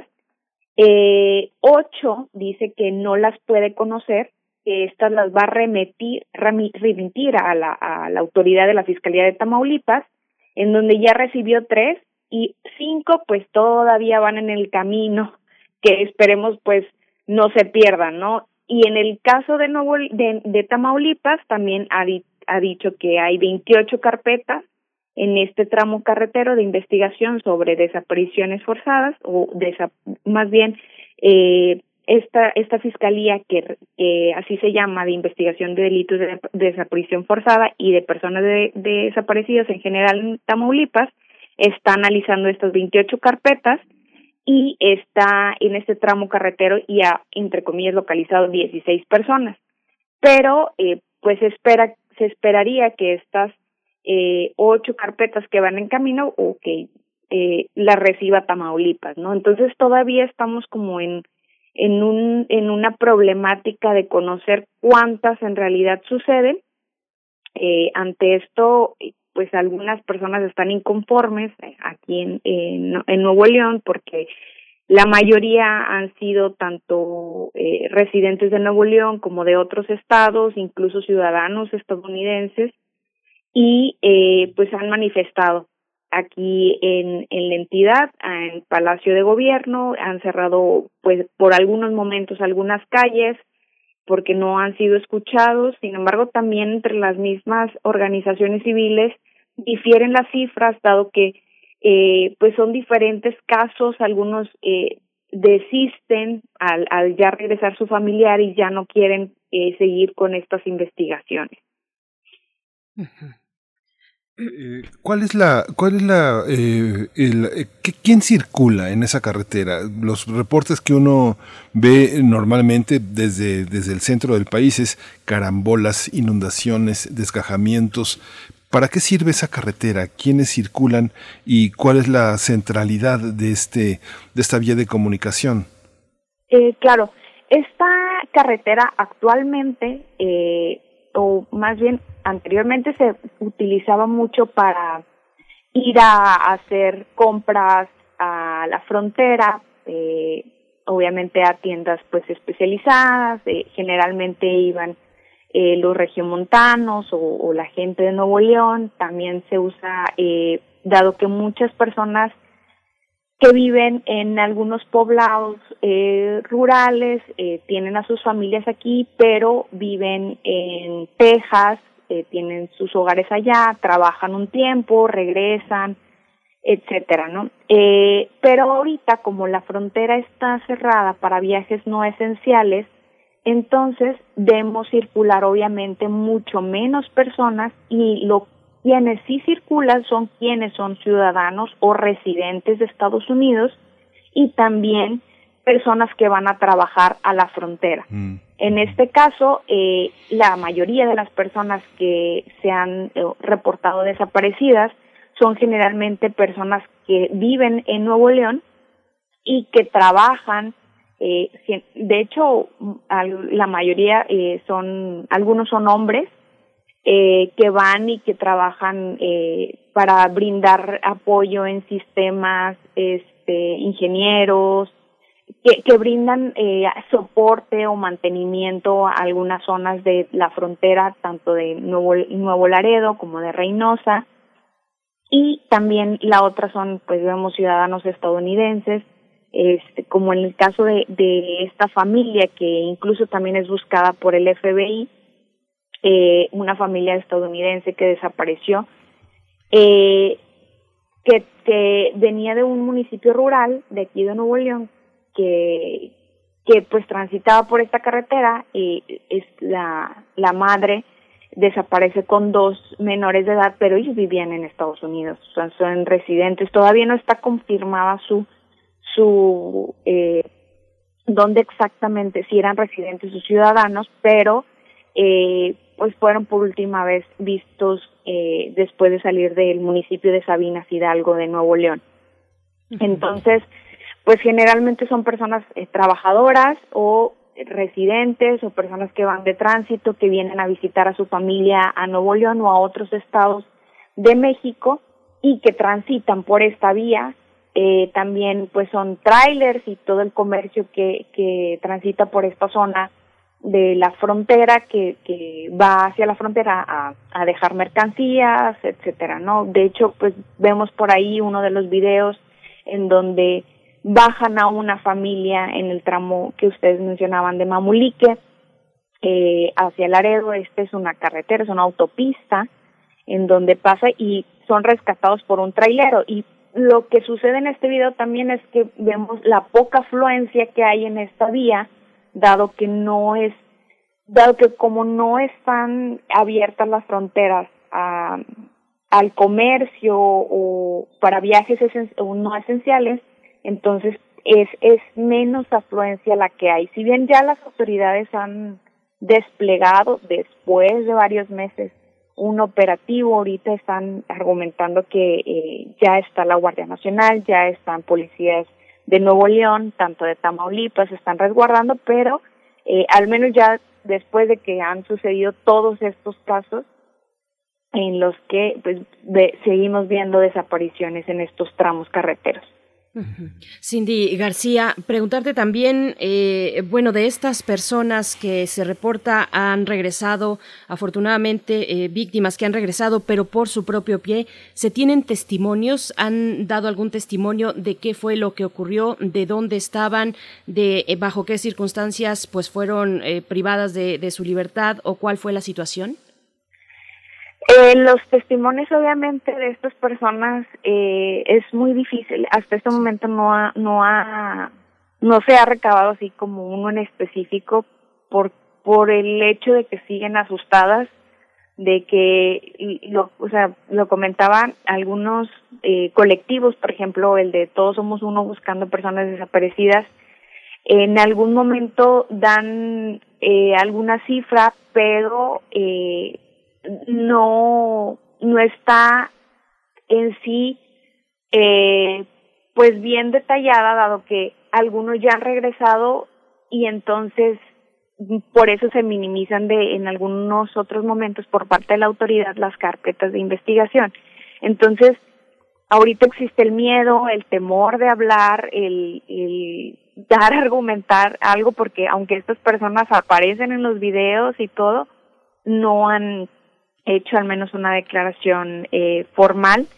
eh, ocho dice que no las puede conocer, que estas las va a remitir, remitir a la, a la autoridad de la Fiscalía de Tamaulipas, en donde ya recibió tres, y cinco pues todavía van en el camino, que esperemos pues no se pierdan, ¿no? Y en el caso de Nuevo de, de Tamaulipas también ha, di, ha dicho que hay veintiocho carpetas, en este tramo carretero de investigación sobre desapariciones forzadas, o desa- más bien eh, esta esta fiscalía que eh, así se llama, de investigación de delitos de, de desaparición forzada y de personas de, de desaparecidas en general en Tamaulipas, está analizando estas veintiocho carpetas y está en este tramo carretero y ha, entre comillas, localizado dieciséis personas. Pero eh, pues se espera se esperaría que estas eh, ocho carpetas que van en camino o que eh, las reciba Tamaulipas, ¿no? Entonces todavía estamos como en en un en una problemática de conocer cuántas en realidad suceden. Eh, ante esto, pues algunas personas están inconformes aquí en, en, en Nuevo León porque la mayoría han sido tanto eh, residentes de Nuevo León como de otros estados, incluso ciudadanos estadounidenses, y eh, pues han manifestado aquí en, en la entidad, en Palacio de Gobierno, han cerrado pues por algunos momentos algunas calles porque no han sido escuchados. Sin embargo, también entre las mismas organizaciones civiles difieren las cifras, dado que eh, pues son diferentes casos. Algunos eh, desisten al, al ya regresar su familiar y ya no quieren eh, seguir con estas investigaciones. Uh-huh. Eh, ¿Cuál es la, cuál es la, eh, el, eh, quién circula en esa carretera? Los reportes que uno ve normalmente desde, desde el centro del país es carambolas, inundaciones, desgajamientos. ¿Para qué sirve esa carretera? ¿Quiénes circulan? ¿Y cuál es la centralidad de este, de esta vía de comunicación? Eh, claro, esta carretera actualmente, eh, o más bien anteriormente se utilizaba mucho para ir a hacer compras a la frontera, eh, obviamente a tiendas pues especializadas, eh, generalmente iban eh, los regiomontanos o, o la gente de Nuevo León. También se usa, eh, dado que muchas personas que viven en algunos poblados eh, rurales eh, tienen a sus familias aquí, pero viven en Texas, eh, tienen sus hogares allá, trabajan un tiempo, regresan, etcétera, ¿no? Eh, pero ahorita, como la frontera está cerrada para viajes no esenciales, entonces debemos circular obviamente mucho menos personas, y lo quienes sí circulan son quienes son ciudadanos o residentes de Estados Unidos, y también personas que van a trabajar a la frontera. Mm. En este caso, eh, la mayoría de las personas que se han eh, reportado desaparecidas son generalmente personas que viven en Nuevo León y que trabajan. Eh, de hecho, la mayoría eh, son, algunos son hombres, Eh, que van y que trabajan eh, para brindar apoyo en sistemas, este, ingenieros, que, que brindan eh, soporte o mantenimiento a algunas zonas de la frontera, tanto de Nuevo, Nuevo Laredo como de Reynosa. Y también la otra son, pues vemos ciudadanos estadounidenses, este, como en el caso de, de esta familia que incluso también es buscada por el F B I, Eh, una familia estadounidense que desapareció, eh, que, que venía de un municipio rural de aquí de Nuevo León, que, que pues transitaba por esta carretera, y es la, la madre desaparece con dos menores de edad, pero ellos vivían en Estados Unidos, son, son residentes. Todavía no está confirmada su, su, eh, dónde exactamente, si eran residentes o ciudadanos, pero eh, pues fueron por última vez vistos eh, después de salir del municipio de Sabinas Hidalgo de Nuevo León. Entonces, pues generalmente son personas eh, trabajadoras o residentes o personas que van de tránsito, que vienen a visitar a su familia a Nuevo León o a otros estados de México y que transitan por esta vía. Eh, también pues son trailers y todo el comercio que, que transita por esta zona de la frontera, que, que va hacia la frontera a, a dejar mercancías, etcétera, ¿no? De hecho, pues vemos por ahí uno de los videos en donde bajan a una familia en el tramo que ustedes mencionaban de Mamulique, eh, hacia Laredo. Esta es una carretera, es una autopista en donde pasa, y son rescatados por un trailero. Y lo que sucede en este video también es que vemos la poca afluencia que hay en esta vía, dado que no es, dado que como no están abiertas las fronteras a, al comercio o para viajes esen, o no esenciales, entonces es, es menos afluencia la que hay. Si bien ya las autoridades han desplegado después de varios meses un operativo, ahorita están argumentando que eh, ya está la Guardia Nacional, ya están policías de Nuevo León, tanto de Tamaulipas, están resguardando, pero eh, al menos ya después de que han sucedido todos estos casos en los que pues ve, seguimos viendo desapariciones en estos tramos carreteros. Cindy García, preguntarte también, eh, bueno, de estas personas que se reporta han regresado, afortunadamente, eh, víctimas que han regresado, pero por su propio pie, ¿se tienen testimonios? ¿Han dado algún testimonio de qué fue lo que ocurrió, de dónde estaban, de eh, bajo qué circunstancias pues fueron eh, privadas de, de su libertad o cuál fue la situación? Eh, los testimonios obviamente de estas personas eh, es muy difícil, hasta este momento no ha, no ha, no se ha recabado así como uno en específico por, por el hecho de que siguen asustadas, de que, lo, o sea, lo comentaban algunos eh, colectivos, por ejemplo el de Todos Somos Uno buscando personas desaparecidas, en algún momento dan eh, alguna cifra, pero eh, no no está en sí eh, pues bien detallada, dado que algunos ya han regresado y entonces por eso se minimizan de en algunos otros momentos por parte de la autoridad las carpetas de investigación. Entonces ahorita existe el miedo, el temor de hablar, el, el dar a argumentar algo, porque aunque estas personas aparecen en los videos y todo, no han hecho al menos una declaración eh, formal.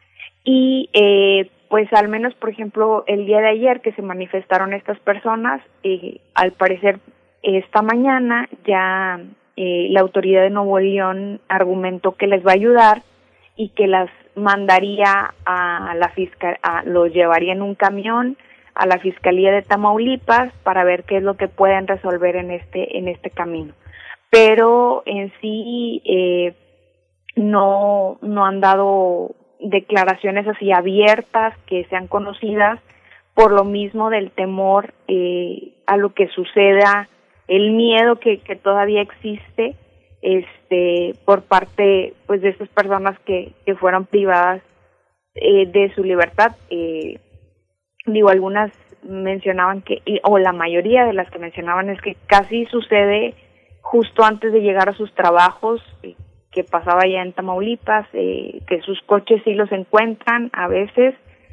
Y eh, pues al menos, por ejemplo, el día de ayer que se manifestaron estas personas, eh, al parecer esta mañana ya eh, la autoridad de Nuevo León argumentó que les va a ayudar y que las mandaría a la fiscal, a, los llevaría en un camión a la Fiscalía de Tamaulipas para ver qué es lo que pueden resolver en este en este camino. Pero en sí eh, no no han dado declaraciones así abiertas que sean conocidas, por lo mismo del temor eh, a lo que suceda, el miedo que, que todavía existe este por parte pues de estas personas que, que fueron privadas eh, de su libertad. Eh, digo, algunas mencionaban que, o la mayoría de las que mencionaban es que casi sucede justo antes de llegar a sus trabajos, eh, que pasaba ya en Tamaulipas, eh, que sus coches sí los encuentran a veces,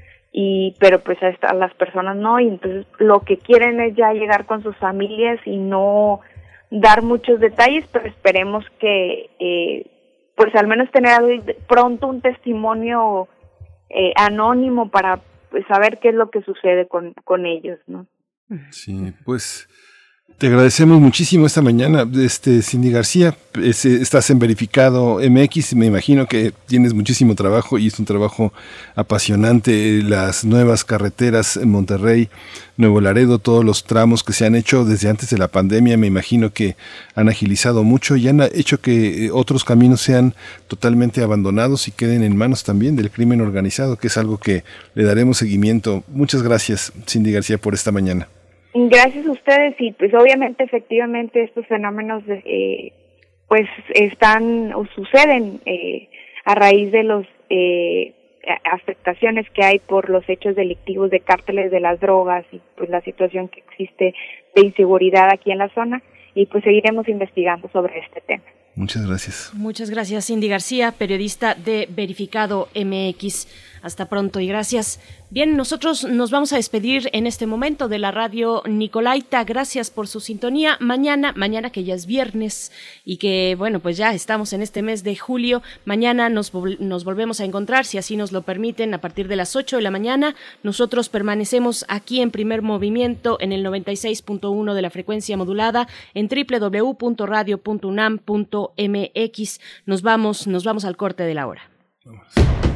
y pero pues a, esta, a las personas no, y entonces lo que quieren es ya llegar con sus familias y no dar muchos detalles, pero esperemos que eh, pues al menos tener pronto un testimonio eh, anónimo para pues saber qué es lo que sucede con, con ellos, ¿no? Sí, pues te agradecemos muchísimo esta mañana, este Cindy García. Es, estás en Verificado M X, me imagino que tienes muchísimo trabajo y es un trabajo apasionante. Las nuevas carreteras en Monterrey, Nuevo Laredo, todos los tramos que se han hecho desde antes de la pandemia, me imagino que han agilizado mucho y han hecho que otros caminos sean totalmente abandonados y queden en manos también del crimen organizado, que es algo que le daremos seguimiento. Muchas gracias, Cindy García, por esta mañana. Gracias a ustedes, y pues obviamente efectivamente estos fenómenos eh, pues están o suceden eh, a raíz de los eh, afectaciones que hay por los hechos delictivos de cárteles de las drogas y pues la situación que existe de inseguridad aquí en la zona, y pues seguiremos investigando sobre este tema. Muchas gracias. Muchas gracias, Cindy García, periodista de Verificado M X. Hasta pronto y gracias. Bien, nosotros nos vamos a despedir en este momento de la radio Nicolaita. Gracias por su sintonía. Mañana, mañana que ya es viernes y que, bueno, pues ya estamos en este mes de julio. Mañana nos, nos volvemos a encontrar, si así nos lo permiten, a partir de las ocho de la mañana. Nosotros permanecemos aquí en Primer Movimiento en el noventa y seis punto uno de la frecuencia modulada en doble u doble u doble u punto radio punto unam punto m x. Nos vamos, nos vamos al corte de la hora. Vamos.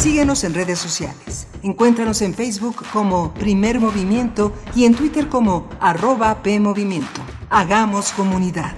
Síguenos en redes sociales. Encuéntranos en Facebook como Primer Movimiento y en Twitter como arroba PMovimiento. Hagamos comunidad.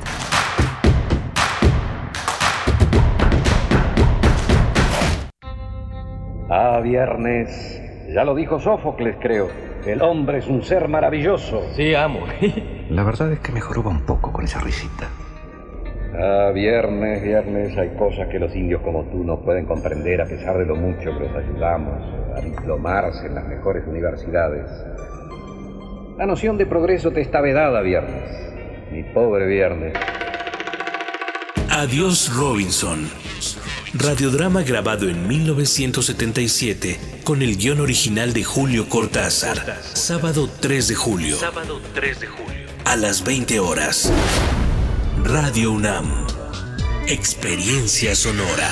Ah, viernes. Ya lo dijo Sófocles, creo. El hombre es un ser maravilloso. Sí, amo. La verdad es que me joroba un poco con esa risita. Ah, viernes, viernes. Hay cosas que los indios como tú no pueden comprender a pesar de lo mucho que los ayudamos a diplomarse en las mejores universidades. La noción de progreso te está vedada, viernes. Mi pobre viernes. Adiós, Robinson. Radiodrama grabado en mil novecientos setenta y siete con el guión original de Julio Cortázar. Sábado tres de julio. Sábado tres de julio. A las veinte horas. Radio UNAM. Experiencia sonora.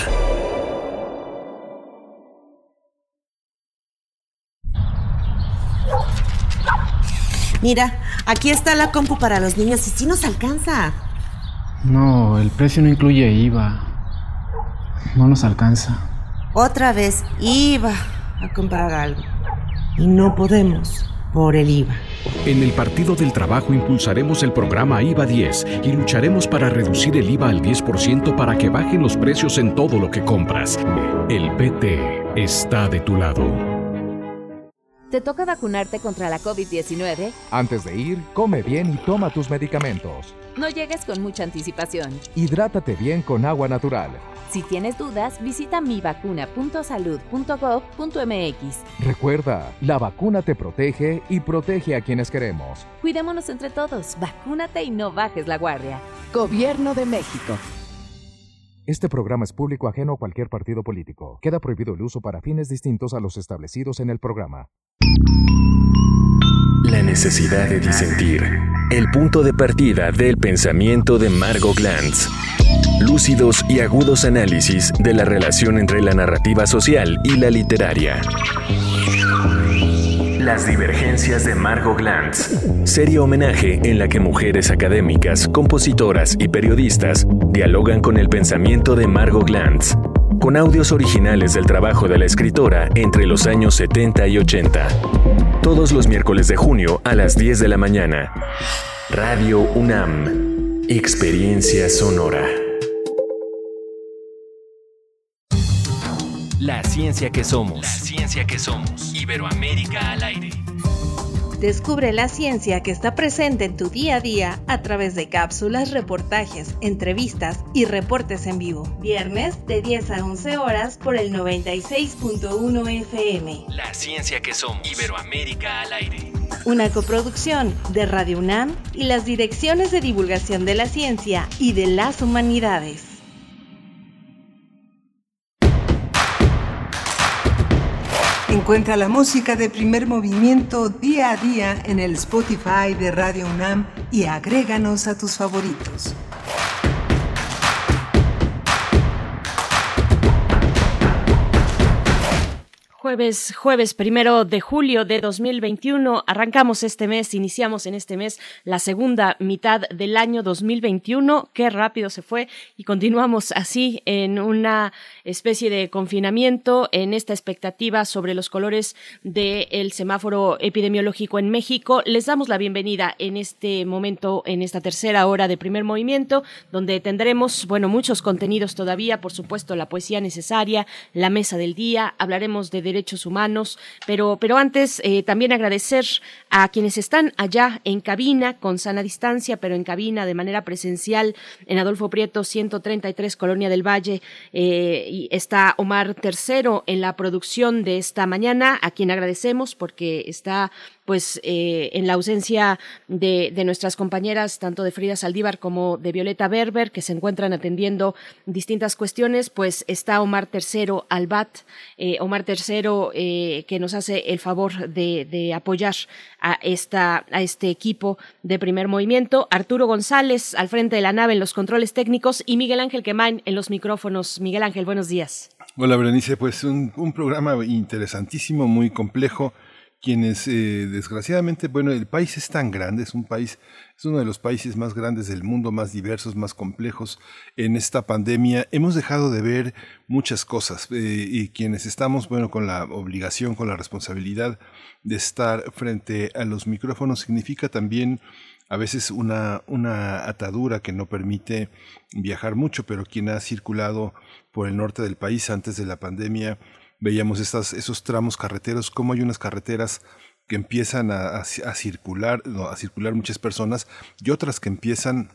Mira, aquí está la compu para los niños y sí nos alcanza. No, el precio no incluye I V A. No nos alcanza. Otra vez iba a comprar algo. Y no podemos por el I V A. En el Partido del Trabajo impulsaremos el programa I V A diez y lucharemos para reducir el I V A al diez por ciento para que bajen los precios en todo lo que compras. El P T está de tu lado. ¿Te toca vacunarte contra la COVID diecinueve? Antes de ir, come bien y toma tus medicamentos. No llegues con mucha anticipación. Hidrátate bien con agua natural. Si tienes dudas, visita mi vacuna punto salud punto gov punto m x. Recuerda, la vacuna te protege y protege a quienes queremos. Cuidémonos entre todos, vacúnate y no bajes la guardia. Gobierno de México. Este programa es público ajeno a cualquier partido político. Queda prohibido el uso para fines distintos a los establecidos en el programa. La necesidad de disentir. El punto de partida del pensamiento de Margot Glantz. Lúcidos y agudos análisis de la relación entre la narrativa social y la literaria. Las divergencias de Margot Glantz. Serie homenaje en la que mujeres académicas, compositoras y periodistas dialogan con el pensamiento de Margot Glantz, con audios originales del trabajo de la escritora entre los años setenta y ochenta. Todos los miércoles de junio a las diez de la mañana. Radio UNAM. Experiencia sonora. La ciencia que somos. La ciencia que somos. Iberoamérica al aire. Descubre la ciencia que está presente en tu día a día a través de cápsulas, reportajes, entrevistas y reportes en vivo. Viernes de diez a once horas por el noventa y seis punto uno F M. La ciencia que somos. Iberoamérica al aire. Una coproducción de Radio UNAM y las direcciones de divulgación de la ciencia y de las humanidades. Encuentra la música de Primer Movimiento día a día en el Spotify de Radio UNAM y agréganos a tus favoritos. Jueves, jueves primero de julio de dos mil veintiuno, arrancamos este mes, iniciamos en este mes la segunda mitad del año dos mil veintiuno, qué rápido se fue y continuamos así en una especie de confinamiento, en esta expectativa sobre los colores del semáforo epidemiológico en México. Les damos la bienvenida en este momento, en esta tercera hora de Primer Movimiento, donde tendremos, bueno, muchos contenidos todavía, por supuesto, la poesía necesaria, la mesa del día, hablaremos de derechos humanos, pero, pero antes eh, también agradecer a quienes están allá en cabina, con sana distancia, pero en cabina de manera presencial, en Adolfo Prieto ciento treinta y tres, Colonia del Valle, eh, y está Omar Tercero en la producción de esta mañana, a quien agradecemos porque está pues eh, en la ausencia de, de nuestras compañeras, tanto de Frida Saldívar como de Violeta Berber, que se encuentran atendiendo distintas cuestiones, pues está Omar Tercero al B A T, eh, Omar Tercero eh, que nos hace el favor de, de apoyar a, esta, a este equipo de Primer Movimiento, Arturo González al frente de la nave en los controles técnicos y Miguel Ángel Quemain en los micrófonos. Miguel Ángel, buenos días. Hola Berenice, pues un, un programa interesantísimo, muy complejo. quienes eh, desgraciadamente, bueno, el país es tan grande, es un país, es uno de los países más grandes del mundo, más diversos, más complejos. En esta pandemia hemos dejado de ver muchas cosas eh, y quienes estamos, bueno, con la obligación, con la responsabilidad de estar frente a los micrófonos significa también a veces una, una atadura que no permite viajar mucho, pero quien ha circulado por el norte del país antes de la pandemia, veíamos estas, esos tramos carreteros, cómo hay unas carreteras que empiezan a, a, a circular, no, a circular muchas personas y otras que empiezan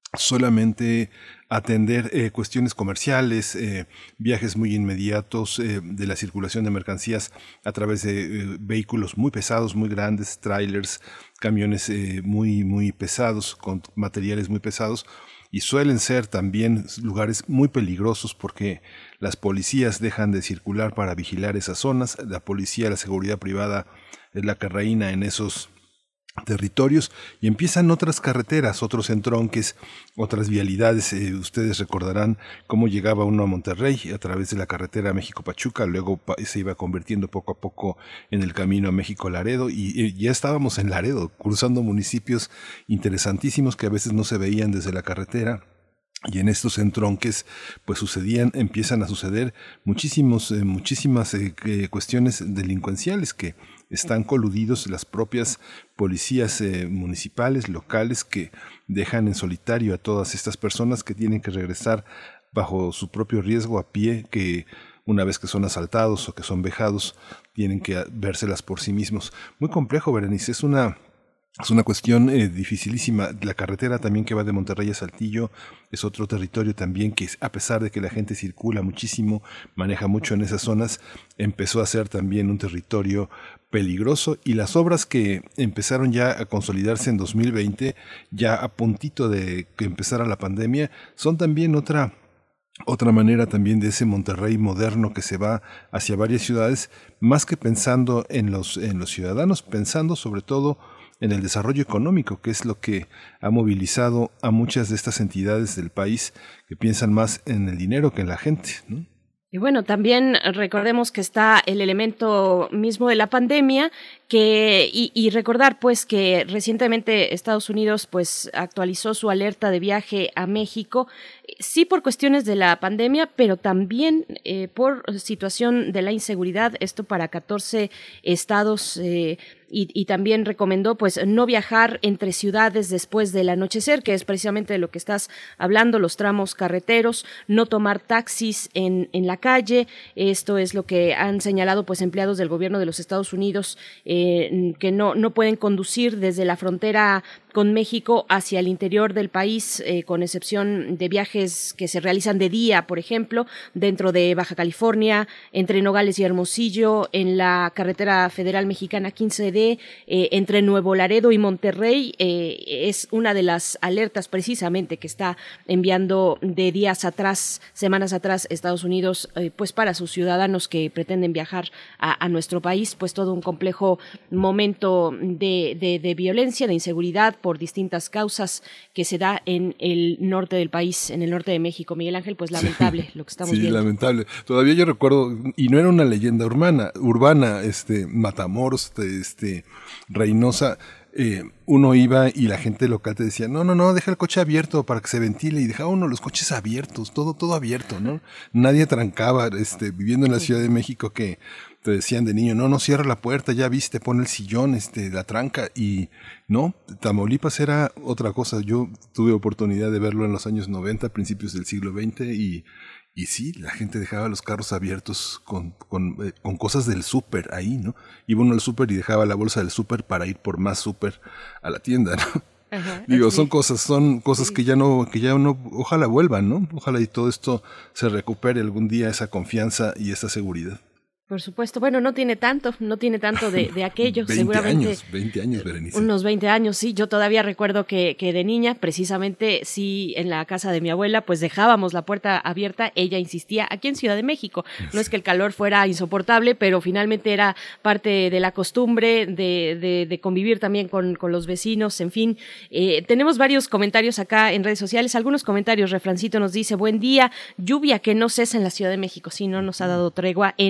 solamente a atender eh, cuestiones comerciales, eh, viajes muy inmediatos eh, de la circulación de mercancías a través de eh, vehículos muy pesados, muy grandes, trailers, camiones eh, muy, muy pesados, con materiales muy pesados. Y suelen ser también lugares muy peligrosos porque las policías dejan de circular para vigilar esas zonas. La policía, la seguridad privada es la que reina en esos territorios y empiezan otras carreteras, otros entronques, otras vialidades. Eh, ustedes recordarán cómo llegaba uno a Monterrey a través de la carretera México-Pachuca, luego se iba convirtiendo poco a poco en el camino a México-Laredo y, y ya estábamos en Laredo, cruzando municipios interesantísimos que a veces no se veían desde la carretera. Y en estos entronques, pues sucedían, empiezan a suceder muchísimos, eh, muchísimas eh, eh, cuestiones delincuenciales que están coludidos las propias policías eh, municipales, locales, que dejan en solitario a todas estas personas que tienen que regresar bajo su propio riesgo a pie, que una vez que son asaltados o que son vejados, tienen que vérselas por sí mismos. Muy complejo, Berenice, es una... Es una cuestión eh, dificilísima. La carretera también que va de Monterrey a Saltillo es otro territorio también que, a pesar de que la gente circula muchísimo, maneja mucho en esas zonas, empezó a ser también un territorio peligroso. Y las obras que empezaron ya a consolidarse en dos mil veinte, ya a puntito de que empezara la pandemia, son también otra... Otra manera también de ese Monterrey moderno que se va hacia varias ciudades, más que pensando en los, en los ciudadanos, pensando sobre todo en el desarrollo económico, que es lo que ha movilizado a muchas de estas entidades del país que piensan más en el dinero que en la gente, ¿no? Y bueno, también recordemos que está el elemento mismo de la pandemia, que y, y recordar pues que recientemente Estados Unidos pues actualizó su alerta de viaje a México, sí por cuestiones de la pandemia, pero también eh, por situación de la inseguridad, esto para catorce estados, eh, y, y también recomendó pues no viajar entre ciudades después del anochecer, que es precisamente de lo que estás hablando, los tramos carreteros, no tomar taxis en, en la calle. Esto es lo que han señalado pues empleados del gobierno de los Estados Unidos, eh, que no, no pueden conducir desde la frontera con México hacia el interior del país, eh, con excepción de viajes que se realizan de día, por ejemplo, dentro de Baja California, entre Nogales y Hermosillo, en la carretera federal mexicana quince D, eh, entre Nuevo Laredo y Monterrey. Eh, es una de las alertas precisamente que está enviando de días atrás, semanas atrás, Estados Unidos, eh, pues para sus ciudadanos que pretenden viajar a, a nuestro país, pues todo un complejo momento de, de, de violencia, de inseguridad, por distintas causas que se da en el norte del país, en el norte de México. Miguel Ángel, pues lamentable sí, lo que estamos sí, viendo. Sí, lamentable. Todavía yo recuerdo, y no era una leyenda urbana, urbana, este, Matamoros, este, Reynosa, eh, uno iba y la gente local te decía, no, no, no, deja el coche abierto para que se ventile, y dejaba uno los coches abiertos, todo, todo abierto, ¿no? Nadie trancaba, este, viviendo en la Ciudad de México, que te decían de niño, no, no cierra la puerta, ya viste, pon el sillón, este, la tranca, y no, Tamaulipas era otra cosa. Yo tuve oportunidad de verlo en los años noventa, principios del siglo veinte, y, y sí, la gente dejaba los carros abiertos con, con, eh, con cosas del súper ahí, ¿no? Iba uno al súper y dejaba la bolsa del súper para ir por más súper a la tienda, ¿no? Ajá, Digo, sí. son cosas, son cosas sí. que ya no, que ya no, ojalá vuelvan, ¿no? Ojalá y todo esto se recupere algún día, esa confianza y esa seguridad. Por supuesto. Bueno, no tiene tanto, no tiene tanto de, de aquello. veinte seguramente. años, veinte años, Berenice. Unos veinte años, sí. Yo todavía recuerdo que, que de niña, precisamente, sí, en la casa de mi abuela, pues dejábamos la puerta abierta. Ella insistía, aquí en Ciudad de México. No es que el calor fuera insoportable, pero finalmente era parte de la costumbre de, de, de convivir también con, con los vecinos, en fin. Eh, tenemos varios comentarios acá en redes sociales. Algunos comentarios. Refrancito nos dice, buen día, lluvia que no cesa en la Ciudad de México. Sí, no nos ha dado tregua en el país.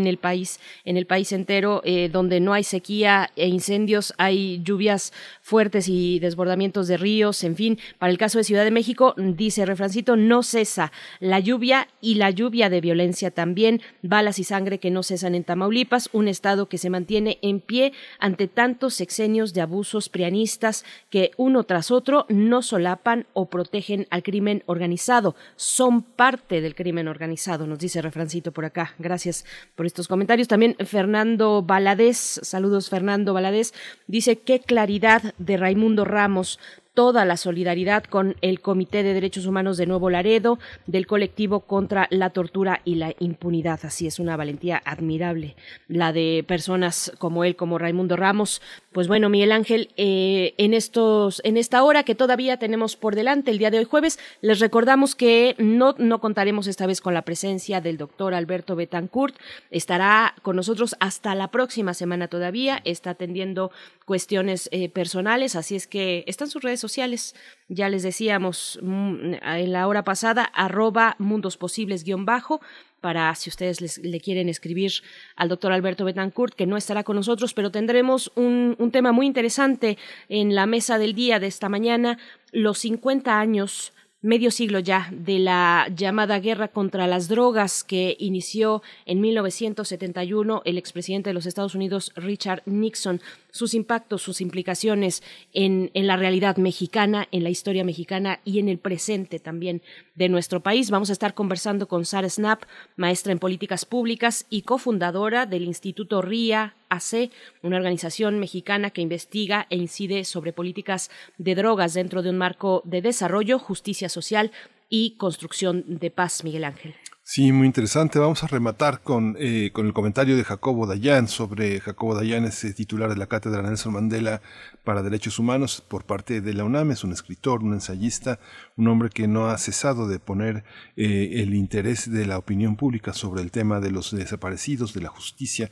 país, en el país entero, eh, donde no hay sequía e incendios, hay lluvias fuertes y desbordamientos de ríos, en fin. Para el caso de Ciudad de México, dice Refrancito, no cesa la lluvia y la lluvia de violencia también, balas y sangre que no cesan en Tamaulipas, un estado que se mantiene en pie ante tantos sexenios de abusos prianistas que uno tras otro no solapan o protegen al crimen organizado, son parte del crimen organizado, nos dice Refrancito por acá. Gracias por estos comentarios. También Fernando Valadez, saludos Fernando Valadez, dice qué claridad de Raimundo Ramos, toda la solidaridad con el Comité de Derechos Humanos de Nuevo Laredo, del colectivo contra la tortura y la impunidad. Así es, una valentía admirable, la de personas como él, como Raimundo Ramos. Pues bueno, Miguel Ángel, eh, en estos, en esta hora que todavía tenemos por delante, el día de hoy jueves, les recordamos que no, no contaremos esta vez con la presencia del doctor Alberto Betancourt. Estará con nosotros hasta la próxima semana todavía, está atendiendo cuestiones eh, personales, así es que están sus redes sociales, ya les decíamos en la hora pasada, arroba mundosposibles guión bajo, para si ustedes les, le quieren escribir al doctor Alberto Betancourt, que no estará con nosotros, pero tendremos un, un tema muy interesante en la mesa del día de esta mañana, los cincuenta años, medio siglo ya, de la llamada guerra contra las drogas que inició en mil novecientos setenta y uno el expresidente de los Estados Unidos, Richard Nixon, sus impactos, sus implicaciones en, en la realidad mexicana, en la historia mexicana y en el presente también de nuestro país. Vamos a estar conversando con Sara Snap, maestra en políticas públicas y cofundadora del Instituto R I A A C, una organización mexicana que investiga e incide sobre políticas de drogas dentro de un marco de desarrollo, justicia social y construcción de paz. Miguel Ángel. Sí, muy interesante. Vamos a rematar con, eh, con el comentario de Jacobo Dayan sobre Jacobo Dayan, es eh, titular de la Cátedra Nelson Mandela para Derechos Humanos por parte de la UNAM. Es un escritor, un ensayista, un hombre que no ha cesado de poner eh, el interés de la opinión pública sobre el tema de los desaparecidos, de la justicia,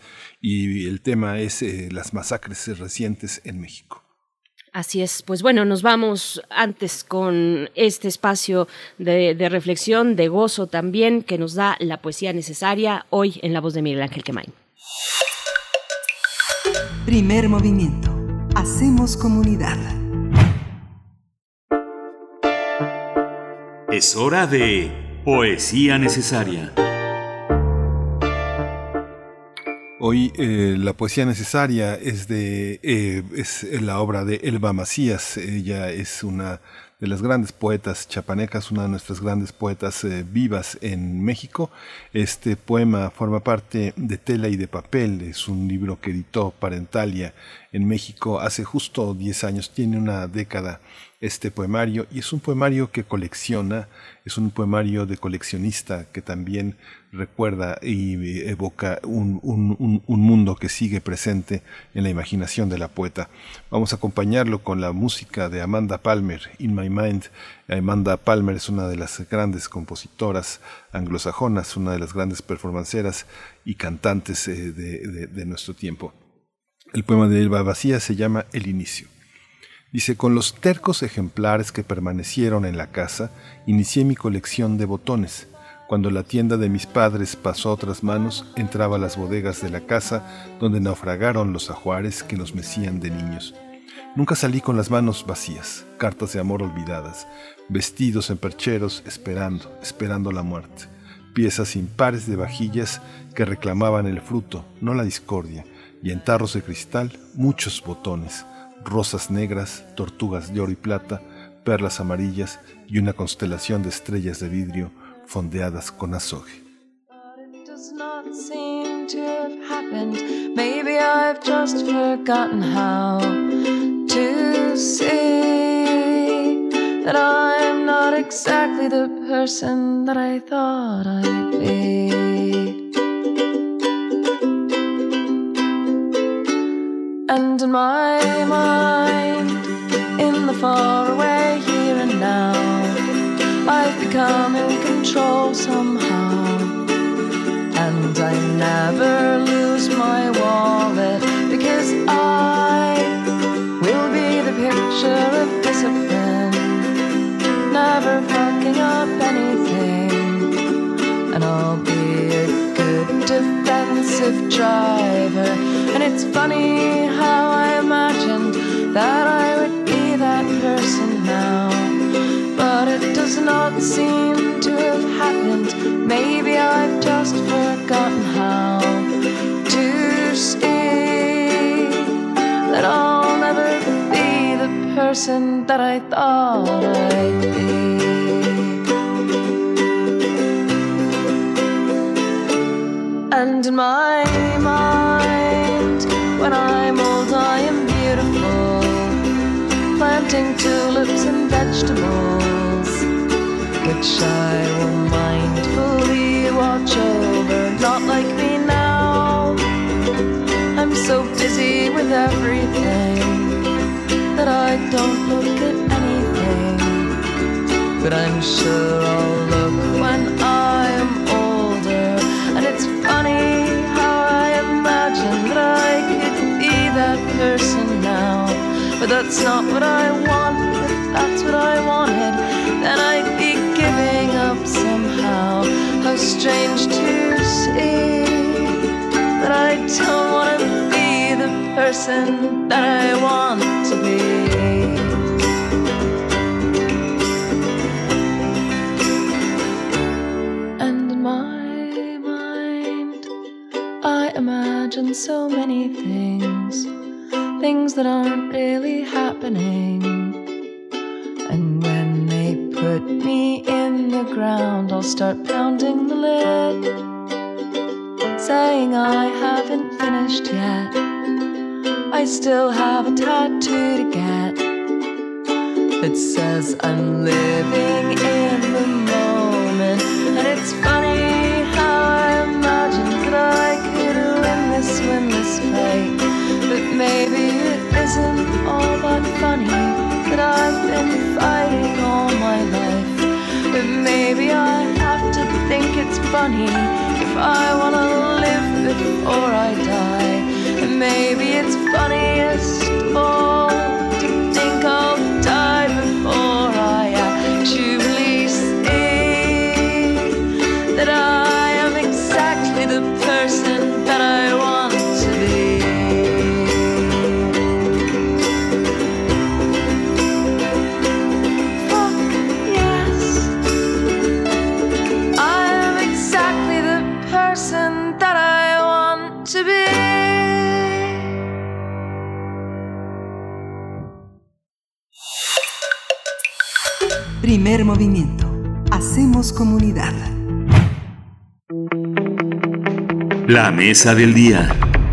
y el tema es eh, las masacres recientes en México. Así es, pues bueno, nos vamos antes con este espacio de, de reflexión, de gozo también, que nos da la poesía necesaria hoy en la voz de Miguel Ángel Quemain. Primer movimiento. Hacemos comunidad. Es hora de poesía necesaria. Hoy eh, la poesía necesaria es de eh, es la obra de Elba Macías. Ella es una de las grandes poetas chapanecas, una de nuestras grandes poetas eh, vivas en México. Este poema forma parte de Tela y de Papel, es un libro que editó Parentalia en México hace justo diez años, tiene una década este poemario, y es un poemario que colecciona, es un poemario de coleccionista que también recuerda y evoca un, un, un mundo que sigue presente en la imaginación de la poeta. Vamos a acompañarlo con la música de Amanda Palmer, In My Mind. Amanda Palmer es una de las grandes compositoras anglosajonas, una de las grandes performanceras y cantantes eh, de, de, de nuestro tiempo. El poema de Elba Macías se llama El Inicio. Dice, con los tercos ejemplares que permanecieron en la casa, inicié mi colección de botones. Cuando la tienda de mis padres pasó a otras manos, entraba a las bodegas de la casa donde naufragaron los ajuares que nos mecían de niños. Nunca salí con las manos vacías, cartas de amor olvidadas, vestidos en percheros, esperando, esperando la muerte. Piezas impares de vajillas que reclamaban el fruto, no la discordia, y en tarros de cristal muchos botones, rosas negras, tortugas de oro y plata, perlas amarillas y una constelación de estrellas de vidrio fondeadas con azogue. Maybe I've just forgotten how to see that I'm not exactly the person that I thought I'd be. And in my mind, in the faraway here and now, I've become in control somehow. And I never lose my wallet, because I will be the picture of discipline, never fucking up anything. And I'll be a good defender expensive driver. And it's funny how I imagined that I would be that person now, but it does not seem to have happened. Maybe I've just forgotten how to see that I'll never be the person that I thought I'd be. And in my mind, when I'm old I am beautiful, planting tulips and vegetables, which I will mindfully watch over. Not like me now, I'm so busy with everything that I don't look at anything. But I'm sure I'll look when I am older. And it's funny how I imagine that I could be that person now. But that's not what I want. If that's what I wanted, then I'd be giving up somehow. How strange to see that I don't want to be the person that I want to be. And in my mind, I imagine so many things, things that aren't really happening. And when they put me in the ground, I'll start pounding the lid, saying I haven't finished yet. I still have a tattoo to get that says I'm living in the moment. And it's funny how I imagined that I could win this, win this fight. But maybe it isn't all that funny that I've been fighting all my life. But maybe I have to think it's funny if I want to live before I die. And maybe it's funniest of all to think I'll die before I actually see that I am exactly the person that I want to be. Fuck yes, I am exactly the person that I want to be. Primer movimiento. Hacemos comunidad. La mesa del día.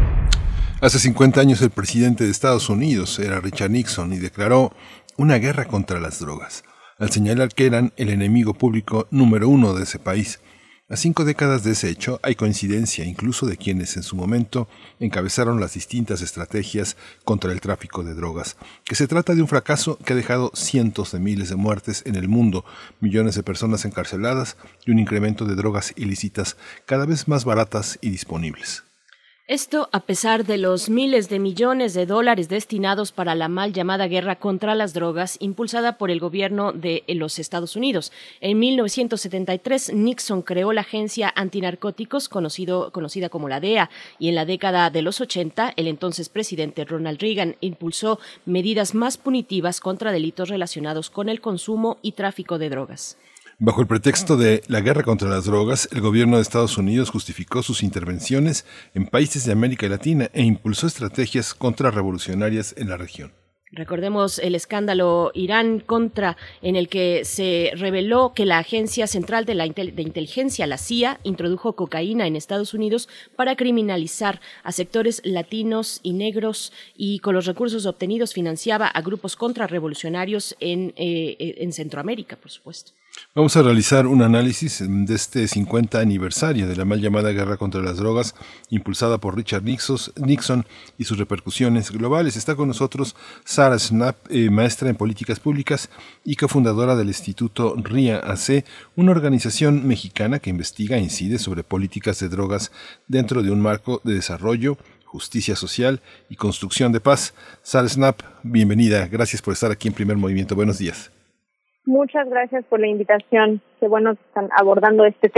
Hace cincuenta años el presidente de Estados Unidos era Richard Nixon y declaró una guerra contra las drogas, al señalar que eran el enemigo público número uno de ese país. A cinco décadas de ese hecho hay coincidencia incluso de quienes en su momento encabezaron las distintas estrategias contra el tráfico de drogas, que se trata de un fracaso que ha dejado cientos de miles de muertes en el mundo, millones de personas encarceladas y un incremento de drogas ilícitas cada vez más baratas y disponibles. Esto a pesar de los miles de millones de dólares destinados para la mal llamada guerra contra las drogas impulsada por el gobierno de los Estados Unidos. En mil novecientos setenta y tres, Nixon creó la Agencia Antinarcóticos, conocido, conocida como la D E A, y en la década de los ochenta, el entonces presidente Ronald Reagan impulsó medidas más punitivas contra delitos relacionados con el consumo y tráfico de drogas. Bajo el pretexto de la guerra contra las drogas, el gobierno de Estados Unidos justificó sus intervenciones en países de América Latina e impulsó estrategias contrarrevolucionarias en la región. Recordemos el escándalo Irán-Contra, en el que se reveló que la Agencia Central de, la Intel- de Inteligencia, la C I A, introdujo cocaína en Estados Unidos para criminalizar a sectores latinos y negros y con los recursos obtenidos financiaba a grupos contrarrevolucionarios en, eh, en Centroamérica, por supuesto. Vamos a realizar un análisis de este cincuenta aniversario de la mal llamada guerra contra las drogas impulsada por Richard Nixon y sus repercusiones globales. Está con nosotros Sara Schnapp, eh, maestra en políticas públicas y cofundadora del Instituto R I A A C, una organización mexicana que investiga e incide sobre políticas de drogas dentro de un marco de desarrollo, justicia social y construcción de paz. Sara Schnapp, bienvenida. Gracias por estar aquí en Primer Movimiento. Buenos días. Muchas gracias por la invitación. Qué bueno que están abordando este tema.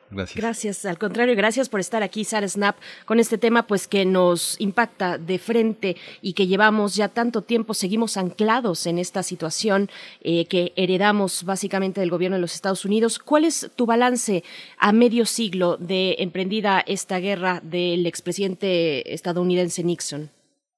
Gracias. Gracias, al contrario, gracias por estar aquí, Sara Snap, con este tema pues que nos impacta de frente y que llevamos ya tanto tiempo, seguimos anclados en esta situación eh, que heredamos básicamente del gobierno de los Estados Unidos. ¿Cuál es tu balance a medio siglo de emprendida esta guerra del expresidente estadounidense Nixon?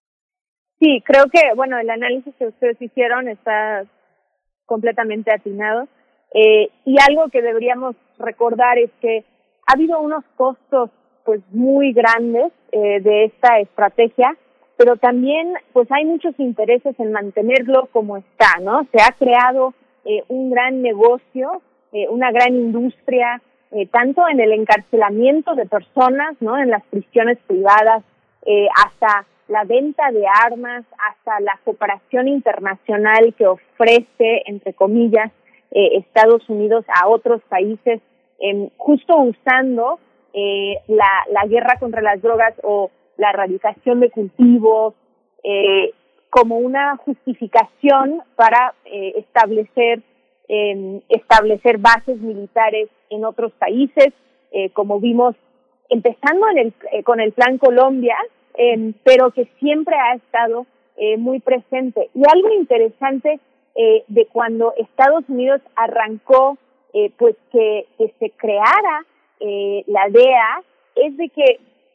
Sí, creo que, bueno, el análisis que ustedes hicieron está completamente atinado. Eh, y algo que deberíamos recordar es que ha habido unos costos pues muy grandes eh, de esta estrategia, pero también pues hay muchos intereses en mantenerlo como está, ¿no? Se ha creado eh, un gran negocio, eh, una gran industria, eh, tanto en el encarcelamiento de personas, ¿no? En las prisiones privadas, eh, hasta la venta de armas, hasta la cooperación internacional que ofrece, entre comillas, Eh, Estados Unidos a otros países, eh, justo usando eh, la, la guerra contra las drogas o la erradicación de cultivos eh, como una justificación para eh, establecer eh, establecer bases militares en otros países, eh, como vimos empezando en el, eh, con el Plan Colombia, eh, pero que siempre ha estado eh, muy presente. Y algo interesante Eh, de cuando Estados Unidos arrancó, eh, pues que, que se creara eh, la D E A, es de que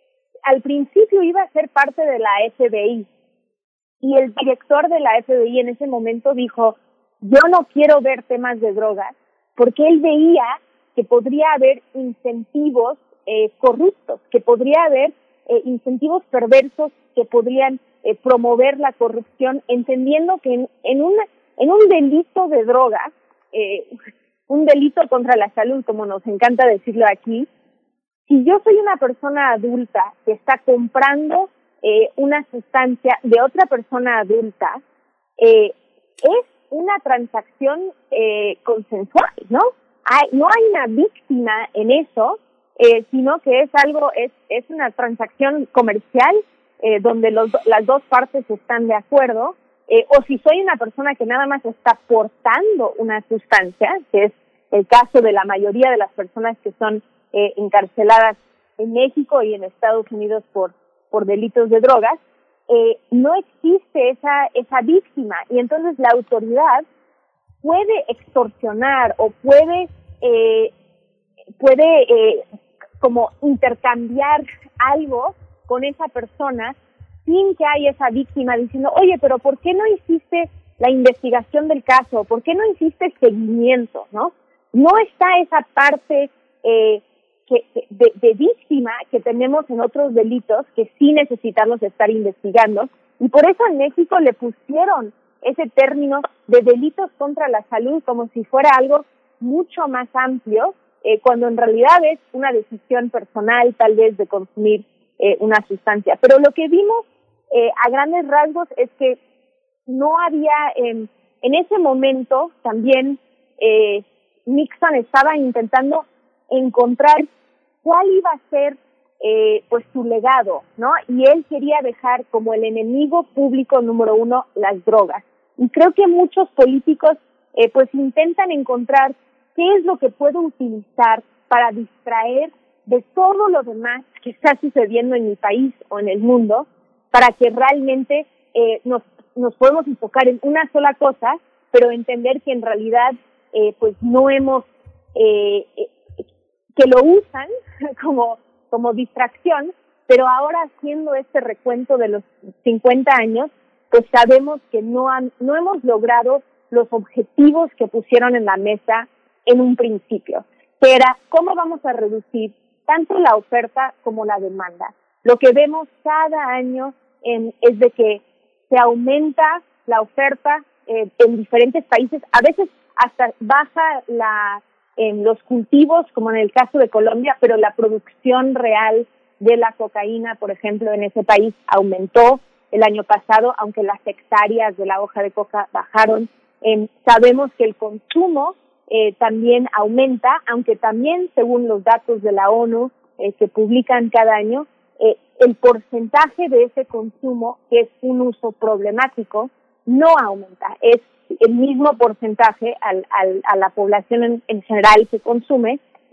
al principio iba a ser parte de la F B I, y el director de la F B I en ese momento dijo, yo no quiero ver temas de drogas, porque él veía que podría haber incentivos eh, corruptos, que podría haber eh, incentivos perversos que podrían eh, promover la corrupción, entendiendo que en, en una En un delito de drogas, eh, un delito contra la salud, como nos encanta decirlo aquí, si yo soy una persona adulta que está comprando eh, una sustancia de otra persona adulta, eh, es una transacción eh, consensual, ¿no? Hay, no hay una víctima en eso, eh, sino que es algo, es, es una transacción comercial eh, donde los, las dos partes están de acuerdo. Eh, o si soy una persona que nada más está portando una sustancia, que es el caso de la mayoría de las personas que son eh, encarceladas en México y en Estados Unidos por por delitos de drogas, eh, no existe esa esa víctima, y entonces la autoridad puede extorsionar o puede eh, puede eh, como intercambiar algo con esa persona sin que haya esa víctima diciendo, oye, pero ¿por qué no hiciste la investigación del caso? ¿Por qué no hiciste seguimiento? ¿No? No está esa parte eh, que, de, de víctima que tenemos en otros delitos que sí necesitamos estar investigando, y por eso en México le pusieron ese término de delitos contra la salud como si fuera algo mucho más amplio, eh, cuando en realidad es una decisión personal tal vez de consumir eh, una sustancia. Pero lo que vimos Eh, a grandes rasgos es que no había, eh, en ese momento también eh, Nixon estaba intentando encontrar cuál iba a ser eh, pues su legado, ¿no? Y él quería dejar como el enemigo público número uno las drogas. Y creo que muchos políticos eh, pues intentan encontrar qué es lo que puedo utilizar para distraer de todo lo demás que está sucediendo en mi país o en el mundo, para que realmente eh, nos, nos podemos enfocar en una sola cosa, pero entender que en realidad eh, pues no hemos, eh, eh, que lo usan como, como distracción, pero ahora haciendo este recuento de los cincuenta años, pues sabemos que no, han, no hemos logrado los objetivos que pusieron en la mesa en un principio, que era cómo vamos a reducir tanto la oferta como la demanda. Lo que vemos cada año En, es de que se aumenta la oferta eh, en diferentes países, a veces hasta baja la en los cultivos, como en el caso de Colombia, pero la producción real de la cocaína, por ejemplo, en ese país aumentó el año pasado, aunque las hectáreas de la hoja de coca bajaron. Eh, sabemos que el consumo eh, también aumenta, aunque también, según los datos de la ONU eh, que publican cada año, eh, el porcentaje de ese consumo, que es un uso problemático, no aumenta. Es el mismo porcentaje al, al, a la población en, en general que consume,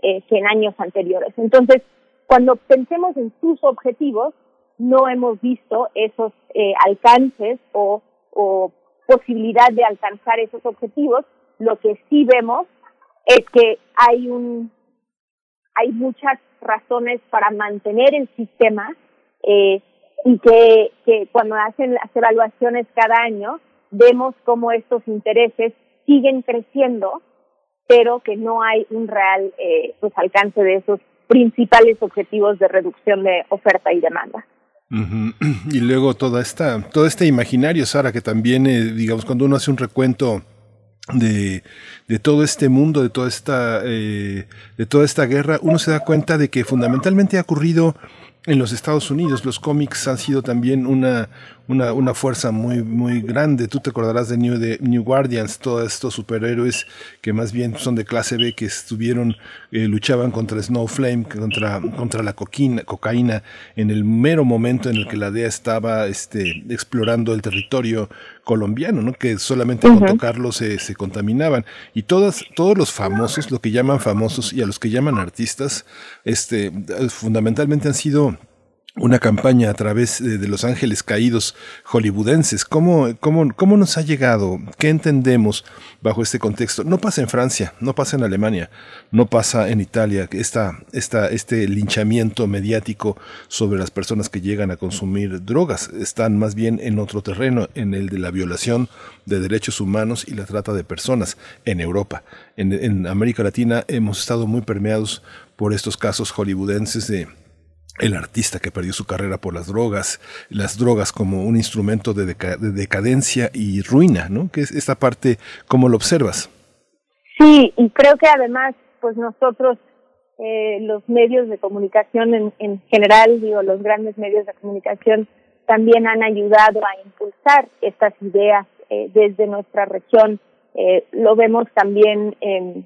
eh, que en años anteriores. Entonces, cuando pensemos en sus objetivos, no hemos visto esos eh, alcances o, o posibilidad de alcanzar esos objetivos. Lo que sí vemos es que hay un hay muchas razones para mantener el sistema eh, y que, que cuando hacen las evaluaciones cada año vemos cómo estos intereses siguen creciendo, pero que no hay un real eh, pues alcance de esos principales objetivos de reducción de oferta y demanda. Uh-huh. Y luego toda esta, todo este imaginario, Sara, que también, eh, digamos, cuando uno hace un recuento de, de todo este mundo, de toda esta, eh, de toda esta guerra, uno se da cuenta de que fundamentalmente ha ocurrido en los Estados Unidos. Los cómics han sido también una, una, una fuerza muy, muy grande. Tú te acordarás de New, de New Guardians, todos estos superhéroes que más bien son de clase B, que estuvieron, eh, luchaban contra Snowflake, contra, contra la coquina, cocaína, en el mero momento en el que la D E A estaba este, explorando el territorio colombiano, ¿no? Que solamente uh-huh. con tocarlo se, se contaminaban. Y todas, todos los famosos, lo que llaman famosos y a los que llaman artistas, este, fundamentalmente han sido una campaña a través de, de los ángeles caídos hollywoodenses. ¿Cómo, cómo, ¿Cómo nos ha llegado? ¿Qué entendemos bajo este contexto? No pasa en Francia, no pasa en Alemania, no pasa en Italia. Esta, esta, este linchamiento mediático sobre las personas que llegan a consumir drogas están más bien en otro terreno, en el de la violación de derechos humanos y la trata de personas en Europa. En, en América Latina hemos estado muy permeados por estos casos hollywoodenses de el artista que perdió su carrera por las drogas, las drogas como un instrumento de, deca- de decadencia y ruina, ¿no? Que es esta parte, ¿cómo lo observas? Sí, y creo que además, pues nosotros, eh, los medios de comunicación en, en general, digo, los grandes medios de comunicación también han ayudado a impulsar estas ideas eh, desde nuestra región. Eh, lo vemos también en,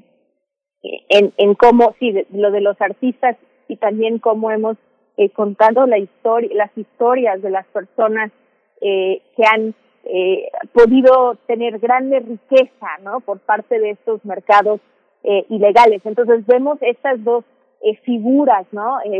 en, en cómo, sí, de, lo de los artistas y también cómo hemos Eh, contando la historia, las historias de las personas eh, que han eh, podido tener grande riqueza, ¿no? Por parte de estos mercados eh, ilegales. Entonces vemos estas dos eh, figuras, ¿no? Eh,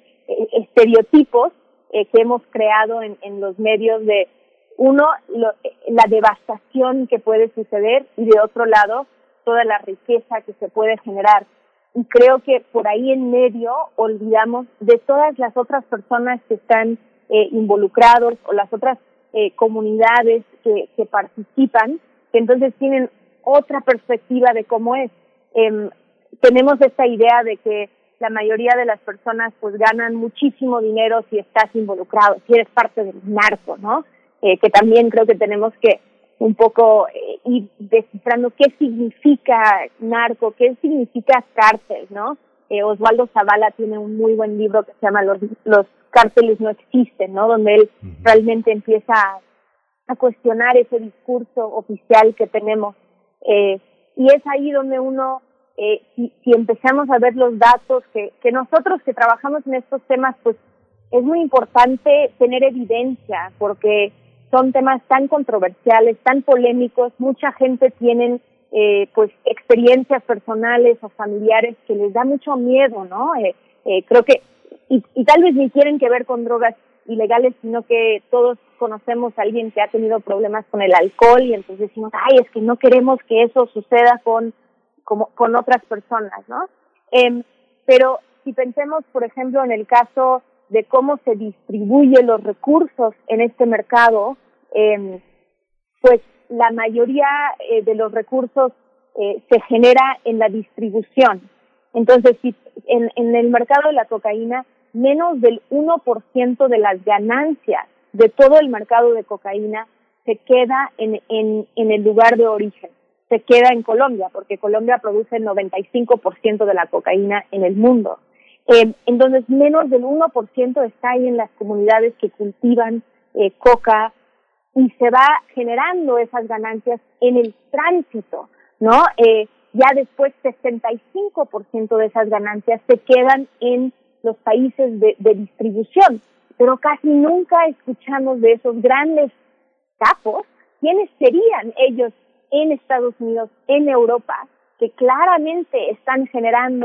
estereotipos eh, que hemos creado en, en los medios de uno lo, la devastación que puede suceder y de otro lado toda la riqueza que se puede generar. Y creo que por ahí en medio olvidamos de todas las otras personas que están eh, involucrados o las otras eh, comunidades que, que participan, que entonces tienen otra perspectiva de cómo es. Eh, tenemos esta idea de que la mayoría de las personas pues ganan muchísimo dinero si estás involucrado, si eres parte del narco, ¿no? Eh, que también creo que tenemos que un poco eh, ir descifrando qué significa narco, qué significa cártel, ¿no? Eh, Osvaldo Zavala tiene un muy buen libro que se llama Los, los cárteles no existen, ¿no? Donde él uh-huh. realmente empieza a, a cuestionar ese discurso oficial que tenemos. Eh, y es ahí donde uno, eh, si, si empezamos a ver los datos, que, que nosotros que trabajamos en estos temas, pues es muy importante tener evidencia, porque son temas tan controversiales, tan polémicos, mucha gente tiene eh, pues experiencias personales o familiares que les da mucho miedo, ¿no? Eh, eh, creo que, y, y tal vez ni quieren que ver con drogas ilegales, sino que todos conocemos a alguien que ha tenido problemas con el alcohol y entonces decimos, ay, es que no queremos que eso suceda con, como, con otras personas, ¿no? Eh, pero si pensemos, por ejemplo, en el caso de cómo se distribuyen los recursos en este mercado, eh, pues la mayoría eh, de los recursos eh, se genera en la distribución. Entonces, si en, en el mercado de la cocaína, menos del uno por ciento de las ganancias de todo el mercado de cocaína se queda en, en, en el lugar de origen, se queda en Colombia, porque Colombia produce el noventa y cinco por ciento de la cocaína en el mundo. Eh, entonces, menos del uno por ciento está ahí en las comunidades que cultivan eh, coca y se va generando esas ganancias en el tránsito, ¿no? Eh, ya después, sesenta y cinco por ciento de esas ganancias se quedan en los países de, de distribución, pero casi nunca escuchamos de esos grandes capos, quiénes serían ellos en Estados Unidos, en Europa, que claramente están generando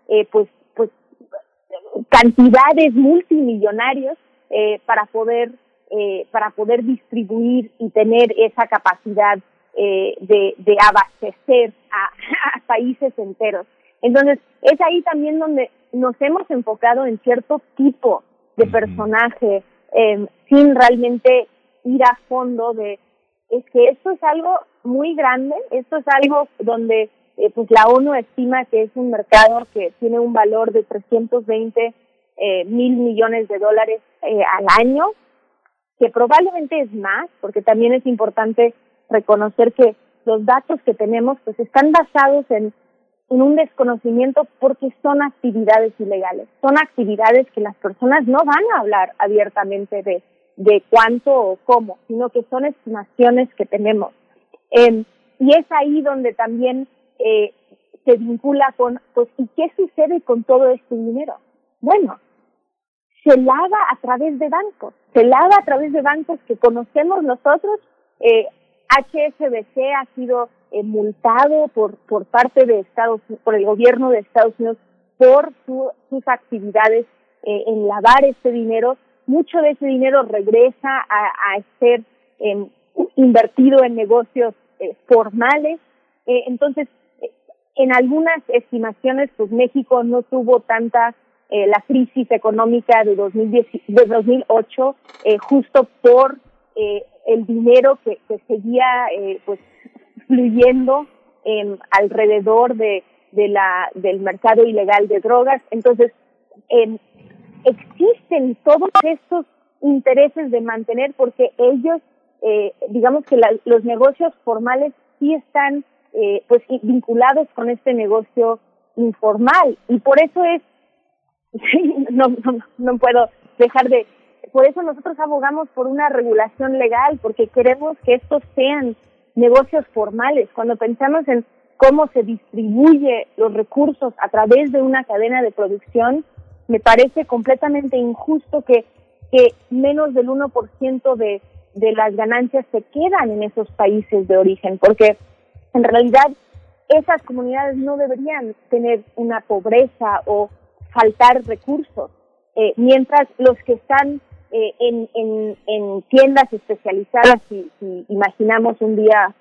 eh, pues, pues cantidades multimillonarias eh, para poder eh, para poder distribuir y tener esa capacidad eh, de, de abastecer a, a países enteros. Entonces, es ahí también donde nos hemos enfocado en cierto tipo de personaje, eh, sin realmente ir a fondo de, es que esto es algo muy grande, esto es algo donde eh, pues la ONU estima que es un mercado que tiene un valor de trescientos veinte eh, mil millones de dólares eh, al año, que probablemente es más, porque también es importante reconocer que los datos que tenemos pues están basados en en un desconocimiento porque son actividades ilegales, son actividades que las personas no van a hablar abiertamente de, de cuánto o cómo, sino que son estimaciones que tenemos. Eh, y es ahí donde también eh, se vincula con, pues, ¿y qué sucede con todo este dinero? Bueno, se lava a través de bancos, se lava a través de bancos que conocemos nosotros. eh, H S B C ha sido eh, multado por por parte de Estados por el gobierno de Estados Unidos por su, sus actividades eh, en lavar ese dinero. Mucho de ese dinero regresa a, a ser eh, invertido en negocios eh, formales. Eh, entonces, eh, en algunas estimaciones, pues México no tuvo tanta eh, la crisis económica de dos mil diez, de dos mil ocho, eh, justo por eh, el dinero que, que seguía eh, pues fluyendo eh, alrededor de, de la del mercado ilegal de drogas. Entonces eh, existen todos estos intereses de mantener, porque ellos eh, digamos que la, los negocios formales sí están eh, pues vinculados con este negocio informal, y por eso es no, no no puedo dejar de Por eso nosotros abogamos por una regulación legal, porque queremos que estos sean negocios formales. Cuando pensamos en cómo se distribuye los recursos a través de una cadena de producción, me parece completamente injusto que, que menos del uno por ciento de, de las ganancias se quedan en esos países de origen, porque en realidad esas comunidades no deberían tener una pobreza o faltar recursos, eh, mientras los que están Eh, en, en, en tiendas especializadas, si, si imaginamos un día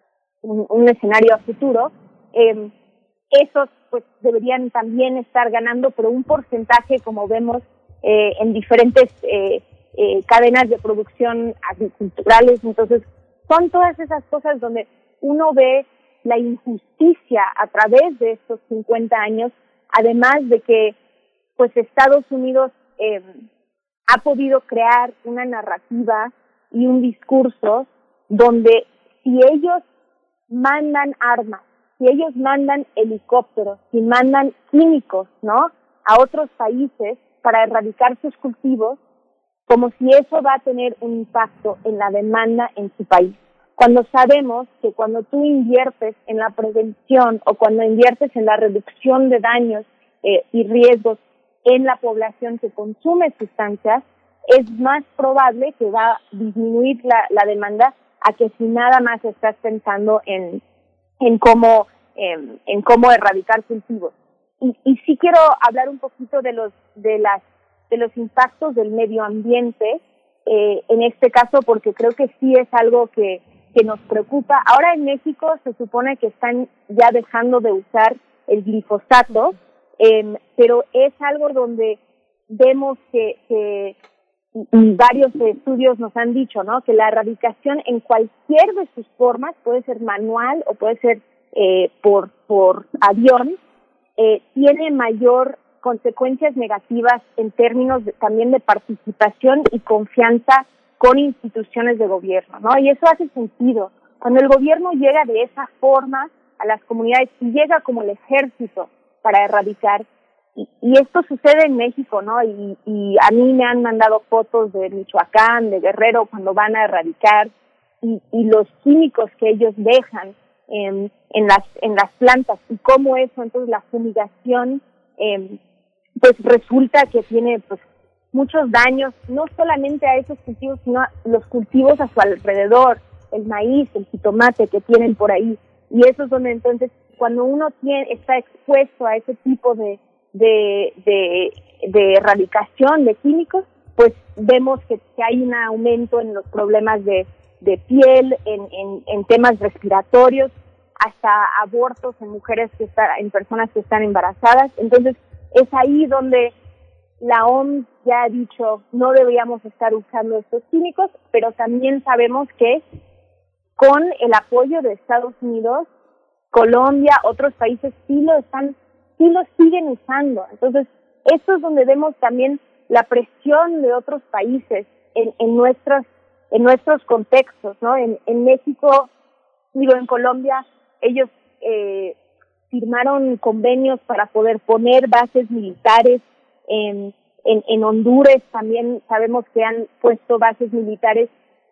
un, un escenario a futuro, eh, esos pues deberían también estar ganando, pero un porcentaje, como vemos eh, en diferentes eh, eh, cadenas de producción agriculturales. Entonces, son todas esas cosas donde uno ve la injusticia a través de estos cincuenta años, además de que pues Estados Unidos eh, ha podido crear una narrativa y un discurso donde si ellos mandan armas, si ellos mandan helicópteros, si mandan químicos, ¿no?, a otros países para erradicar sus cultivos, como si eso va a tener un impacto en la demanda en su país. Cuando sabemos que cuando tú inviertes en la prevención o cuando inviertes en la reducción de daños eh, y riesgos en la población que consume sustancias, es más probable que va a disminuir la, la demanda a que si nada más estás pensando en en cómo en, en cómo erradicar cultivos. Y, y sí quiero hablar un poquito de los de las de los impactos del medio ambiente eh, en este caso, porque creo que sí es algo que que nos preocupa. Ahora en México se supone que están ya dejando de usar el glifosato, eh, pero es algo donde vemos que, que y varios estudios nos han dicho, ¿no?, que la erradicación en cualquier de sus formas, puede ser manual o puede ser eh, por por avión, eh, tiene mayor consecuencias negativas en términos de, también de participación y confianza con instituciones de gobierno, ¿no? Y eso hace sentido. Cuando el gobierno llega de esa forma a las comunidades y llega como el ejército para erradicar, y, y esto sucede en México, ¿no? Y, y a mí me han mandado fotos de Michoacán, de Guerrero, cuando van a erradicar, y, y los químicos que ellos dejan en, en las en las plantas, y cómo eso, entonces la fumigación, eh, pues resulta que tiene pues muchos daños, no solamente a esos cultivos, sino a los cultivos a su alrededor, el maíz, el jitomate que tienen por ahí. Y eso es donde entonces, cuando uno tiene está expuesto a ese tipo de, de, de, de erradicación de químicos, pues vemos que, que hay un aumento en los problemas de, de piel, en, en, en temas respiratorios, hasta abortos en mujeres que están, en personas que están embarazadas. Entonces, es ahí donde la O M S ya ha dicho no deberíamos estar usando estos químicos, pero también sabemos que con el apoyo de Estados Unidos, Colombia, otros países sí lo están, sí lo siguen usando. Entonces, esto es donde vemos también la presión de otros países en, en nuestros, en nuestros contextos, ¿no? En, en México, digo, en Colombia, ellos eh, firmaron convenios para poder poner bases militares en, en, en Honduras, también sabemos que han puesto bases militares.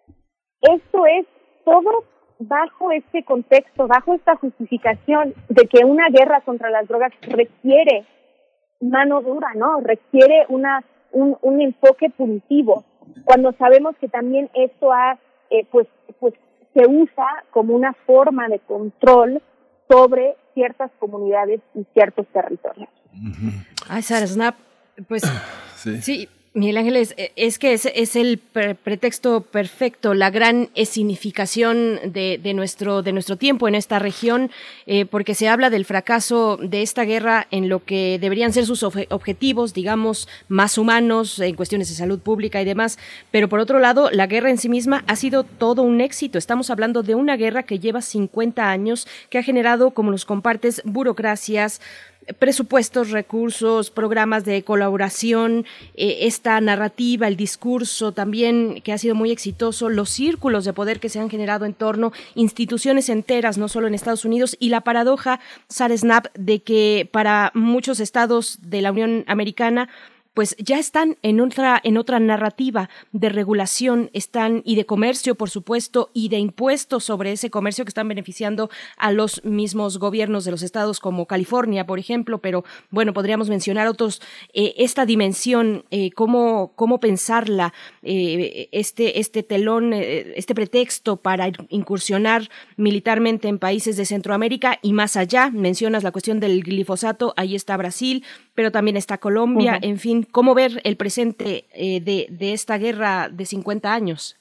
Esto es todo bajo este contexto, bajo esta justificación de que una guerra contra las drogas requiere mano dura, ¿no? Requiere una un, un enfoque punitivo, cuando sabemos que también esto ha, eh, pues, pues se usa como una forma de control sobre ciertas comunidades y ciertos territorios. Ay, Sara Snap, pues sí. sí. Miguel Ángel, es, es que es, es el pre- pretexto perfecto, la gran escenificación de, de nuestro de nuestro tiempo en esta región, eh, porque se habla del fracaso de esta guerra en lo que deberían ser sus ob- objetivos, digamos, más humanos, en cuestiones de salud pública y demás, pero por otro lado, la guerra en sí misma ha sido todo un éxito. Estamos hablando de una guerra que lleva cincuenta años, que ha generado, como nos compartes, burocracias, presupuestos, recursos, programas de colaboración, eh, esta narrativa, el discurso también que ha sido muy exitoso, los círculos de poder que se han generado en torno, instituciones enteras, no solo en Estados Unidos, y la paradoja, Sara Snap, de que para muchos estados de la Unión Americana pues ya están en otra en otra narrativa de regulación, están y de comercio, por supuesto, y de impuestos sobre ese comercio que están beneficiando a los mismos gobiernos de los estados como California, por ejemplo, pero bueno, podríamos mencionar otros, eh, esta dimensión, eh, cómo cómo pensarla, eh, este este telón, eh, este pretexto para incursionar militarmente en países de Centroamérica y más allá. Mencionas la cuestión del glifosato, ahí está Brasil, pero también está Colombia, uh-huh. En fin, ¿cómo ver el presente eh, de, de esta guerra de cincuenta años?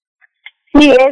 Sí, es,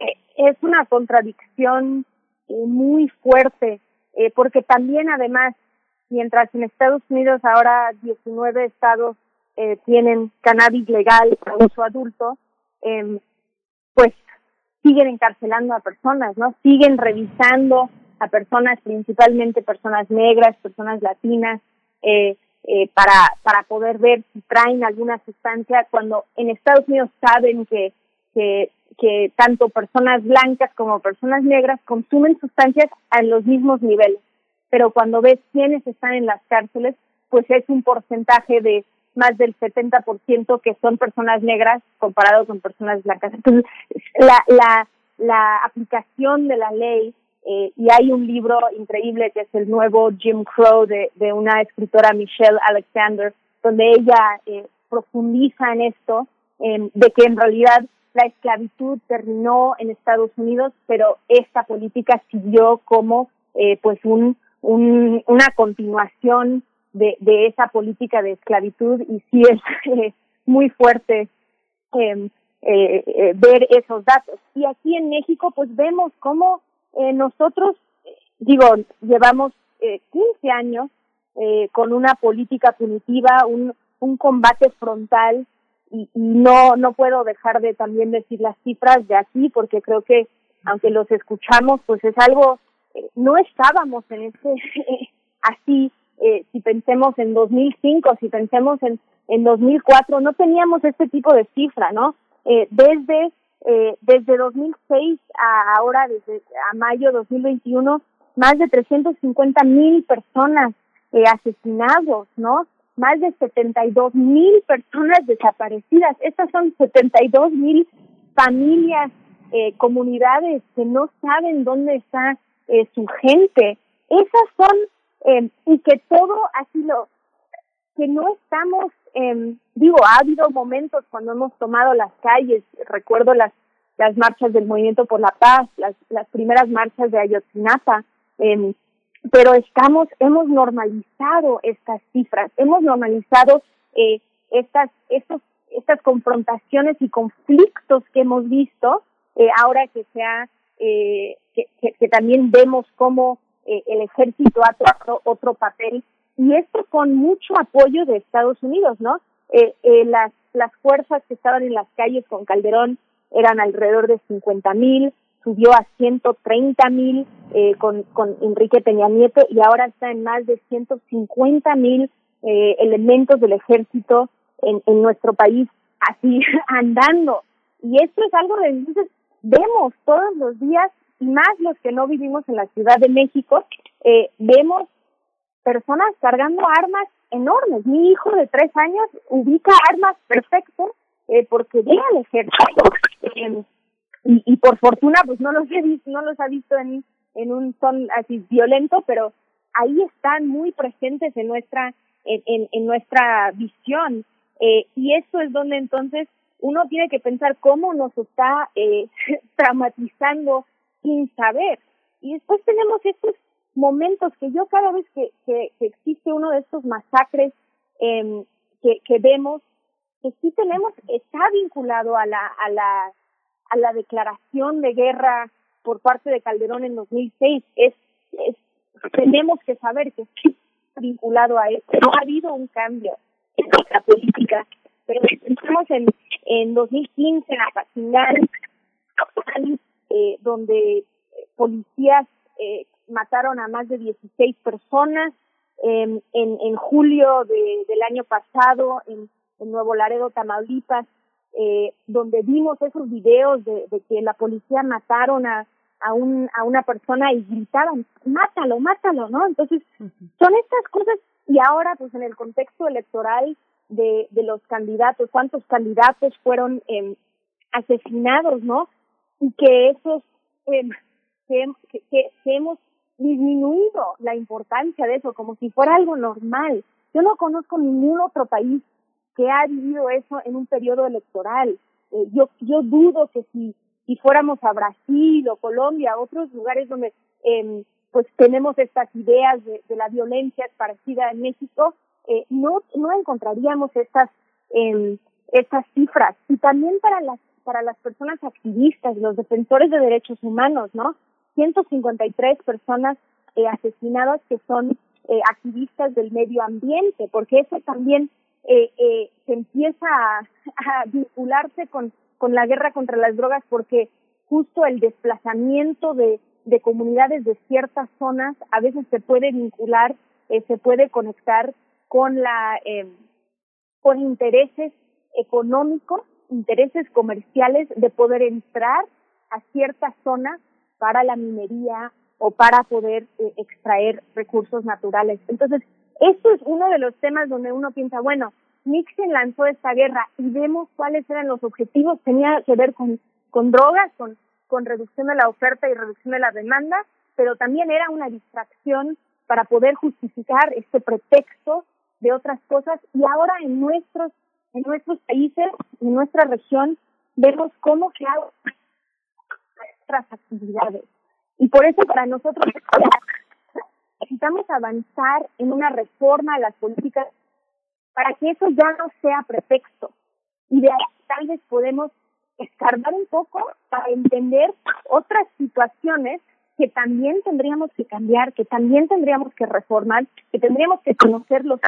es una contradicción eh, muy fuerte, eh, porque también además, mientras en Estados Unidos ahora diecinueve estados eh, tienen cannabis legal para uso adulto, eh, pues siguen encarcelando a personas, ¿no? Siguen revisando a personas, principalmente personas negras, personas latinas, eh, eh, para para poder ver si traen alguna sustancia, cuando en Estados Unidos saben que que que tanto personas blancas como personas negras consumen sustancias a los mismos niveles, pero cuando ves quiénes están en las cárceles, pues es un porcentaje de más del setenta por ciento que son personas negras comparado con personas blancas. Entonces, la la la aplicación de la ley, Eh, y hay un libro increíble que es el nuevo Jim Crow de, de una escritora, Michelle Alexander, donde ella eh, profundiza en esto, eh, de que en realidad la esclavitud terminó en Estados Unidos, pero esta política siguió como eh, pues un, un una continuación de, de esa política de esclavitud, y sí es eh, muy fuerte eh, eh, eh, ver esos datos. Y aquí en México pues vemos cómo Eh, nosotros, eh, digo, llevamos eh, quince años eh, con una política punitiva, un, un combate frontal, y, y no no puedo dejar de también decir las cifras de aquí, porque creo que aunque los escuchamos, pues es algo, eh, no estábamos en este, eh, así, eh, si pensemos en dos mil cinco, si pensemos en, en dos mil cuatro, no teníamos este tipo de cifra, ¿no? Eh, desde Eh, desde dos mil seis a ahora, desde a mayo de dos mil veintiuno, más de trescientos cincuenta mil personas eh, asesinados, ¿no? Más de setenta y dos mil personas desaparecidas. Estas son setenta y dos mil familias, eh, comunidades que no saben dónde está eh, su gente. Esas son, eh, y que todo así lo, que no estamos, eh, digo, ha habido momentos cuando hemos tomado las calles, recuerdo las las marchas del Movimiento por la Paz, las las primeras marchas de Ayotzinapa, eh, pero estamos, hemos normalizado estas cifras, hemos normalizado eh, estas, estos, estas confrontaciones y conflictos que hemos visto, eh, ahora que sea, eh, que, que, que también vemos cómo eh, el ejército ha tomado otro papel, y esto con mucho apoyo de Estados Unidos, ¿no? Eh, eh, las, las fuerzas que estaban en las calles con Calderón eran alrededor de cincuenta mil, subió a ciento treinta mil eh, con, con Enrique Peña Nieto, y ahora está en más de ciento cincuenta mil eh, elementos del ejército en, en nuestro país, así andando. Y esto es algo de, entonces, vemos todos los días, y más los que no vivimos en la Ciudad de México, eh, vemos personas cargando armas enormes. Mi hijo de tres años ubica armas perfectas eh, porque ve al ejército. Eh, Y, y por fortuna pues no los he visto, no los ha visto en en un son así violento, pero ahí están muy presentes en nuestra en en, en nuestra visión, eh, y esto es donde entonces uno tiene que pensar cómo nos está eh, traumatizando sin saber. Y después tenemos estos momentos que yo cada vez que que, que existe uno de estos masacres eh, que que vemos, que sí tenemos, está vinculado a la a la a la declaración de guerra por parte de Calderón en dos mil seis, es, es tenemos que saber que sí está vinculado a esto. No ha habido un cambio en nuestra política, pero estamos en en dos mil quince, en Apatzingán, eh, donde policías eh, mataron a más de dieciséis personas, eh, en en julio de, del año pasado, en, en Nuevo Laredo, Tamaulipas, Eh, donde vimos esos videos de, de que la policía mataron a a un a una persona y gritaban mátalo, mátalo, ¿no? Entonces son estas cosas, y ahora pues en el contexto electoral de de los candidatos, cuántos candidatos fueron eh, asesinados, ¿no? Y que esos eh, que, que, que hemos disminuido la importancia de eso como si fuera algo normal. Yo no conozco ningún otro país que ha vivido eso en un periodo electoral. Eh, yo yo dudo que si si fuéramos a Brasil o Colombia, otros lugares donde eh, pues tenemos estas ideas de, de la violencia esparcida en México, eh, no no encontraríamos estas eh, estas cifras. Y también para las para las personas activistas, los defensores de derechos humanos, ¿no? ciento cincuenta y tres personas eh, asesinadas que son eh, activistas del medio ambiente, porque eso también Eh, eh, se empieza a, a vincularse con, con la guerra contra las drogas, porque justo el desplazamiento de, de comunidades de ciertas zonas a veces se puede vincular, eh, se puede conectar con la eh, con intereses económicos, intereses comerciales de poder entrar a ciertas zonas para la minería o para poder eh, extraer recursos naturales. Entonces, esto es uno de los temas donde uno piensa, bueno, Nixon lanzó esta guerra y vemos cuáles eran los objetivos. Tenía que ver con, con drogas, con, con reducción de la oferta y reducción de la demanda, pero también era una distracción para poder justificar este pretexto de otras cosas. Y ahora en nuestros, en nuestros países, en nuestra región, vemos cómo se hacen nuestras actividades. Y por eso para nosotros necesitamos avanzar en una reforma a las políticas para que eso ya no sea pretexto. Y de ahí tal vez podemos escarbar un poco para entender otras situaciones que también tendríamos que cambiar, que también tendríamos que reformar, que tendríamos que conocer los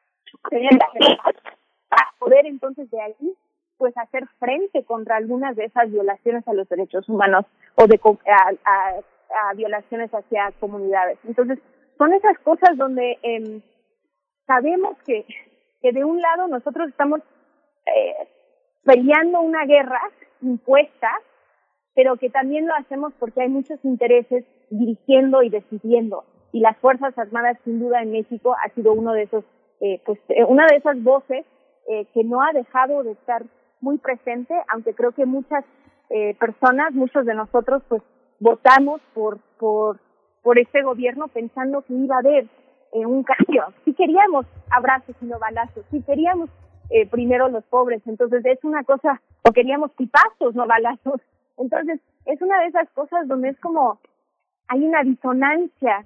para poder entonces de ahí pues hacer frente contra algunas de esas violaciones a los derechos humanos o de a, a, a violaciones hacia comunidades. Entonces, son esas cosas donde eh, sabemos que, que de un lado nosotros estamos eh, peleando una guerra impuesta, pero que también lo hacemos porque hay muchos intereses dirigiendo y decidiendo. Y las Fuerzas Armadas, sin duda, en México ha sido uno de esos, eh, pues, eh, una de esas voces eh, que no ha dejado de estar muy presente, aunque creo que muchas eh, personas, muchos de nosotros, pues, votamos por, por por este gobierno pensando que iba a haber eh, un cambio. Sí queríamos abrazos y no balazos, sí queríamos eh, primero los pobres, entonces es una cosa, o queríamos tipazos, no balazos. Entonces es una de esas cosas donde es como, hay una disonancia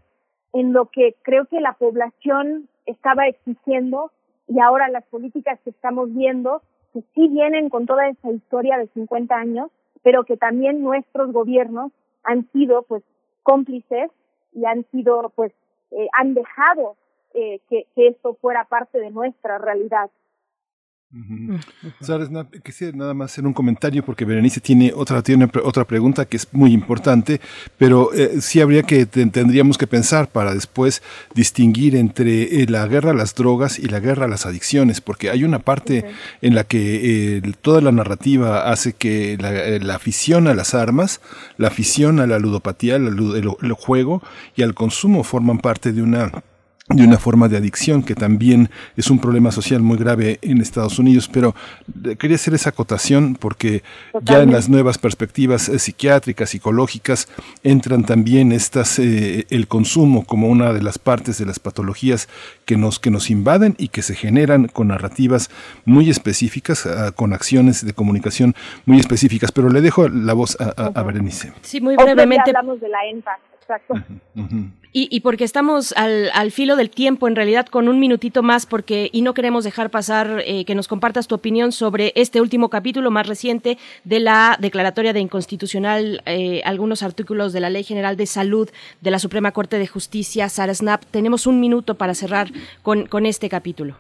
en lo que creo que la población estaba exigiendo, y ahora las políticas que estamos viendo, que sí vienen con toda esa historia de cincuenta años, pero que también nuestros gobiernos han sido pues cómplices y han sido pues eh, han dejado eh, que, que esto fuera parte de nuestra realidad. Uh-huh. Sara Snap, quisiera nada más hacer un comentario porque Berenice tiene otra tiene otra pregunta que es muy importante, pero eh, sí habría que te, tendríamos que pensar para después distinguir entre eh, la guerra a las drogas y la guerra a las adicciones, porque hay una parte uh-huh. en la que eh, toda la narrativa hace que la, eh, la afición a las armas, la afición a la ludopatía, el, el, el juego y al consumo forman parte de una de una forma de adicción que también es un problema social muy grave en Estados Unidos, pero quería hacer esa acotación porque Totalmente. Ya en las nuevas perspectivas eh, psiquiátricas, psicológicas, entran también estas eh, el consumo como una de las partes de las patologías que nos que nos invaden y que se generan con narrativas muy específicas, uh, con acciones de comunicación muy específicas, pero le dejo la voz a, a, a Berenice. Sí, muy brevemente. Hablamos de la E N P A, exacto. Uh-huh, uh-huh. Y, y porque estamos al, al filo del tiempo, en realidad con un minutito más, porque y no queremos dejar pasar eh, que nos compartas tu opinión sobre este último capítulo más reciente de la declaratoria de inconstitucional, eh, algunos artículos de la Ley General de Salud de la Suprema Corte de Justicia. Sara Snap, tenemos un minuto para cerrar con, con este capítulo.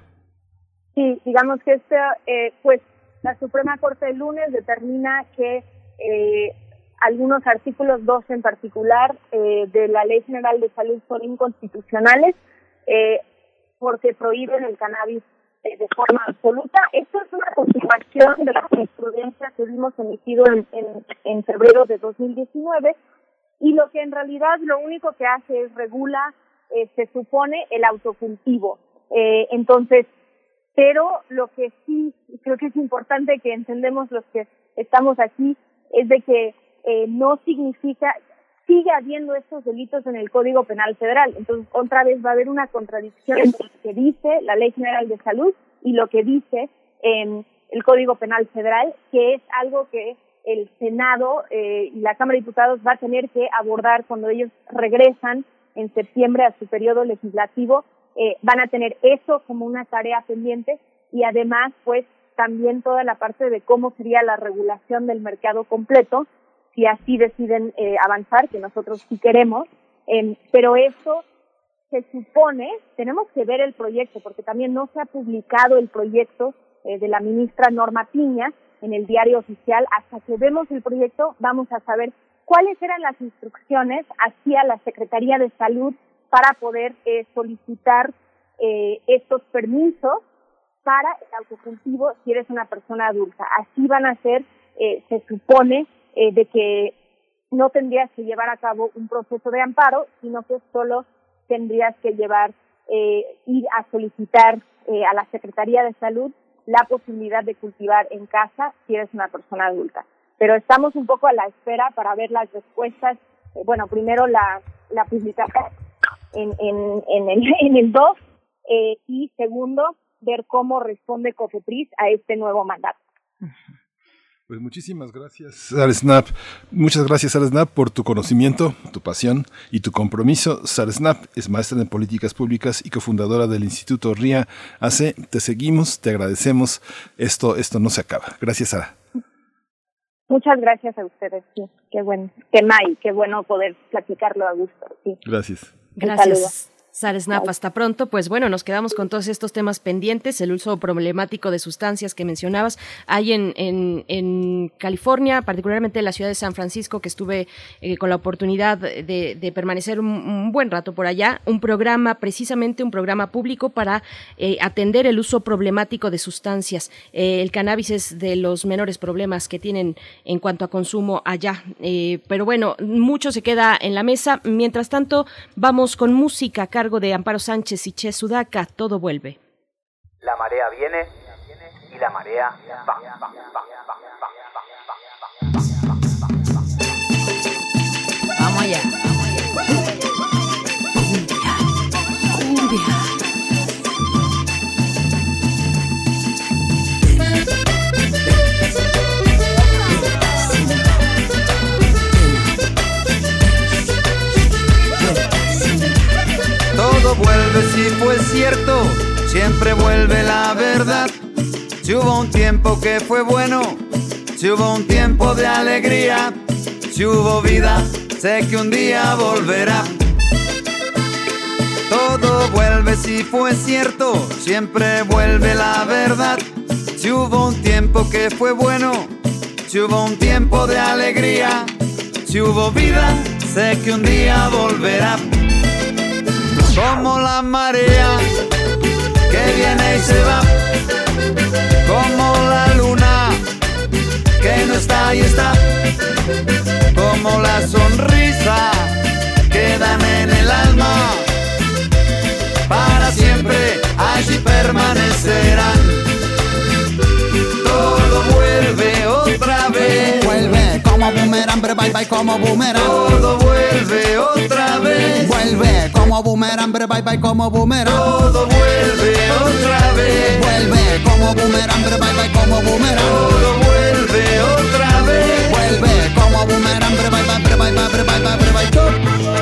Sí, digamos que este, eh, pues la Suprema Corte el lunes determina que eh, algunos artículos, dos en particular, eh, de la Ley General de Salud son inconstitucionales eh, porque prohíben el cannabis eh, de forma absoluta. Esto es una continuación de la jurisprudencia que vimos emitido en, en, en febrero de dos mil diecinueve y lo que en realidad lo único que hace es regula, eh, se supone, el autocultivo. Eh, entonces, pero lo que sí creo que es importante que entendemos los que estamos aquí es de que Eh, no significa, sigue habiendo estos delitos en el Código Penal Federal. Entonces, otra vez va a haber una contradicción entre lo que dice la Ley General de Salud y lo que dice eh, el Código Penal Federal, que es algo que el Senado eh, y la Cámara de Diputados va a tener que abordar cuando ellos regresan en septiembre a su periodo legislativo. Eh, van a tener eso como una tarea pendiente y además, pues, también toda la parte de cómo sería la regulación del mercado completo, si así deciden eh, avanzar, que nosotros sí queremos, eh, pero eso se supone, tenemos que ver el proyecto, porque también no se ha publicado el proyecto eh, de la ministra Norma Piña en el diario oficial. Hasta que vemos el proyecto vamos a saber cuáles eran las instrucciones hacia la Secretaría de Salud para poder eh, solicitar eh, estos permisos para el autocultivo si eres una persona adulta. Así van a ser, eh, se supone, Eh, de que no tendrías que llevar a cabo un proceso de amparo, sino que solo tendrías que llevar, eh, ir a solicitar eh, a la Secretaría de Salud la posibilidad de cultivar en casa si eres una persona adulta. Pero estamos un poco a la espera para ver las respuestas. Eh, bueno, primero la, la publicación en, en, en el, en el dos eh, y segundo, ver cómo responde COFEPRIS a este nuevo mandato. Pues muchísimas gracias, Sara Snap. Muchas gracias, Sara Snap, por tu conocimiento, tu pasión y tu compromiso. Sara Snap es maestra en políticas públicas y cofundadora del Instituto R I A A C. Te seguimos, te agradecemos. Esto, esto no se acaba. Gracias, Sara. Muchas gracias a ustedes. Sí, qué bueno, qué may, qué bueno poder platicarlo a gusto. Sí. Gracias. Gracias. Sara Snap, hasta pronto. Pues bueno, nos quedamos con todos estos temas pendientes, el uso problemático de sustancias que mencionabas. Hay en, en, en California, particularmente en la ciudad de San Francisco, que estuve eh, con la oportunidad de, de permanecer un, un buen rato por allá, un programa, precisamente un programa público para eh, atender el uso problemático de sustancias. Eh, el cannabis es de los menores problemas que tienen en cuanto a consumo allá. Eh, pero bueno, mucho se queda en la mesa. Mientras tanto, vamos con música a cargo de Amparo Sánchez y Che Sudaca, Todo Vuelve. La marea viene y la marea va. Vamos allá. Cumbia, cumbia. cierto, siempre vuelve la verdad. Si hubo un tiempo que fue bueno, si hubo un tiempo de alegría, si hubo vida, sé que un día volverá. Todo vuelve si fue cierto, siempre vuelve la verdad. Si hubo un tiempo que fue bueno, si hubo un tiempo de alegría, si hubo vida, sé que un día volverá. Como la marea que viene y se va, como la luna que no está y está, como la sonrisa que dan en el alma, para siempre allí permanecerán. Todo vuelve otra vez, vuelve como boomerang, bre, bye bye como boomerang. Todo vuelve otra vez, vuelve como boomerang, bre, bye bye como boomerang. Todo vuelve otra vez, vuelve como boomerang, bre, bye bye como boomerang. Todo vuelve otra vez, vuelve como boomerang, bre, bye bye, bre, bye bye, bre, bye bye, bre, bye bye.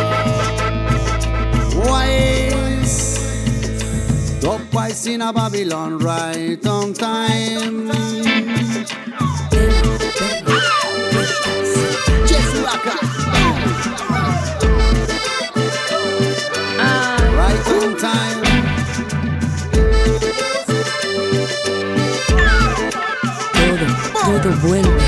Wise, top wise in a Babylon, right on time. Right on time. Todo, todo vuelve.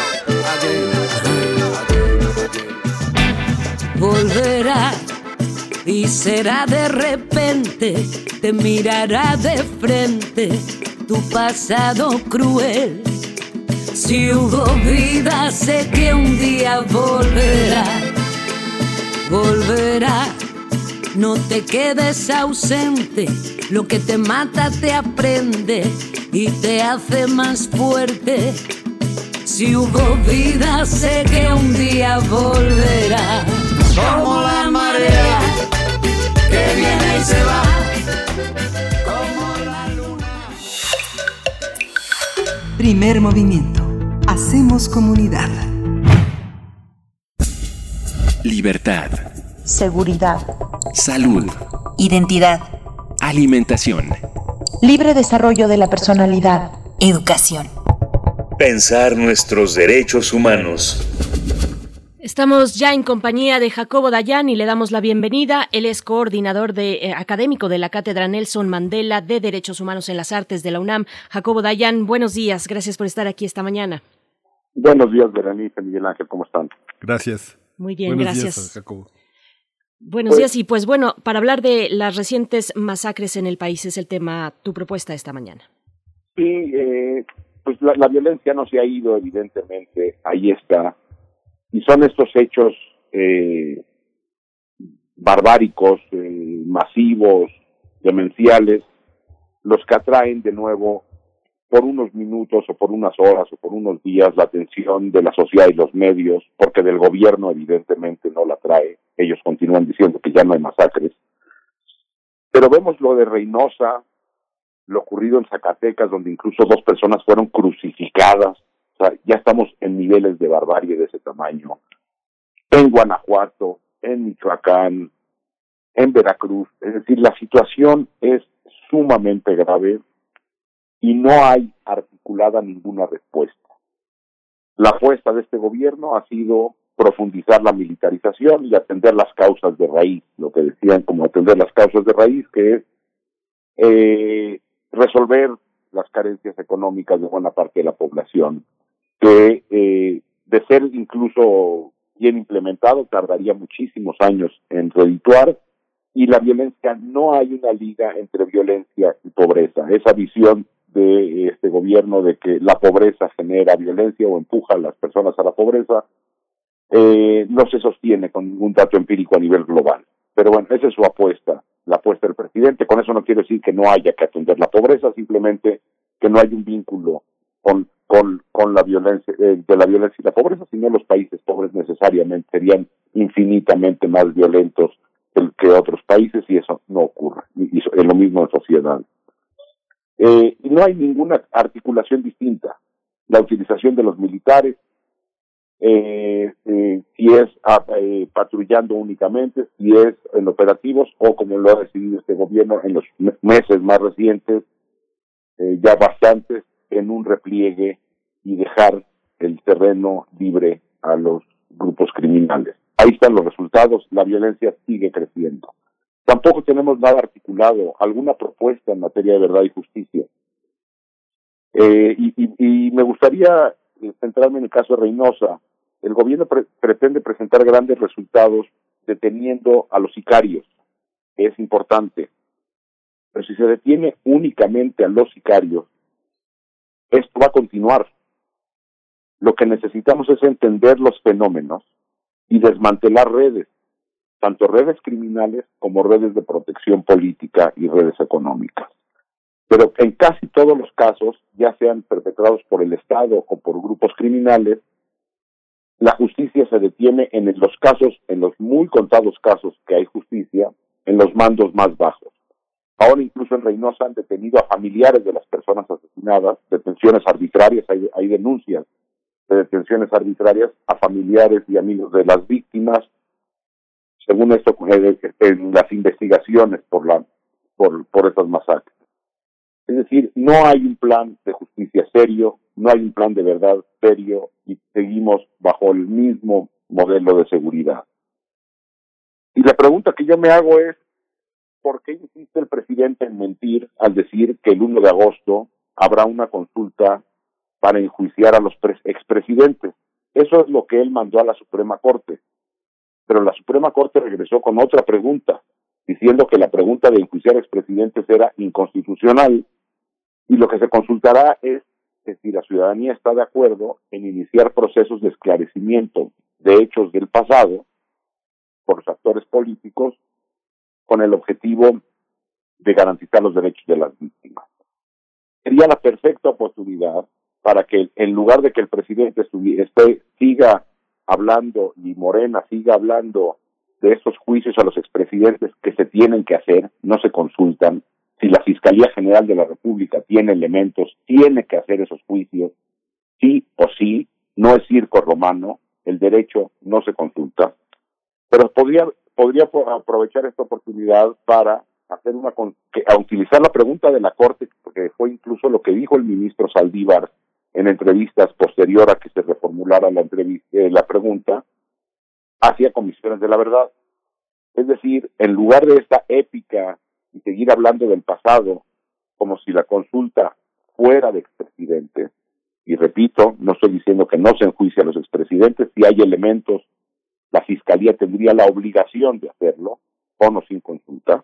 Volverá y será de repente, te mirará de frente tu pasado cruel. Si hubo vida, sé que un día volverá, volverá. No te quedes ausente, lo que te mata te aprende y te hace más fuerte. Si hubo vida, sé que un día volverá. Como la marea que viene y se va, como la luna. Primer movimiento. Hacemos comunidad. Libertad. Seguridad. Salud. Identidad. Alimentación. Libre desarrollo de la personalidad. Educación. Pensar nuestros derechos humanos. Estamos ya en compañía de Jacobo Dayan y le damos la bienvenida. Él es coordinador de, eh, académico de la Cátedra Nelson Mandela de Derechos Humanos en las Artes de la UNAM. Jacobo Dayan, buenos días. Gracias por estar aquí esta mañana. Buenos días, Berenice, Miguel Ángel, ¿cómo están? Gracias. Muy bien, buenos gracias. Días, Jacobo. Buenos pues, días y pues bueno, para hablar de las recientes masacres en el país es el tema, tu propuesta esta mañana. Sí, eh, pues la, la violencia no se ha ido, evidentemente, ahí está. Y son estos hechos eh, barbáricos, eh, masivos, demenciales, los que atraen de nuevo por unos minutos o por unas horas o por unos días la atención de la sociedad y los medios, porque del gobierno evidentemente no la trae. Ellos continúan diciendo que ya no hay masacres. Pero vemos lo de Reynosa, lo ocurrido en Zacatecas, donde incluso dos personas fueron crucificadas. O sea, ya estamos en niveles de barbarie de ese tamaño. En Guanajuato, en Michoacán, en Veracruz. Es decir, la situación es sumamente grave y no hay articulada ninguna respuesta. La apuesta de este gobierno ha sido profundizar la militarización y atender las causas de raíz, lo que decían como atender las causas de raíz, que es eh, resolver las carencias económicas de buena parte de la población, que eh, de ser incluso bien implementado tardaría muchísimos años en redituar, y la violencia, no hay una liga entre violencia y pobreza. Esa visión de este gobierno de que la pobreza genera violencia o empuja a las personas a la pobreza, eh, no se sostiene con ningún dato empírico a nivel global. Pero bueno, esa es su apuesta, la apuesta del presidente. Con eso no quiero decir que no haya que atender la pobreza, simplemente que no hay un vínculo con con con la violencia, eh, de la violencia y la pobreza, sino los países pobres necesariamente serían infinitamente más violentos que, que otros países, y eso no ocurre. Y, y es lo mismo en sociedad. Eh, y no hay ninguna articulación distinta. La utilización de los militares, eh, eh, si es eh, patrullando únicamente, si es en operativos o como lo ha decidido este gobierno en los meses más recientes, eh, ya bastantes, en un repliegue y dejar el terreno libre a los grupos criminales. Ahí están los resultados, la violencia sigue creciendo. Tampoco tenemos nada articulado, alguna propuesta en materia de verdad y justicia. Eh, y, y, y me gustaría centrarme en el caso de Reynosa. El gobierno pre- pretende presentar grandes resultados deteniendo a los sicarios, que es importante. Pero si se detiene únicamente a los sicarios, esto va a continuar. Lo que necesitamos es entender los fenómenos y desmantelar redes, tanto redes criminales como redes de protección política y redes económicas. Pero en casi todos los casos, ya sean perpetrados por el Estado o por grupos criminales, la justicia se detiene en los casos, en los muy contados casos que hay justicia, en los mandos más bajos. Ahora incluso en Reynosa han detenido a familiares de las personas asesinadas, detenciones arbitrarias, hay, hay denuncias de detenciones arbitrarias a familiares y amigos de las víctimas, según esto en las investigaciones por la por, por estas masacres. Es decir, no hay un plan de justicia serio, no hay un plan de verdad serio y seguimos bajo el mismo modelo de seguridad. Y la pregunta que yo me hago es, ¿por qué insiste el presidente en mentir al decir que el uno de agosto habrá una consulta para enjuiciar a los expresidentes? Eso es lo que él mandó a la Suprema Corte. Pero la Suprema Corte regresó con otra pregunta, diciendo que la pregunta de enjuiciar a expresidentes era inconstitucional y lo que se consultará es que si la ciudadanía está de acuerdo en iniciar procesos de esclarecimiento de hechos del pasado por los actores políticos con el objetivo de garantizar los derechos de las víctimas. Sería la perfecta oportunidad para que, en lugar de que el presidente esté, siga hablando y Morena siga hablando de estos juicios a los expresidentes que se tienen que hacer, no se consultan. Si la Fiscalía General de la República tiene elementos, tiene que hacer esos juicios, sí o sí, no es circo romano, el derecho no se consulta, pero podría, podría aprovechar esta oportunidad para hacer una, que, a utilizar la pregunta de la Corte, porque fue incluso lo que dijo el ministro Saldívar en entrevistas posterior a que se reformulara la, entrevista, eh, la pregunta, hacia comisiones de la verdad. Es decir, en lugar de esta épica y seguir hablando del pasado como si la consulta fuera de expresidentes, y repito, no estoy diciendo que no se enjuicie a los expresidentes, si hay elementos, la Fiscalía tendría la obligación de hacerlo, con o sin consulta,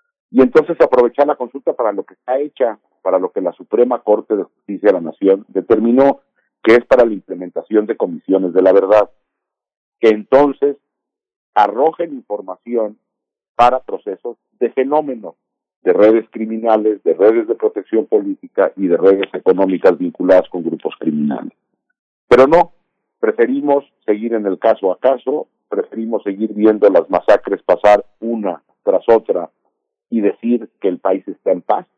y entonces aprovechar la consulta para lo que está hecha, para lo que la Suprema Corte de Justicia de la Nación determinó que es para la implementación de comisiones de la verdad, que entonces arrojen información para procesos de fenómenos, de redes criminales, de redes de protección política y de redes económicas vinculadas con grupos criminales. Pero no, preferimos seguir en el caso a caso, preferimos seguir viendo las masacres pasar una tras otra y decir que el país está en paz.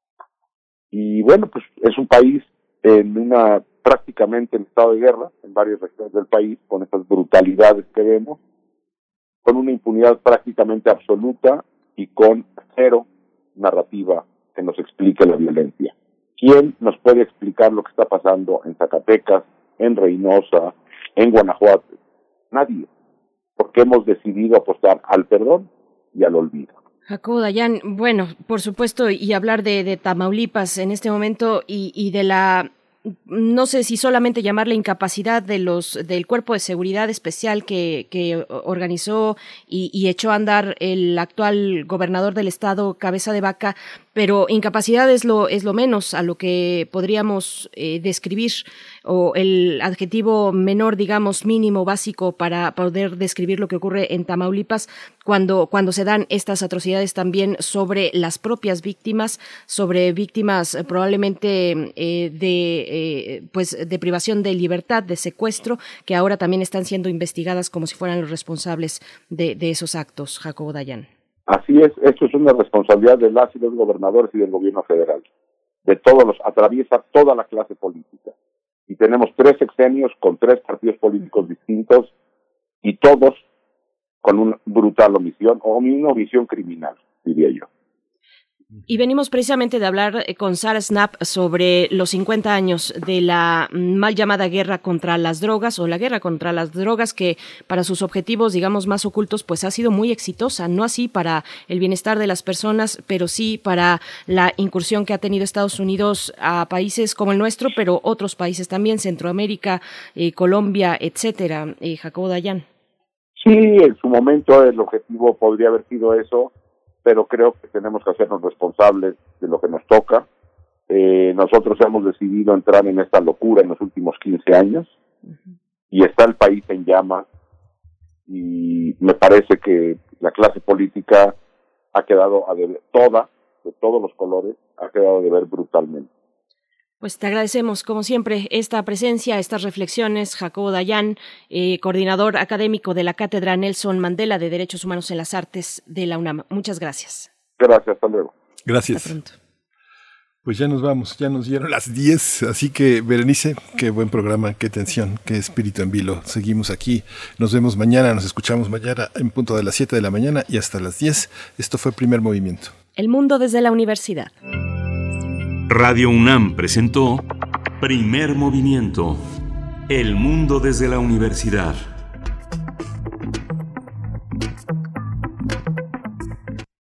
Y bueno, pues es un país en una prácticamente en estado de guerra en varias regiones del país, con estas brutalidades que vemos, con una impunidad prácticamente absoluta y con cero narrativa que nos explique la violencia. ¿Quién nos puede explicar lo que está pasando en Zacatecas, en Reynosa, en Guanajuato? Nadie, porque hemos decidido apostar al perdón y al olvido. Jacobo Dayan, bueno, por supuesto, y hablar de, de Tamaulipas en este momento y, y de la, no sé si solamente llamarle incapacidad de los del Cuerpo de Seguridad Especial que, que organizó y, y echó a andar el actual gobernador del estado, Cabeza de Vaca, pero incapacidad es lo es lo menos a lo que podríamos eh, describir, o el adjetivo menor, digamos, mínimo, básico para poder describir lo que ocurre en Tamaulipas cuando cuando se dan estas atrocidades también sobre las propias víctimas, sobre víctimas eh, probablemente eh, de eh, pues de privación de libertad, de secuestro, que ahora también están siendo investigadas como si fueran los responsables de, de esos actos. Jacobo Dayan. Así es, esto es una responsabilidad de las y los gobernadores y del gobierno federal, de todos los, atraviesa toda la clase política. Y tenemos tres sexenios con tres partidos políticos distintos y todos con una brutal omisión o una omisión criminal, diría yo. Y venimos precisamente de hablar con Sara Snap sobre los cincuenta años de la mal llamada guerra contra las drogas o la guerra contra las drogas que para sus objetivos, digamos, más ocultos, pues ha sido muy exitosa, no así para el bienestar de las personas, pero sí para la incursión que ha tenido Estados Unidos a países como el nuestro, pero otros países también, Centroamérica, eh, Colombia, etcétera. Eh, Jacobo Dayan. Sí, en su momento el objetivo podría haber sido eso, pero creo que tenemos que hacernos responsables de lo que nos toca. Eh, nosotros hemos decidido entrar en esta locura en los últimos quince años uh-huh. y está el país en llamas y me parece que la clase política ha quedado a deber, toda, de todos los colores, ha quedado a deber brutalmente. Pues te agradecemos, como siempre, esta presencia, estas reflexiones. Jacobo Dayan, eh, coordinador académico de la Cátedra Nelson Mandela de Derechos Humanos en las Artes de la UNAM. Muchas gracias. Gracias, hasta luego. Gracias. Hasta pronto. Pues ya nos vamos, ya nos dieron las diez, así que Berenice, qué buen programa, qué tensión, qué espíritu en vilo. Seguimos aquí, nos vemos mañana, nos escuchamos mañana en punto de las siete de la mañana y hasta las diez. Esto fue Primer Movimiento. El mundo desde la universidad. Radio UNAM presentó Primer Movimiento. El mundo desde la universidad.